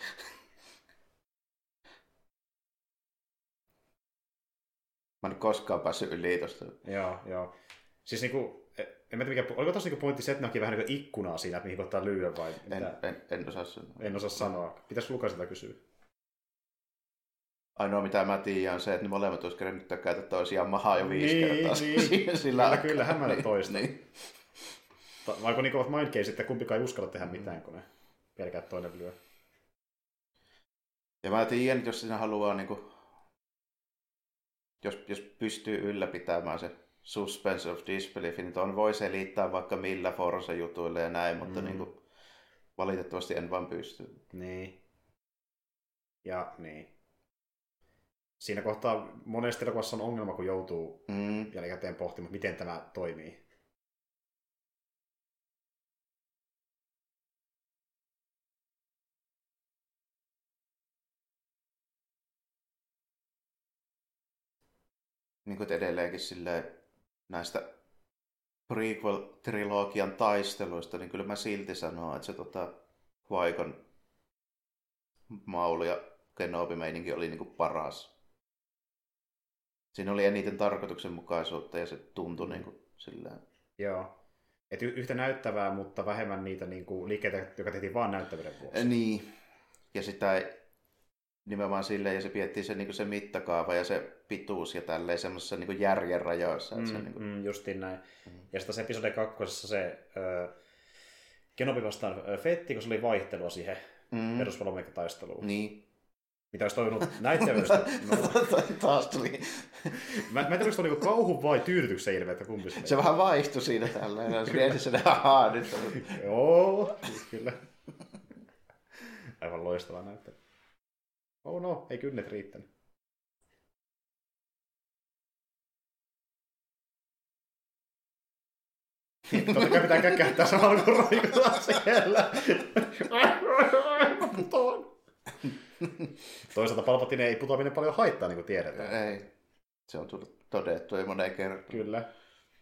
Mä en ole koskaan päässyt yli tosta. Joo, joo. Siis niinku, en mä tiedä, oliko tossa niinku pointti se, että ne onkin vähän niinku ikkunaa siinä, että mihin koittaa lyödä vai mitä? En, en, en osaa sanoa. En osaa sanoa. Pitäis Lukaselta kysyä. Ainoa mitä mä tiedän on se, että ne molemmat olisi kerennyt tökkäitä toisiaan mahaa jo viisi niin, kertaa. Niin, sillä kyllä, kyllä, hämärä niin, toista. Niin. Vaikka niinku ovat mindgames, että kumpikaan ei uskalla tehdä mitään, kun ne pelkää toinen lyö. Ja mä tiedän, että jos sinä haluaa, niin kuin, jos, jos pystyy ylläpitämään se suspense of disbelief, niin tuon voi selittää vaikka millä Forza-jutuilla ja näin, mutta mm. niin kuin, valitettavasti en vaan pysty. Niin. Ja niin. Siinä kohtaa monesti elokuvassa on ongelma, kun joutuu mm. jälkikäteen pohtimaan, miten tämä toimii. Niin kuin edelleenkin silleen, näistä prequel-trilogian taisteluista, niin kyllä mä silti sanon, että se tota, Qui-Gon Maul ja Kenobi-meininki oli niinku paras. Siinä oli eniten tarkoituksenmukaisuutta ja se tuntui niinku silleen. Joo. Et yhtä näyttävää, mutta vähemmän niitä niinku liikkeitä, jotka tehtiin vaan näyttävyyden vuoksi. Niin. Ja sitä ei, nimenomaan silleen, ja se piettii se, niin se mittakaava ja se pituus ja tälleen semmoisessa niin järjen rajoissa. Mm, se, niin kuin... mm, justiin näin. Mm. Ja sitten tässä episode kakkosessa se äh, Kenobi vastaan äh, Fetti, kun se oli vaihtelua siihen mm. peruspalomeikkataisteluun. Niin. Mitä olisi toivonut näyttävyydestä? No. Taas tuli. Mä, mä en tiedä, onko se niinku kauhun vai tyydytyksen ilme, että kumpi se Se vähän vaihtui siinä tällä. Se oli ensin se, ahaa, nyt on. Joo, kyllä. Aivan loistava näyttely. Oh no, ei kynnet riittänyt. Totta kai pitää käkähtää samalla kun roikutaan siellä. Putoan. Toisaalta Palpatine ei putoaminen paljon haittaa, niin kuin tiedetään. Ei. Se on tullut todettu jo moneen kertaan. Kyllä.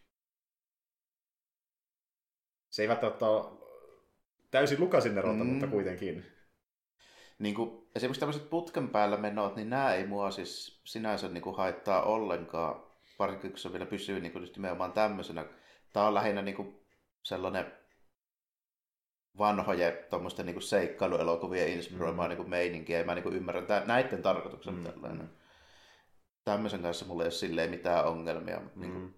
Se ei välttämättä ole täysin Lukasin erota, mm. mutta kuitenkin. Niin kuin, esimerkiksi tämmöiset putken päällä menot, niin nämä ei mua siis sinänsä niin kuin haittaa ollenkaan. Varsinkin kun se vielä pysyy niin kuin just nimenomaan tämmöisenä. Tämä on lähinnä niin kuin sellainen vanhojen tuommoisten niin kuin seikkailuelokuvien inspiroimaa mm. niin kuin meininkiä. Ja mä niin kuin ymmärrän tämän, näiden tarkoituksen mm. tällainen. Tämmöisen kanssa mulla ei ole silleen mitään ongelmia. Mm. Niin kuin...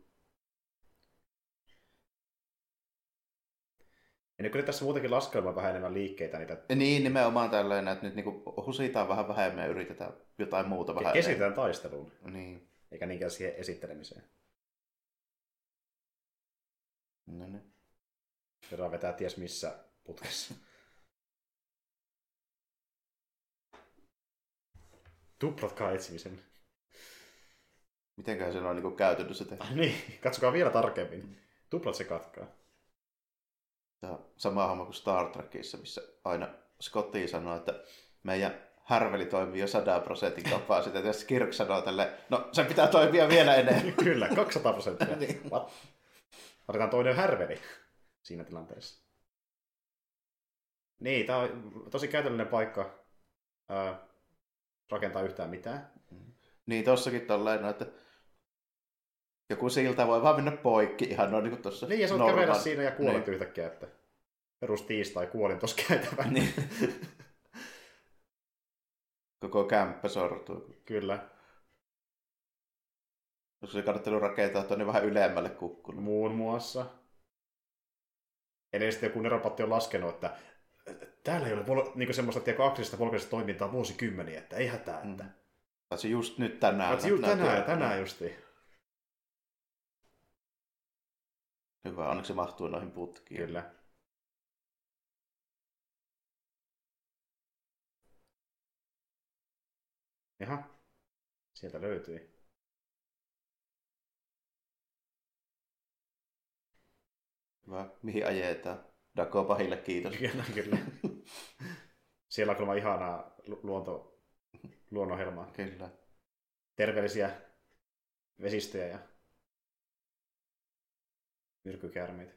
Ja nyt kun tässä muutenkin laskelmaa vähän enemmän liikkeitä. Niitä... Niin, nimenomaan tällainen, että nyt niin kuin husitaan vähän vähemmän ja yritetään jotain muuta vähän. Keskitytään taisteluun, niin. Eikä niinkään siihen esittelemiseen. No niin. Voidaan vetää ties missä putkessa. Tuplatkaa etsimisen. Mitenköhän se on niin käytännössä tehty? Ah, niin, katsokaa vielä tarkemmin. Tuplat se katkaa. Tämä on sama homma kuin Star Trekissa, missä aina Scotty sanoo, että meidän härveli toimii jo sadan prosentin kapasiteetilla. Ja Kirk sanoo tälle, no sen pitää toimia vielä enemmän. Kyllä, kaksisataa prosenttia. Niin. Otetaan toinen härveli siinä tilanteessa. Niin, tämä on tosi käytännöllinen paikka ää, rakentaa yhtään mitään. Niin, tossakin tolleen, että joku silta voi vaan mennä poikki ihan noin niin kuin tuossa. Niin, ja sä voit kävellä siinä ja kuolet niin. Yhtäkkiä, että perus tiistai kuolin tuossa käytävän. Niin. Koko kämppä sortuu. Kyllä. Jos se kannattanut rakentaa tuonne vähän ylemmälle kukkulle. Muun muassa. Eli sitten joku neropatti on laskenut, että täällä ei ole vol- niin semmoista tiedä, aktiivista volkanisesta toimintaa vuosikymmeniä, että ei hätää. Että... Paitsi just nyt tänään. Paitsi just tänään, ja tänään justiin. Hyvä, onneksi se mahtuu noihin putkiin. Kyllä. Jaha, sieltä löytyi. Hyvä, mihin ajetaan? Dakopahille kiitos. Kyllä, kyllä. Siellä on kyllä ihanaa luonto, luonnonhelmaa. Kyllä. Terveellisiä vesistöjä ja myrkkykäärmeitä.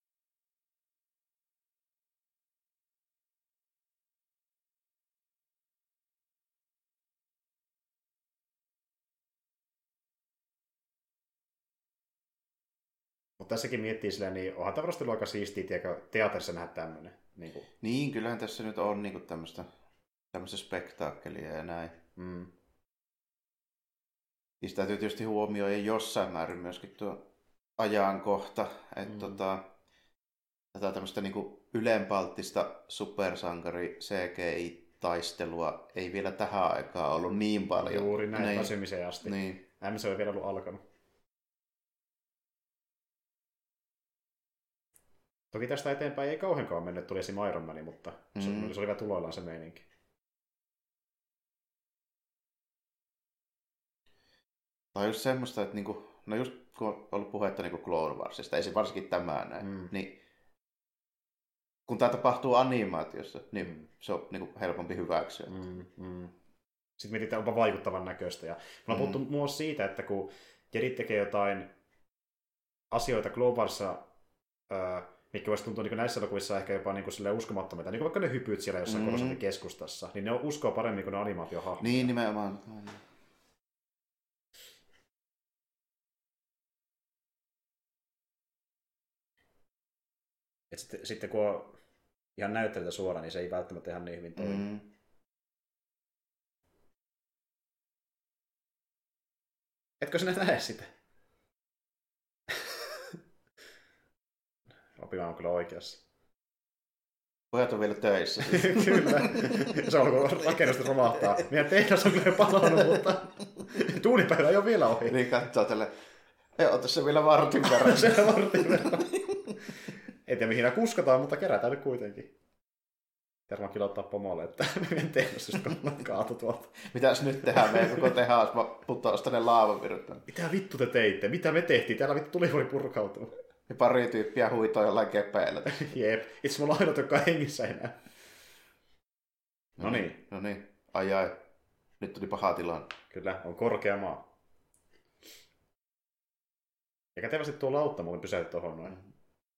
Mutta tässäkin miettii silleen, niin onhan tämä ollut aika siistiä teatterissa nähdä tämmöinen. Niin, kuin... niin, kyllähän tässä nyt on niin tämmöistä tämmöistä spektaakkelia ja näin. Mm. Ja sitä täytyy tietysti huomioida jossain määrin myöskin tuo ajankohta. Että mm. tota, tätä tämmöistä niin kuin ylenpalttista supersankari C G I-taistelua ei vielä tähän aikaan ollut niin paljon. Juuri näin niin. Väsymiseen asti. Niin. M C on vielä ollut alkanut. Toki tästä eteenpäin ei kauheankaan mennyt, tuli esim. Iron Man, mutta mm. se, se oli vielä tuloillaan se meininki. Tai just semmoista, että niinku, no just kun on ollut puhetta niinku Clone Warsista, ei se varsinkin tämä näin, mm. niin kun tämä tapahtuu animaatiossa, niin mm. se on niinku helpompi hyväksyä. Mm, mm. Sitten mietitään, onpa vaikuttavan näköistä. Ja mä oon mm. puhuttu muun siitä, että kun Jedit tekee jotain asioita Clone Warsissa, öö, mitkä voisi tuntua niin näissä elokuvissa ehkä jopa niin uskomattomia, niin kuin vaikka ne hypyt siellä jossain mm. Korosantin keskustassa, niin ne on uskoa paremmin kuin ne animaatiohahmoja. Niin, nimenomaan. Et sitten, sitten kun on ihan näyttelytä suoraan, niin se ei välttämättä ihan niin hyvin toimi. Mm. Etkö sinä näe sitä? Opima on kyllä oikeassa. Pojat on vielä töissä. Kyllä. Se on, kun rakennusta romahtaa. Meidän tehdas on kyllä jo palannut, mutta duunipäivä ei ole vielä ohi. Niin katsoo tälle. Ei, ota se vielä vartin verran. Se vartin verran. Ei tiedä mihin kuskataan, mutta kerätään nyt kuitenkin. Terma kyllä ottaa pomolle, että meidän tehdas just kaatu tuolta. Mitäs nyt tehdään meidän koko tehdas? Mä putoan tänne laavan. Mitä vittu te teitte? Mitä me tehtiin? Täällä vittu tulivuori purkautuu. Ja pari tyyppiä huitoo jollain kepeillä. Jep. Itse mulla on ainut, joka on hengissä enää. No niin. No niin. Ai ai. Nyt tuli paha tilanne. Kyllä, on korkea maa. Ja kätevästi tuo lautta mulle pysäyt tuohon noin. Mm.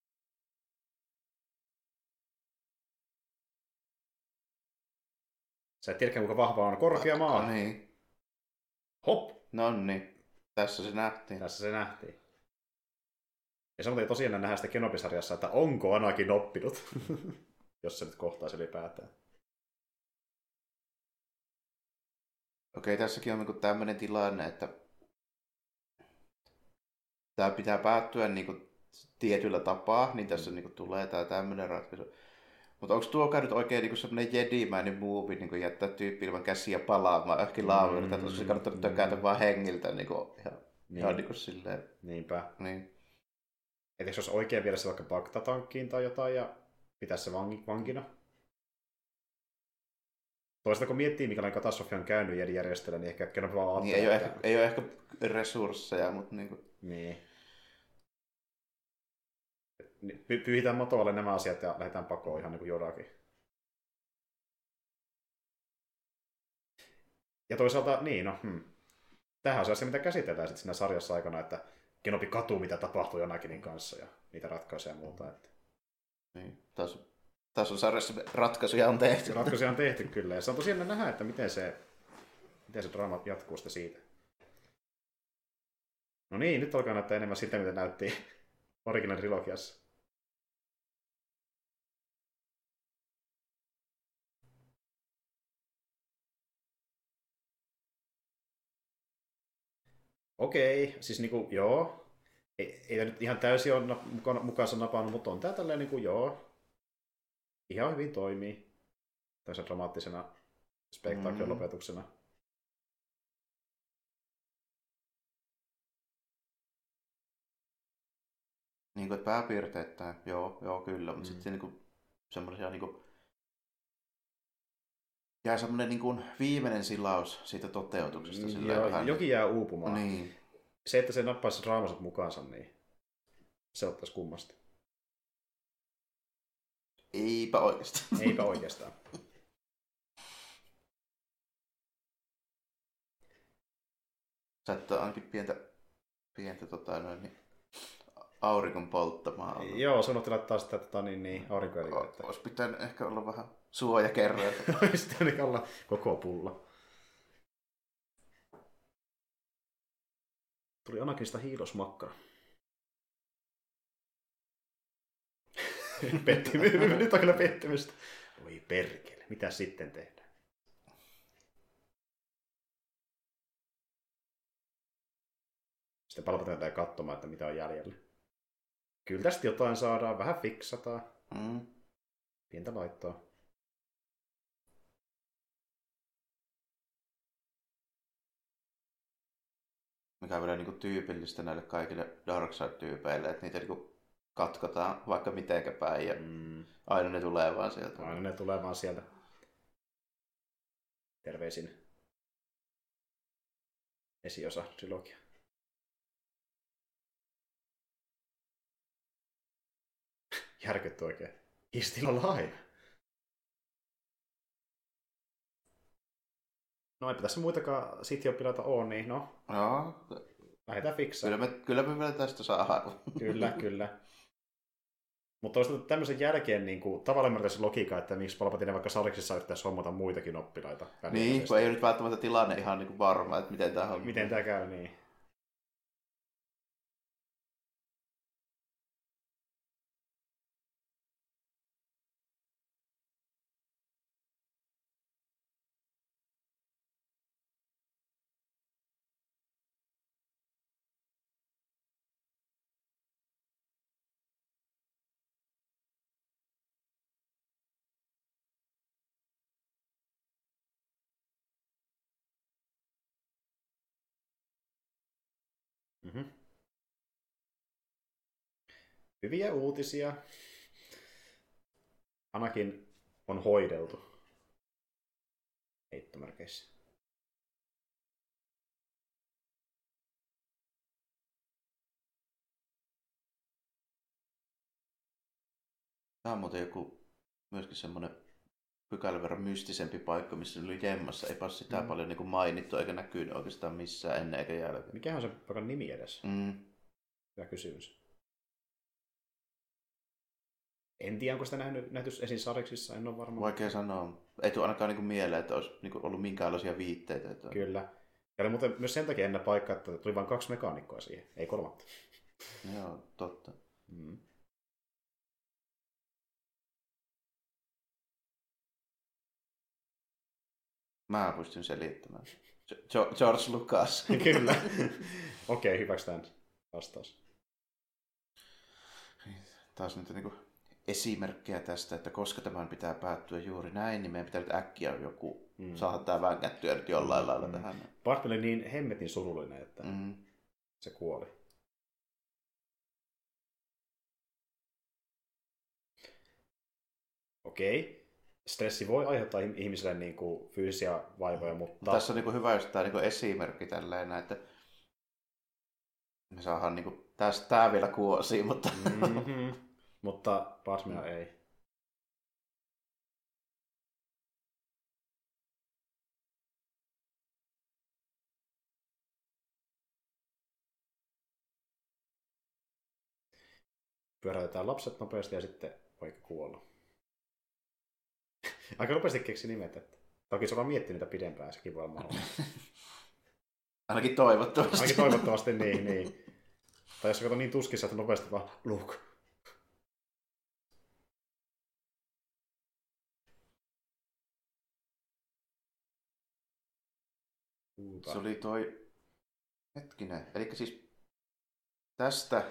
Sä et tiedäkään, kuinka vahva on korkea maa. No niin. Hop! No niin. Tässä se nähtiin. Tässä se nähtiin. Ja se on tosiaan nähdä sitä Kenobi-sarjassa, että onko Anakin oppinut, jos se nyt kohtaisi ylipäätään. Okei, tässäkin on niin tämmöinen tilanne, että tämä pitää päättyä niin kuin tietyllä tapaa, niin tässä niin kuin tulee tämä tämmöinen ratkaisu. Mutta onko tuokaan nyt oikein niin semmoinen jedimäinen muuvi, niin jättää tyyppi ilman käsiä palaamaan johonkin laavuille, että olisi kannattanut tökätä vaan hengiltä niin kuin, ihan, niin. ihan niin kuin silleen. Niinpä. Niin. Et jos olisi oikein viedä se vaikka Bacta-tankkiin tai jotain ja pitää se vangi, vankina. Toisaalta kun miettii, mikälainen katastrofi on käynyt Jedi-järjestöllä, niin ehkä Kenobi vaan niin, ei, ole ehkä, ei ole ehkä resursseja, mutta niin kuin... Niin. Py- pyyhitään matoalle nämä asiat ja lähdetään pakoon ihan niin kuin Jodakin. Ja toisaalta, niin no, hmm. Tämähän on se asia, mitä käsitellään sitten siinä sarjassa aikana, että Kenobi katuu, mitä tapahtuu Anakinin kanssa ja niitä ratkaisuja ja muuta. Että... Niin, taas, taas on sarjassa ratkaisuja on tehty. Ratkaisuja on tehty kyllä, ja se on tosiaan nähdä, että miten se, miten se draama jatkuu sitten siitä. No niin, nyt alkaa näyttää enemmän sitä, mitä näytti Original Trilogiassa. Okei, siis niinku, joo. Ei, ei nyt ihan täysin ole nap- mukaansa napannut, mutta on tää tälleen niinku, joo. Ihan hyvin toimii. Tällaisen dramaattisena spektaakkelin lopetuksena. Mm. Niin kuin, että pääpiirteittäin, joo, joo kyllä, mutta mm. sitten niin semmoisia niin kuin, jää semmoinen niin kuin viimeinen silaus siitä toteutuksesta. Mm, joo, vähän... Jokin jää uupumaan. Niin. Se, että se nappaisi draamansa mukaansa, niin se ottaisi kummasti. Eipä oikeastaan. Eipä oikeastaan. Sä et ole ainakin pientä, pientä tota, noin, niin, aurinkon polttamaa. Ollut. Joo, sanottiin laittaa sitä tota, niin, niin, aurinkoeliköitä. Olisi pitänyt ehkä olla vähän suojakerroja. Olisi pitänyt olla koko pulla. Tuli Anakinista hiilosmakkara. Pettymys. Nyt on kyllä pettymystä. Voi perkele, mitä sitten tehdään? Sitten palpataan katsomaan, että mitä on jäljellä. Kyllä tästä jotain saadaan, vähän fiksataan. Mm. Pientä laittoa. Mikä on vielä niin kuin tyypillistä näille kaikille Darkseid-tyypeille, että niitä niin kuin katkotaan vaikka mitenkä päin ja mm. aina ne tulee vaan sieltä. Aina ne tulee vaan sieltä. Terveisin esiosa trilogia. Järkytty oikein. He's still alive. No eipä tässä muitakaan Sith-oppilaita ole, niin no. Joo. Lähdetään fiksaa. Kyllä me, kyllä me vielä tästä saadaan. Kyllä, kyllä. Mutta toisaalta tämmöisen jälkeen niin kuin, tavallaan ymmärtäisi logiikkaa, että miksi Palpatine vaikka Sariksissa yrittäisi hommata muitakin oppilaita. Niin, kun ei ole nyt välttämättä tilanne ihan niin kuin varma, että miten tämä on. Miten tämä käy, niin. Mm-hmm. Hyviä uutisia. Anakin on hoideltu. Heittomerkeissä. Tämä on muuten joku myöskin semmoinen pykälän verran mystisempi paikka, missä oli jemmassa. Eipä sitä mm. paljon niin kuin mainittu eikä näkynyt oikeastaan missään ennen eikä jälkeen. Mikähän on se paikan nimi edes? Mm. Hyvä kysymys. En tiedä, onko sitä nähnyt, nähty esiin sarjiksissa, en ole varma. Vaikea sanoa. Ei tule ainakaan niin kuin mieleen, että olisi niin kuin ollut minkäänlaisia viitteitä. Että... Kyllä. Ja oli muuten myös sen takia ennen paikkaa, että tuli vain kaksi mekaanikkoa siihen, ei kolmatta. Joo, totta. Mm. Mä pystyn selittämään. George Lucas. Kyllä. Okei, okay, hyväksytään vastaus. Taas nyt niin esimerkkejä tästä, että koska tämän pitää päättyä juuri näin, niin meidän pitää nyt äkkiä joku mm. saada tämä vängättyä nyt jollain mm. lailla tähän. Bart oli niin hemmetin surullinen, että mm. se kuoli. Okei. Stressi voi aiheuttaa ihmisille niin kuin fyysisiä vaivoja, mutta... Tässä on niin kuin hyvä just tämä niin kuin esimerkki tälleen, että me saadaan niin kuin, tästä tämä vielä kuosi, mutta... Mm-hmm. Mutta Basmia mm. ei. Pyöräytetään lapset nopeasti ja sitten vaikka kuolla. Aika nopeasti keksi nimet, että toki se vaan miettii niitä pidempään, sekin voi olla mahdollista. Ainakin toivottavasti. Ainakin toivottavasti, niin, niin. Tai jos se katsoo niin tuskissa, että nopeasti vaan Luke. Uutta. Se oli toi... Hetkinen, eli siis tästä...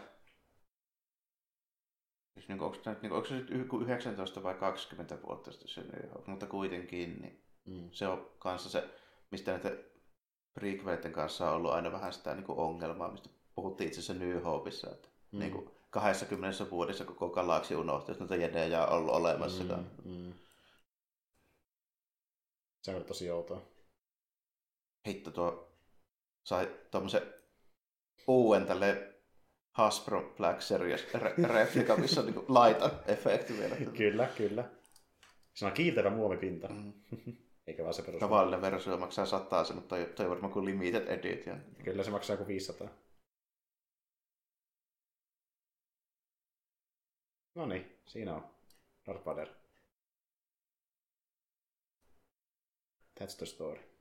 Siis niin onko, niin onko se nyt yhdeksäntoista vai kaksikymmentä vuotta sitten se nyt, mutta kuitenkin niin mm. se on kanssa se, mistä näiden prequelitten kanssa on ollut aina vähän sitä niin kuin ongelmaa, mistä puhuttiin itse asiassa New Hopeissa, että mm. niin kuin kaksikymmentä vuodessa koko galaksi unohtuu, jos noita jedejä on ollut olemassa. Mm, mm. Se on tosi outoa. Hitto tuo sai tommosen uuden tälleen Hasbro Black Series re- replika, missä on niinku laita-efekti vielä. Kyllä, kyllä. Se on kiiltävä muovipinta. Mm. Eikä vaan se perus. Tavallinen versio maksaa sataa, mutta toi, toi varmaan kuin limited edition. Kyllä se maksaa kuin viisisataa. No niin, siinä on Darth Vader. That's the story.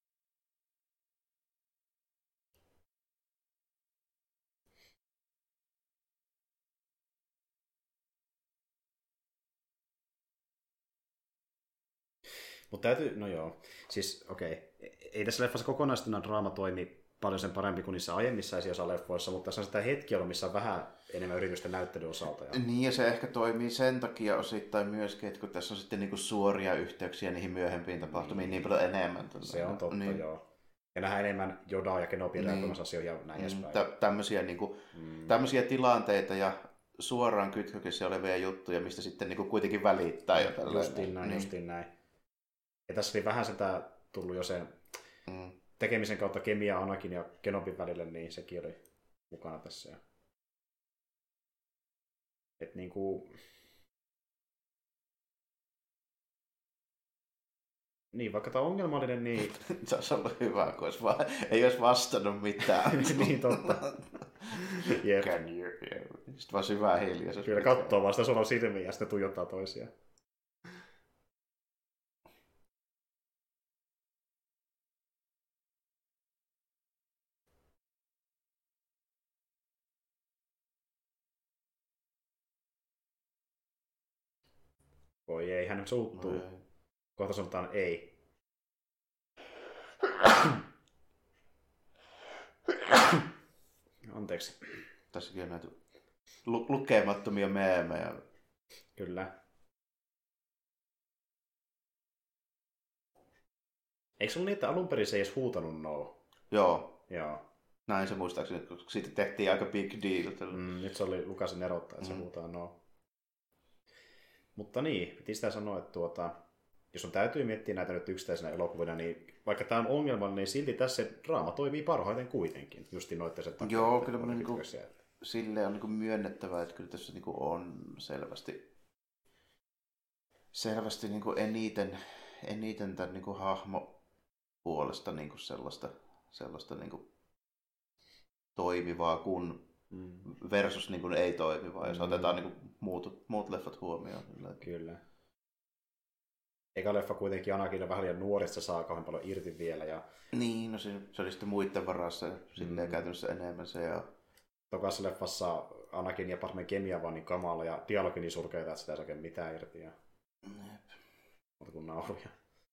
Mutta täytyy, no joo, siis okei, okay. Ei tässä leffassa kokonaisuutena draama toimi paljon sen parempi kuin niissä aiemmissa esiosa-leffoissa, mutta tässä on sitä hetki ollut, missä on vähän enemmän yritysten näyttelyn osalta. Ja... Niin, ja se ehkä toimii sen takia osittain myöskin, että kun tässä on sitten niinku suoria yhteyksiä niihin myöhempiin tapahtumiin niin, niin paljon enemmän. Tuolla. Se on totta, niin. Joo. Ja nähdään enemmän Yodaa ja Kenobia niin. reagoimassa asioihin ja näin mm, edespäin. Tä, tämmöisiä, niinku, mm. tämmöisiä tilanteita ja suoraan kytkökissä olevia juttuja, mistä sitten niinku kuitenkin välittää. Ja justiin näin, niin. justiin näin. Ja tässä oli vähän sitä tullut jo sen mm. tekemisen kautta kemia Anakin ja Kenobin välille, niin sekin oli mukana tässä. Et niinku... Niin, vaikka tämä on ongelmallinen, niin... Se olisi ollut hyvä, kun olisi vaan... ei olisi vastannut mitään. Niin, totta. Yep. Can you... Sitten vaan syvää hiljaisuus. Kyllä katsoo vaan sitä sulla silmiä ja sitten tuijottaa toisiaan. Voi ei, hän suuttuu. No ei. Kohta sanotaan ei. Anteeksi. Tässäkin on näitä lu- lukemattomia meemejä. Kyllä. Eikö se ollut niin, että alun perin se ei edes huutanut no? Joo. Joo. Näin se muistaakseni, koska siitä tehtiin aika big deal. Mm, nyt se oli Lucasin erottaa, että se mm. huutaa no. Mutta niin, piti sitä sanoa, että tuota, jos on täytyy miettiä näitä nyt yksittäisenä elokuvina, niin vaikka tämä on ongelmallinen, niin silti tässä se draama toimii parhaiten kuitenkin. Justiin noitten sen takia. Joo, kyllä niin kuin, silleen on niin kuin myönnettävää, että kyllä tässä niin kuin on selvästi, selvästi niin kuin eniten, eniten tämän niin kuin hahmo puolesta niin kuin sellaista, sellaista niin kuin toimivaa kun mm. versus niin kuin ei toimivaa, jos mm. otetaan niin kuin muut, muut leffat huomioon. Kyllä. Eka leffa kuitenkin Anakin on vähän liian nuori, se saa kauhean paljon irti vielä. Ja... Niin, no se, se oli sitten muiden varassa ja silleen mm. käytännössä enemmän se. Ja... Tokassa leffassa Anakin ja Padmen kemia vaan niin kamala ja dialogi niin surkeita, että sitä ei saa oikein mitään irti. Ja... Mutta kun nauruja.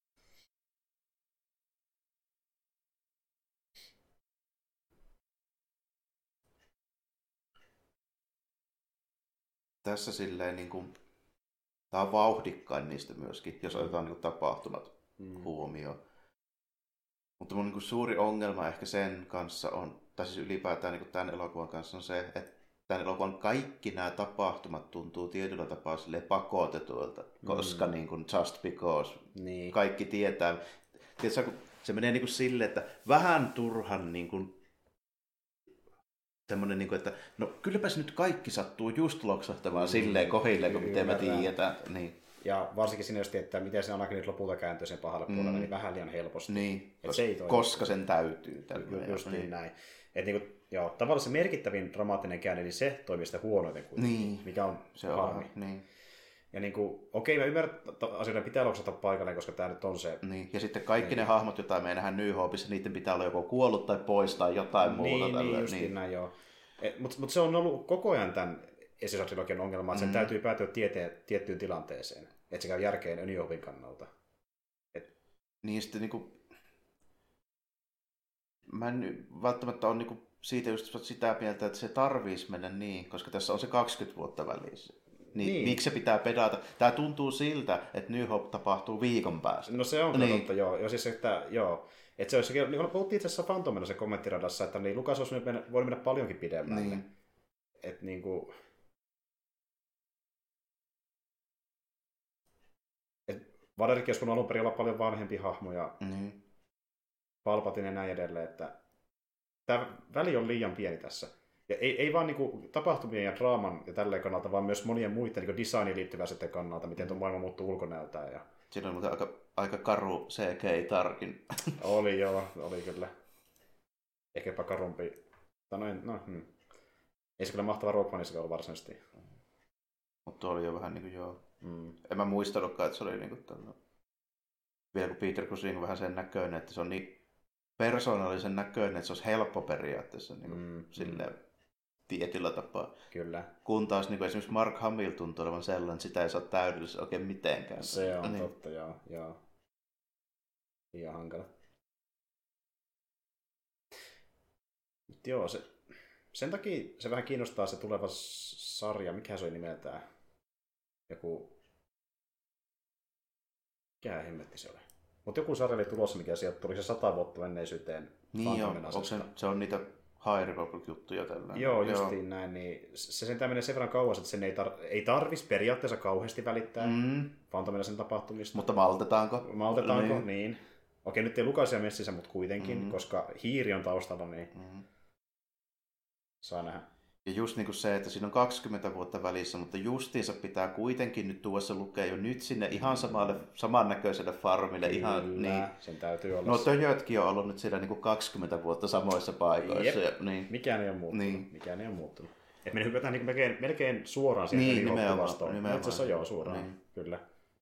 Tässä silleen niin kuin, tämä on vauhdikkain niistä myöskin, jos otetaan niin kuin tapahtumat mm. huomioon. Mutta mun niin kuin suuri ongelma ehkä sen kanssa on, tai siis ylipäätään niin kuin tämän elokuvan kanssa on se, että tämän elokuvan kaikki nämä tapahtumat tuntuu tietyllä tapaa silleen pakotetuilta, koska mm. niin kuin just because niin. Kaikki tietää. Tiedätkö, kun se menee niin kuin silleen, että vähän turhan niin kuin semmoinen, niin kuin, että no kylläpäs nyt kaikki sattuu just loksahtamaan mm, silleen kohilleen, kun miten me tiedetään. Niin. Ja varsinkin siinä, jos tietää, miten se Anakin nyt lopulta kääntyy sen pahalle mm. puolelle, niin vähän liian helposti. Niin, et se ei koska sen täytyy. Ju, just niin, niin näin. Et niin kuin, joo, tavallaan se merkittävin dramaattinen käänne, niin se toimii sitä huonoiten kuitenkin, niin. mikä on se harmi. On, niin. Ja niin kuin, okei, mä ymmärrän, että asioiden pitää loksata paikalleen, koska tämä nyt on se. Niin. Ja sitten kaikki niin. Ne hahmot, joita me nähdään New Hopeissa, niiden pitää olla joko kuollut tai pois tai jotain niin, muuta. Niin, just niin. Näin, joo. Mutta mut se on ollut koko ajan tämän esisatrilogian ongelma, että sen mm. täytyy päätyä tieteen, tiettyyn tilanteeseen, että se käy järkeen New Hopein kannalta. Et... Niin sitten niinku... Mä en välttämättä ole niinku siitä just sitä mieltä, että se tarvitsisi mennä niin, koska tässä on se kaksikymmentä vuotta välissä. Niin, niin. Miksi se pitää pedata? Tämä tuntuu siltä, että New Hope tapahtuu viikon päästä. No se on niin. Totta, joo. Jo, siis, että, joo. Että se olisi, niin kuin puhuttiin itse asiassa Phantomina se kommenttiradassa, että niin Lucas olisi mennä, voinut mennä paljonkin pidemmälle. Niin. Että niin kuin... Vaderikki olisi alun perin olla paljon vanhempi hahmo ja niin. Palpatine ja näin edelleen, että tämä väli on liian pieni tässä. Ja ei, ei vaan niinku tapahtumien ja draaman ja tälleen kannalta, vaan myös monien muiden niinku designiin liittyvää sitten kannalta, miten tuo maailma muuttuu ulkonäöltään. Ja... Siinä on aika, aika karu C G I-tarkin. Oli joo, oli kyllä. Ehkäpä karumpi. Noin, no, hmm. Ei se kyllä mahtava Rogue Oneissa ollut varsinaisesti. Mutta oli jo vähän niin kuin joo. Mm. En mä muistanutkaan, että se oli niin kuin tällä... Vielä kun Peter Cushing on vähän sen näköinen, että se on niin persoonallisen näköinen, että se olisi helppo periaatteessa niin kuin mm. silleen tietyllä tapaa. Kyllä. Kun taas niin kuin esimerkiksi Mark Hamill tuntuu olevan sellainen, että sitä ei saa täydellisesti oikein mitenkään. Se on niin. Totta, joo. joo. Liian hankala. Mut joo, se, sen takia se vähän kiinnostaa se tuleva sarja. Mikä se oli nimeltään? Joku... Mikä hemmetti se oli? Mutta joku sarja oli tulossa, mikä sieltä tuli se sata vuotta menneisyyteen. Niin joo, onko se, se on niitä High Republic-juttuja tällä. Joo, justiin joo. Näin. Niin se sentään menee sen verran kauas, että sen ei, tar- ei tarvitsisi periaatteessa kauheasti välittää mm. Phantomina sen tapahtumista. Mutta maltetaanko? Maltetaanko, niin. niin. Okei, nyt ei Lucasia messissä, mutta kuitenkin, mm. koska hiiri on taustalla, niin mm. saa nähdä. Ja just niin kuin se, että siinä on kaksikymmentä vuotta välissä, mutta justiinsa pitää kuitenkin nyt tuossa lukea jo nyt sinne ihan samalle, samannäköiselle farmille. Kyllä, ihan, niin. Sen täytyy olla. No töjötkin on ollut nyt siellä niin kuin kaksikymmentä vuotta samoissa paikoissa. Ja, niin. Mikään ei ole muuttunut. Niin. Mikään ei ole muuttunut. Et me hypätään niin melkein, melkein suoraan siihen niin, nimenomaan, nimenomaan. Itse asiassa joo, suoraan. Niin. Kyllä.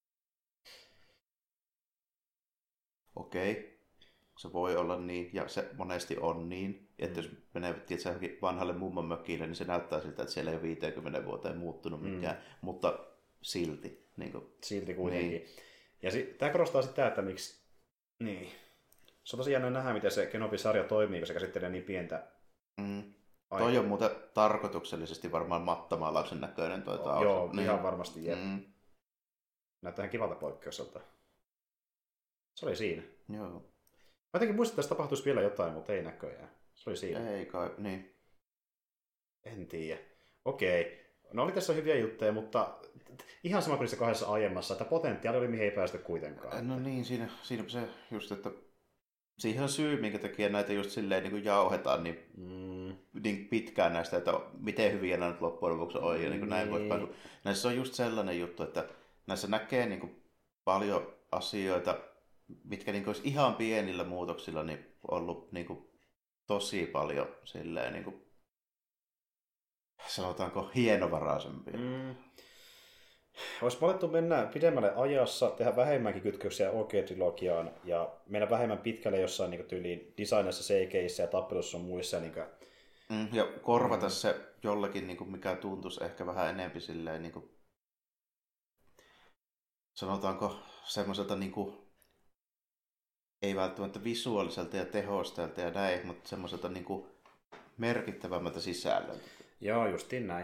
Okei. Se voi olla niin, ja se monesti on niin, että mm. jos menee tietysti vanhalle mummon mökille, niin se näyttää siltä, että siellä ei ole viisikymmentä vuoteen muuttunut mikään, mm. mutta silti. Niin kuin, silti kuitenkin. Niin. Ja sit, tämä korostaa sitä, että miksi... Niin. Se on tosi jännä nähdä, miten se Kenobi-sarja toimii, kun se käsittelee niin pientä mm. aikaa. Toi on muuten tarkoituksellisesti varmaan mattamaalauksen näköinen toi tausta. Joo, niin. Ihan varmasti. Mm. Näyttää ihan kivalta poikkeukselta. Se oli siinä. Joo. Mä jotenkin muistin, että tässä tapahtuisi vielä jotain, mutta ei näköjään. Se oli siinä. Ei kai, niin. En tiedä. Okei. No oli tässä hyviä juttuja, mutta ihan sama kuin niissä kahdessa aiemmassa, että potentiaali oli mihin ei päästy kuitenkaan. No niin, siinä, siinä se just, että siihen on syy, minkä takia näitä just silleen niin kuin jauhetaan niin, mm. niin pitkään näistä, että miten hyviä nämä nyt loppujen lopuksi on ja niin kuin näin poispäin. Näissä on just sellainen juttu, että näissä näkee niin kuin paljon asioita, mitkä niin kuin olisi ihan pienillä muutoksilla niin ollut niin kuin tosi paljon silleen, niin kuin, sanotaanko hienovaraisempia. Mm. Olisi palettu mennä pidemmälle ajassa, tehdä vähemmänkin kytköksiä O G-trilogiaan ja mennä vähemmän pitkälle jossain niin tyyliin designissa, C G I:ssä ja tappelussa on muissa. Niin kuin... mm, ja korvata mm. se jollakin, niin kuin, mikä tuntuisi ehkä vähän enemmän silleen, niin kuin, sanotaanko semmoiselta niin kuin, ei välttämättä visuaaliselta ja tehosteelta ja näin, mutta semmoiselta niin kuin, merkittävämmältä sisällöltä. Joo, justiin näin.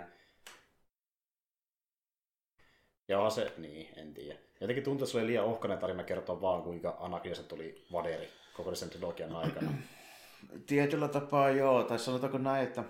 Joo, se, niin, en tiedä. Jotenkin tuntuu, että se oli liian ohkainen tarina kertoa vaan, kuinka Anakinista tuli vaderi koko sen trilogian aikana. Tietyllä tapaa joo, tai sanotaanko näin, että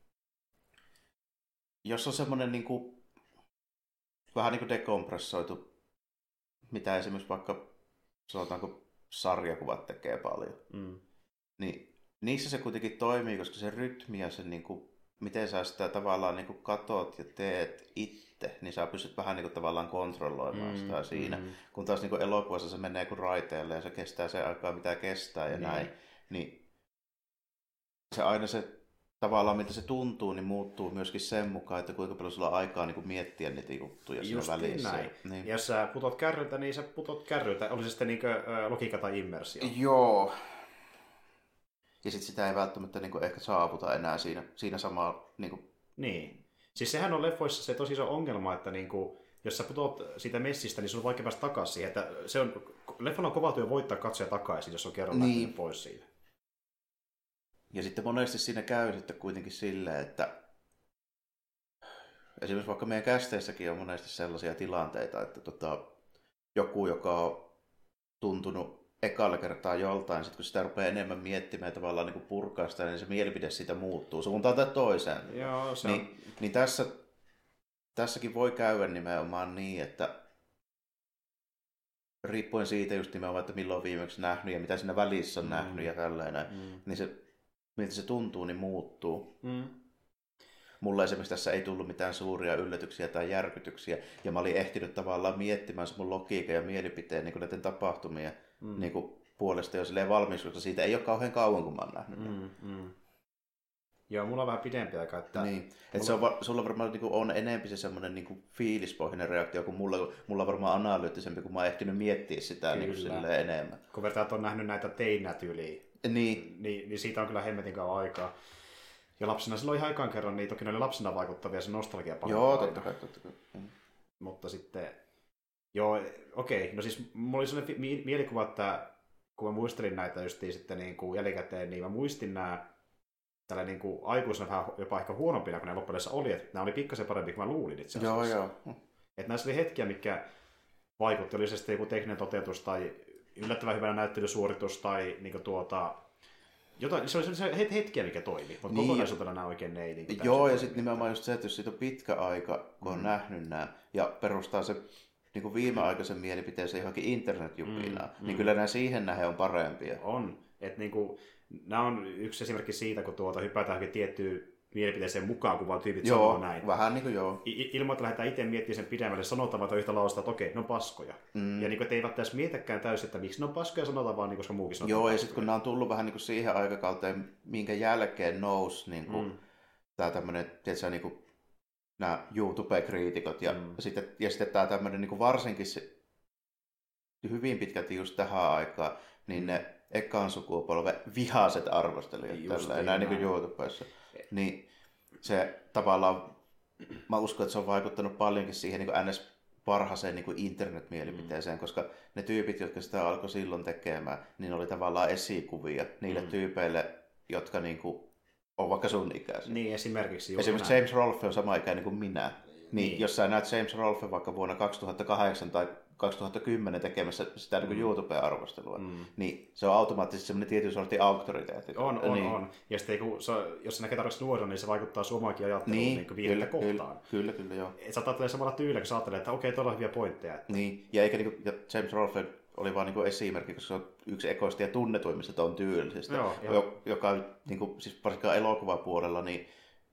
jos on semmoinen niin kuin, vähän niin kuin dekompressoitu, mitä esimerkiksi vaikka sanotaanko sarjakuvat tekee paljon, mm. niin niissä se kuitenkin toimii, koska se rytmi ja se niin kuin, miten sä sitä tavallaan niin kuin katot ja teet itse, niin sä pystyt vähän niin kuin tavallaan kontrolloimaan mm, sitä siinä. Mm. Kun taas niin kuin elokuvassa se menee kuin raiteelle ja se kestää se aikaa, mitä kestää ja niin. näin. Niin se aina se tavallaan, miltä se tuntuu, niin muuttuu myöskin sen mukaan, että kuinka paljon sulla on aikaa niin kuin miettiä niitä juttuja siinä välissä. Näin. Niin. Ja jos sä putot kärryltä, niin sä putot kärryltä. Oli se sitten niin kuin, ä, logiikka tai immersio. Joo. Ja sitten sitä ei välttämättä niin kuin ehkä saavuta enää siinä, siinä samaa... Niin, kuin... niin. Siis sehän on leffoissa se tosi iso ongelma, että niin kuin, jos sä putot siitä messistä, niin sun on vaikea päästä takaisin siihen. Että se on, leffalla on kova työ voittaa katsoja takaisin, jos on kerran niin. lähtenyt pois siitä. Ja sitten monesti siinä käy sitten kuitenkin silleen, että esimerkiksi vaikka meidän kästeissäkin on monesti sellaisia tilanteita, että tota, joku, joka on tuntunut ekalla kertaa joltain, sitten kun sitä rupeaa enemmän miettimään tavallaan niin purkaa sitä, niin se mielipide siitä muuttuu suuntaan tai toiseen. Joo, se niin, on... niin tässä, tässäkin voi käydä nimenomaan niin, että riippuen siitä just nimenomaan, että milloin on viimeksi nähnyt ja mitä siinä välissä on mm. nähnyt ja tällainen, mm. niin se, miltä se tuntuu, niin muuttuu. Mm. Mulla esimerkiksi tässä ei tullut mitään suuria yllätyksiä tai järkytyksiä, ja mä olin ehtinyt tavallaan miettimään se mun logiikan ja mielipiteen niin näiden tapahtumia mm. niin kuin puolesta jo silleen valmiiksi, koska siitä ei ole kauhean kauan, kun mä oon nähnyt. Mm, mm. Joo, mulla on vähän pidempi aika. Että niin. mulla... Et se on, sulla varmaan niin kuin, on enemmän se semmoinen niin fiilispohjainen reaktio kuin mulla. Mulla on varmaan analyyttisempi, kun mä oon ehtinyt miettiä sitä niin kuin, enemmän. Kun vertaat on nähnyt näitä teinät yli, niin. Niin, niin siitä on kyllä hemmetin kauan aikaa. Ja lapsena silloin ihan aikaan kerran, niin toki ne oli lapsena vaikuttavia, se nostalgia paljon. Joo, totta kai, totta kai. Mm. Mutta sitten, joo, okei, no siis mulla oli sellainen mi- mielikuva, että kun mä muistelin näitä justiin sitten niin kuin jälkikäteen, niin mä muistin nämä tällä niin kuin aikuisena vähän jopa ehkä huonompina kuin ne loppuudessa oli, että nämä oli pikkasen parempi kuin mä luulin itse asiassa. Joo, joo. Että näissä oli hetkiä, mikä vaikutti, oli se sitten joku tekninen toteutus tai yllättävän hyvä näyttelysuoritus tai niin kuin tuota... Jotain, se oli sellaisia hetkiä, mikä toimi, mutta niin. kokonaisuutena nämä oikein ne ei... Niin joo, ja sitten nimenomaan just se, että jos siitä on pitkä aika, kun on mm. nähnyt nämä, ja perustaa se niin kuin viimeaikaisen mielipiteeseen johonkin internetjupinaan, mm. niin kyllä nämä siihen nähden on parempia. On. Että niin kuin, nämä on yksi esimerkki siitä, kun tuota hypätään tiettyyn mielipiteeseen mukaan, kun vaan tyypit joo, sanoo näin. Vähän niin kuin joo. I- ilman, että lähdetään itse miettimään sen pidemmälle, sanotaan vaan yhtä lausta, että okei, ne on paskoja. Mm. Ja niin kuin, että eivät tässä mietäkään täysin, että miksi ne on paskoja, sanotaan vaan, niin, koska muukin sanotaan. Joo, ja sitten kun nämä on tullut vähän niin kuin siihen aikakauteen, minkä jälkeen nousi niin kuin, mm. tämä tämmöinen, tiedätkö, niin kuin, nämä YouTube-kriitikot, ja, mm. sitten, ja sitten tämä tämmöinen niin kuin varsinkin se, hyvin pitkälti just tähän aikaan, niin mm. ne ekan sukupolven vihaiset arvostelijat, tällä näin niin kuin YouTubessa. Niin se tavallaan, mä uskon, että se on vaikuttanut paljonkin siihen niin kuin ns. Parhaaseen niin kuin internet-mielipiteeseen, mm. koska ne tyypit, jotka sitä alkoi silloin tekemään, niin oli tavallaan esikuvia niille mm. tyypeille, jotka niin kuin, on vaikka sun ikäisiä. Niin, esimerkiksi. Esimerkiksi James Rolfe on sama ikäinen kuin minä. Niin, niin. Jos sä näet James Rolfe vaikka vuonna kaksituhattakahdeksan tai kaksituhattakymmenen tekemässä sitä mm. niin YouTube-arvostelua, mm. niin se on automaattisesti semmoinen tietyn sortin auktoriteetti. On, on, niin. on. Ja sitten kun se, jos se näkee tarvitse nuorena, niin se vaikuttaa suomaakin ajatteluun niin, niin viihdettä kohtaan. Kyllä, kyllä, joo. Et sä ajattelee samalla tyylillä, kun sä ajattelee, että okei, tuolla on hyviä pointteja. Että... Niin, ja, eikä, ja James Rolfe oli vaan niin esimerkki, koska se on yksi ekoista ja tunnetuimmista ton tyylisistä, Joo, joka niin kuin, siis varsinkaan elokuvapuolella, niin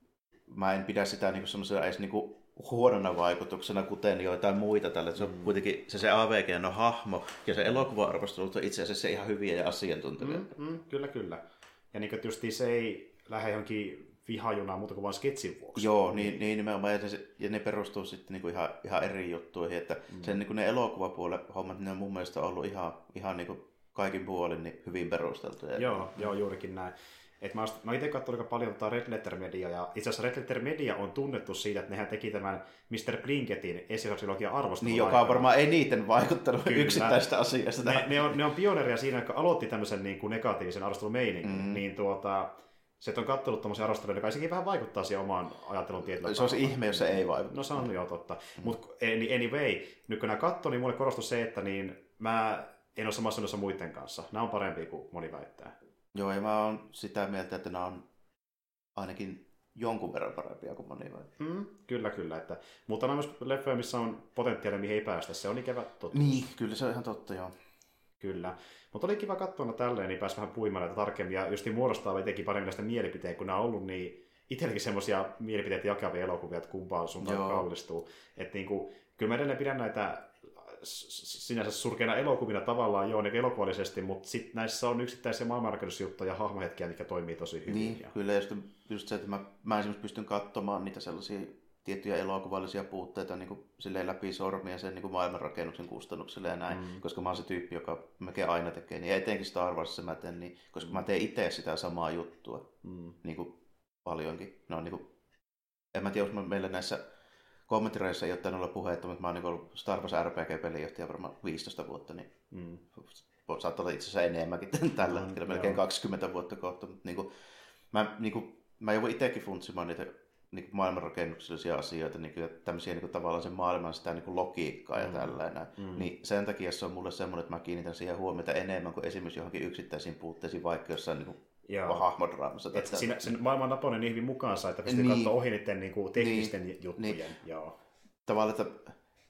mä en pidä sitä niin semmoisena edes niin kuin huonona vaikutuksena, kuten joitain muita tällä. Se on mm. kuitenkin se, se A V G on hahmo, ja se elokuva-arvostelut on itse asiassa ihan hyviä ja asiantuntevia. Mm, mm, kyllä, kyllä. Ja niin kuin just se ei lähde johonkin vihajunaan muuta kuin vain sketsin vuoksi. Joo, niin, niin nimenomaan. Ja ne, ja ne perustuu sitten niinku ihan, ihan eri juttuihin. Että mm. sen niinku ne elokuvapuolen hommat, ne on mun mielestä ollut ihan, ihan niinku kaikin puolin niin hyvin perusteltuja. Joo, joo, juurikin näin. Et mä, mä itse katsoin aika paljon tota Red Letter Media, ja itse asiassa Red Letter Media on tunnettu siitä, että nehän teki tämän mister Blinketin esityksilogian arvostelun. Niin, joka on varmaan eniten vaikuttanut Kyllä. yksittäistä asiasta. Ne, ne, on, ne on pioneeria siinä, jotka aloitti tämmöisen niin kuin negatiivisen arvostelumeiningin, mm. niin tuota... Se on kattonut tommosia arvosteluja, joka sekin vähän vaikuttaa siihen omaan ajattelun tietyllä. Se on se ihme, jos se ei vaikuta. No se on joo totta. Mm. Mutta anyway, nyt kun nämä katsoo, niin mulle korostui se, että niin mä en ole samassa sanossa muiden kanssa. Nämä on parempia kuin moni väittää. Joo, ja mä oon sitä mieltä, että nämä on ainakin jonkun verran parempia kuin moni väittää. Mm, kyllä, kyllä. Että, mutta nämä on myös leffoja, missä on potentiaalia, mihin ei päästä. Se on ikävä totta. Niin, kyllä se on ihan totta, joo. Kyllä. Mutta oli kiva katsoa tälleen, niin pääsi vähän puimaan näitä tarkemmin ja just muodostaa etenkin paremmin näistä mielipiteen, kun nämä on ollut niin itselläkin semmoisia mielipiteitä jakavia elokuvia, että kumpaan suuntaan kallistuu. Että niinku, kyllä mä edelleen pidän näitä sinänsä surkeina elokuvina tavallaan joo, niin elokuvallisesti, mutta sitten näissä on yksittäisiä maailmanrakennusjuttuja ja hahmohetkiä, mitkä toimii tosi hyvin. Niin, ja... kyllä, ja sitten just se, että mä, mä esimerkiksi pystyn katsomaan niitä sellaisia tiettyjä elokuvallisia puutteita niin kuin silleen läpi sormia sen niin kuin maailmanrakennuksen kustannukselle ja näin, mm. koska mä oon se tyyppi, joka melkein aina tekee, niin etenkin Star Warsissa mä teen niin, koska mä teen itse sitä samaa juttua mm. niin kuin paljonkin. No, niin kuin, en mä tiedä, jos meillä näissä kommenttireissa ei ole tainnut olla puhetta, mutta mä oon niin ollut Star Wars R P G-pelinjohtaja varmaan viisitoista vuotta, niin mm. saattaa olla itse asiassa enemmänkin tällä mm, hetkellä, melkein joo. kaksikymmentä vuotta kohta, mutta niin kuin, mä, niin kuin, mä joudun itsekin funtsimaan niitä niin maailmanrakennuksellisia asioita, niin kuin, tämmöisiä niin kuin, tavallaan sen maailman sitä niin kuin logiikkaa ja mm. tällainen. Mm. Niin sen takia se on mulle semmoinen, että mä kiinnitän siihen huomiota enemmän kuin esimerkiksi johonkin yksittäisiin puutteisiin, vaikka jossain niin kuin, hahmodraamassa. Että siinä, sen maailman napoinen niin hyvin mukaansa, että pystyy niin. katsoa ohi niiden niin kuin, teknisten niin. juttujen. Niin. Joo. Tavallaan, että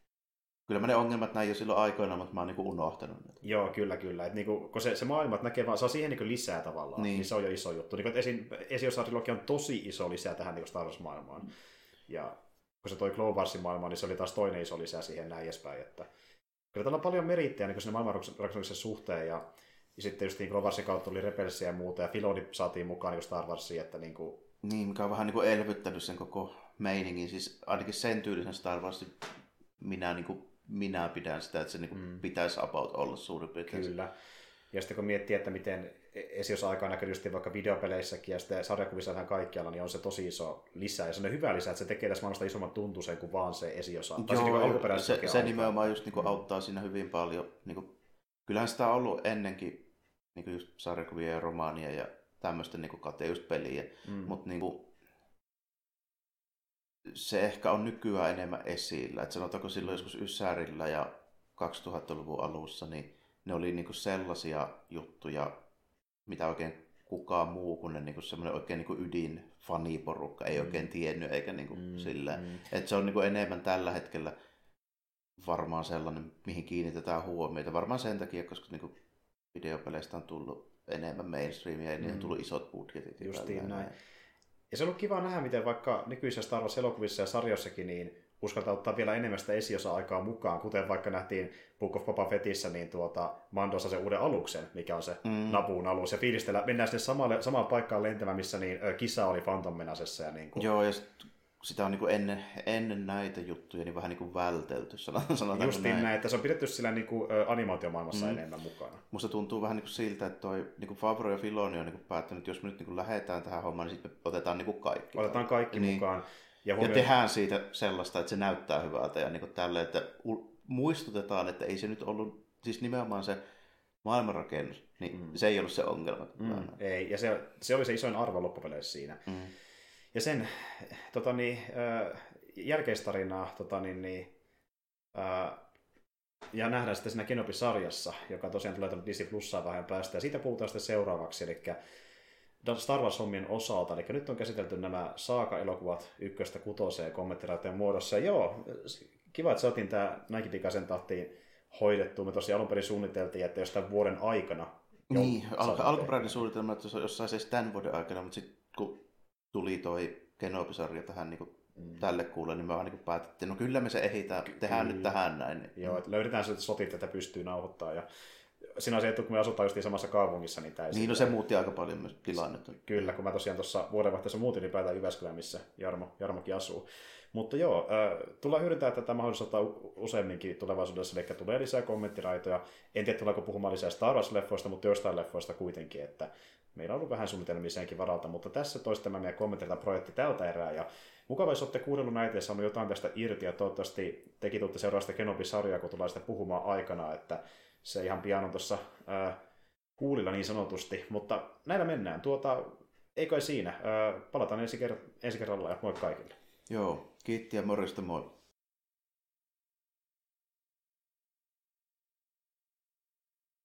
kyllä mä ne ongelmat näin jo silloin aikoina, mutta mä oon niinku unohtanut ne. Joo, kyllä, kyllä. Et niinku, kun se, se maailma näkee vaan, saa siihen niinku lisää tavallaan, niin. niin se on jo iso juttu. Niin, esim, esiosarilogia on tosi iso lisää tähän niinku Star Wars-maailmaan. Mm. Ja kun se toi Clone Warsin maailmaan, niin se oli taas toinen iso lisää siihen näin edespäin. Että kyllä täällä on paljon merittejä niin sinne maailmanrakennuksen suhteen. Ja, ja sitten just niin Clone Warsin kautta tuli Rebelsia ja muuta, ja Filoni saatiin mukaan niin Star Warsiin. Että, niin, kuin... niin, mikä on vähän niin kuin elvyttänyt sen koko meiningin. Siis ainakin sen tyylisen Star Warsin minä niin kuin minä pidän sitä, että se niinku mm. pitäisi about olla suurin piirtein. Kyllä. Ja sitten kun miettii, että miten esiosa-aikaa näkyy just vaikka videopeleissäkin ja sitten sarjakuvissa vähän kaikkialla, niin on se tosi iso lisä. Ja se on hyvä lisä, että se tekee tässä maailmasta isomman tuntuisen kuin vaan se esiosa. Joo, tai niin se, se nimenomaan just niinku mm. auttaa siinä hyvin paljon. Niinku, kyllähän sitä on ollut ennenkin niinku just sarjakuvia ja romaania ja tämmöistä niinku kate just peliä. Mm. Mutta niinku, se ehkä on nykyään enemmän esillä. Et sanotaanko silloin joskus Ysärillä ja kaksituhattaluvun alussa, niin ne oli niinku sellaisia juttuja, mitä oikein kukaan muu kuin ne niinku semmoinen oikein niinku ydin faniporukka ei mm. oikein tiennyt eikä niinku mm. silleen. Mm. Et se on niinku enemmän tällä hetkellä varmaan sellainen, mihin kiinnitetään huomiota. Varmaan sen takia, koska niinku videopeleistä on tullut enemmän mainstreamia ja mm. niihin on tullut isot budjetit. Justiin näin. Ja se on ollut kiva nähdä, miten vaikka nykyisissä Star Wars-elokuvissa ja sarjossakin niin uskaltaa ottaa vielä enemmän sitä esiosa-aikaa mukaan, kuten vaikka nähtiin Book of Boba Fettissä, niin tuota, Mandossa sen uuden aluksen, mikä on se mm. Nabun alus, ja fiilistellä, mennään sinne samalle, samaan paikkaan lentämään, missä niin, Kisa oli Phantom Menacessa. Ja niin kuin... Joo, ja sitä on niin kuin ennen, ennen näitä juttuja niin vähän niin kuin vältelty, sanotaanko Justiin näin. näin, että se on pidetty sillä niin kuin, animaatiomaailmassa mm. enemmän mukana. Musta tuntuu vähän niin kuin siltä, että toi niin kuin Favreau ja Filoni on niin kuin päättänyt, että jos me nyt niin kuin lähdetään tähän hommaan, niin sitten me otetaan niin kuin kaikki. Otetaan kaikki niin. mukaan. Ja, huomioon... ja tehdään siitä sellaista, että se näyttää hyvältä ja niin kuin tälle, että muistutetaan, että ei se nyt ollut, siis nimenomaan se maailmanrakennus, niin mm. se ei ollut se ongelma. Mm. Ei, ja se, se oli se isoin arvo loppupeleissä siinä. Mm. Ja sen tota niin, äh, jälkeistarinaa tota niin, niin, äh, ja nähdään sitten siinä Kenobi-sarjassa, joka tosiaan tulee tuonne Disney Plussaan vähän päästä, ja siitä puhutaan sitten seuraavaksi, eli Star Wars-hommien osalta, eli nyt on käsitelty nämä Saaka-elokuvat ykköstä kutoseen kommenttiraitojen muodossa, ja joo, kiva, että saatiin tämä näinkin pikaisen tahtiin hoidettua. Me tosiaan alun perin suunniteltiin, että jostain vuoden aikana. Niin, al- alkuperäinen suunnitelma, että jos saisi tämän vuoden aikana, mutta sitten kun tuli toi Kenobi-sarja tähän niin kuin mm. tälle kuulle, niin me vaan niin päätettiin, no kyllä me se ehditään, tehdään nyt tähän näin. Joo, että löydetään se sotit, että pystyy nauhoittamaan. Ja siinä on se, että kun me asutaan just samassa kaupungissa, niin tämä Niin, no se muutti aika paljon myös tilannetta. Kyllä, kun mä tosiaan tuossa vuodenvaihteessa muutin ylipäätään Jyväskylään, missä Jarmo, Jarmokin asuu. Mutta joo, äh, tullaan hyödyntää tätä mahdollisuutta useamminkin tulevaisuudessa, eli tulee lisää kommenttiraitoja. En tiedä, tuleeko puhumaan lisää Star Wars-leffoista, mutta jostain leffoista kuitenkin, että meillä on ollut vähän suunnitelmia senkin varalta, mutta tässä toisi tämä meidän kommenttiraita-projekti tältä erää, ja mukava, jos olette kuunnellut näitä ja saanut jotain tästä irti, ja toivottavasti tekin tuutte seuraavasta Kenobi-sarjaa, kun tullaan sitä puhumaan aikana, että se ihan pian on tuossa äh, huulilla niin sanotusti, mutta näillä mennään. Tuota, ei kai siinä. Äh, palataan ensi, ker- ensi kerralla ja moi kaikille. Joo, kiitti ja morjesta moi.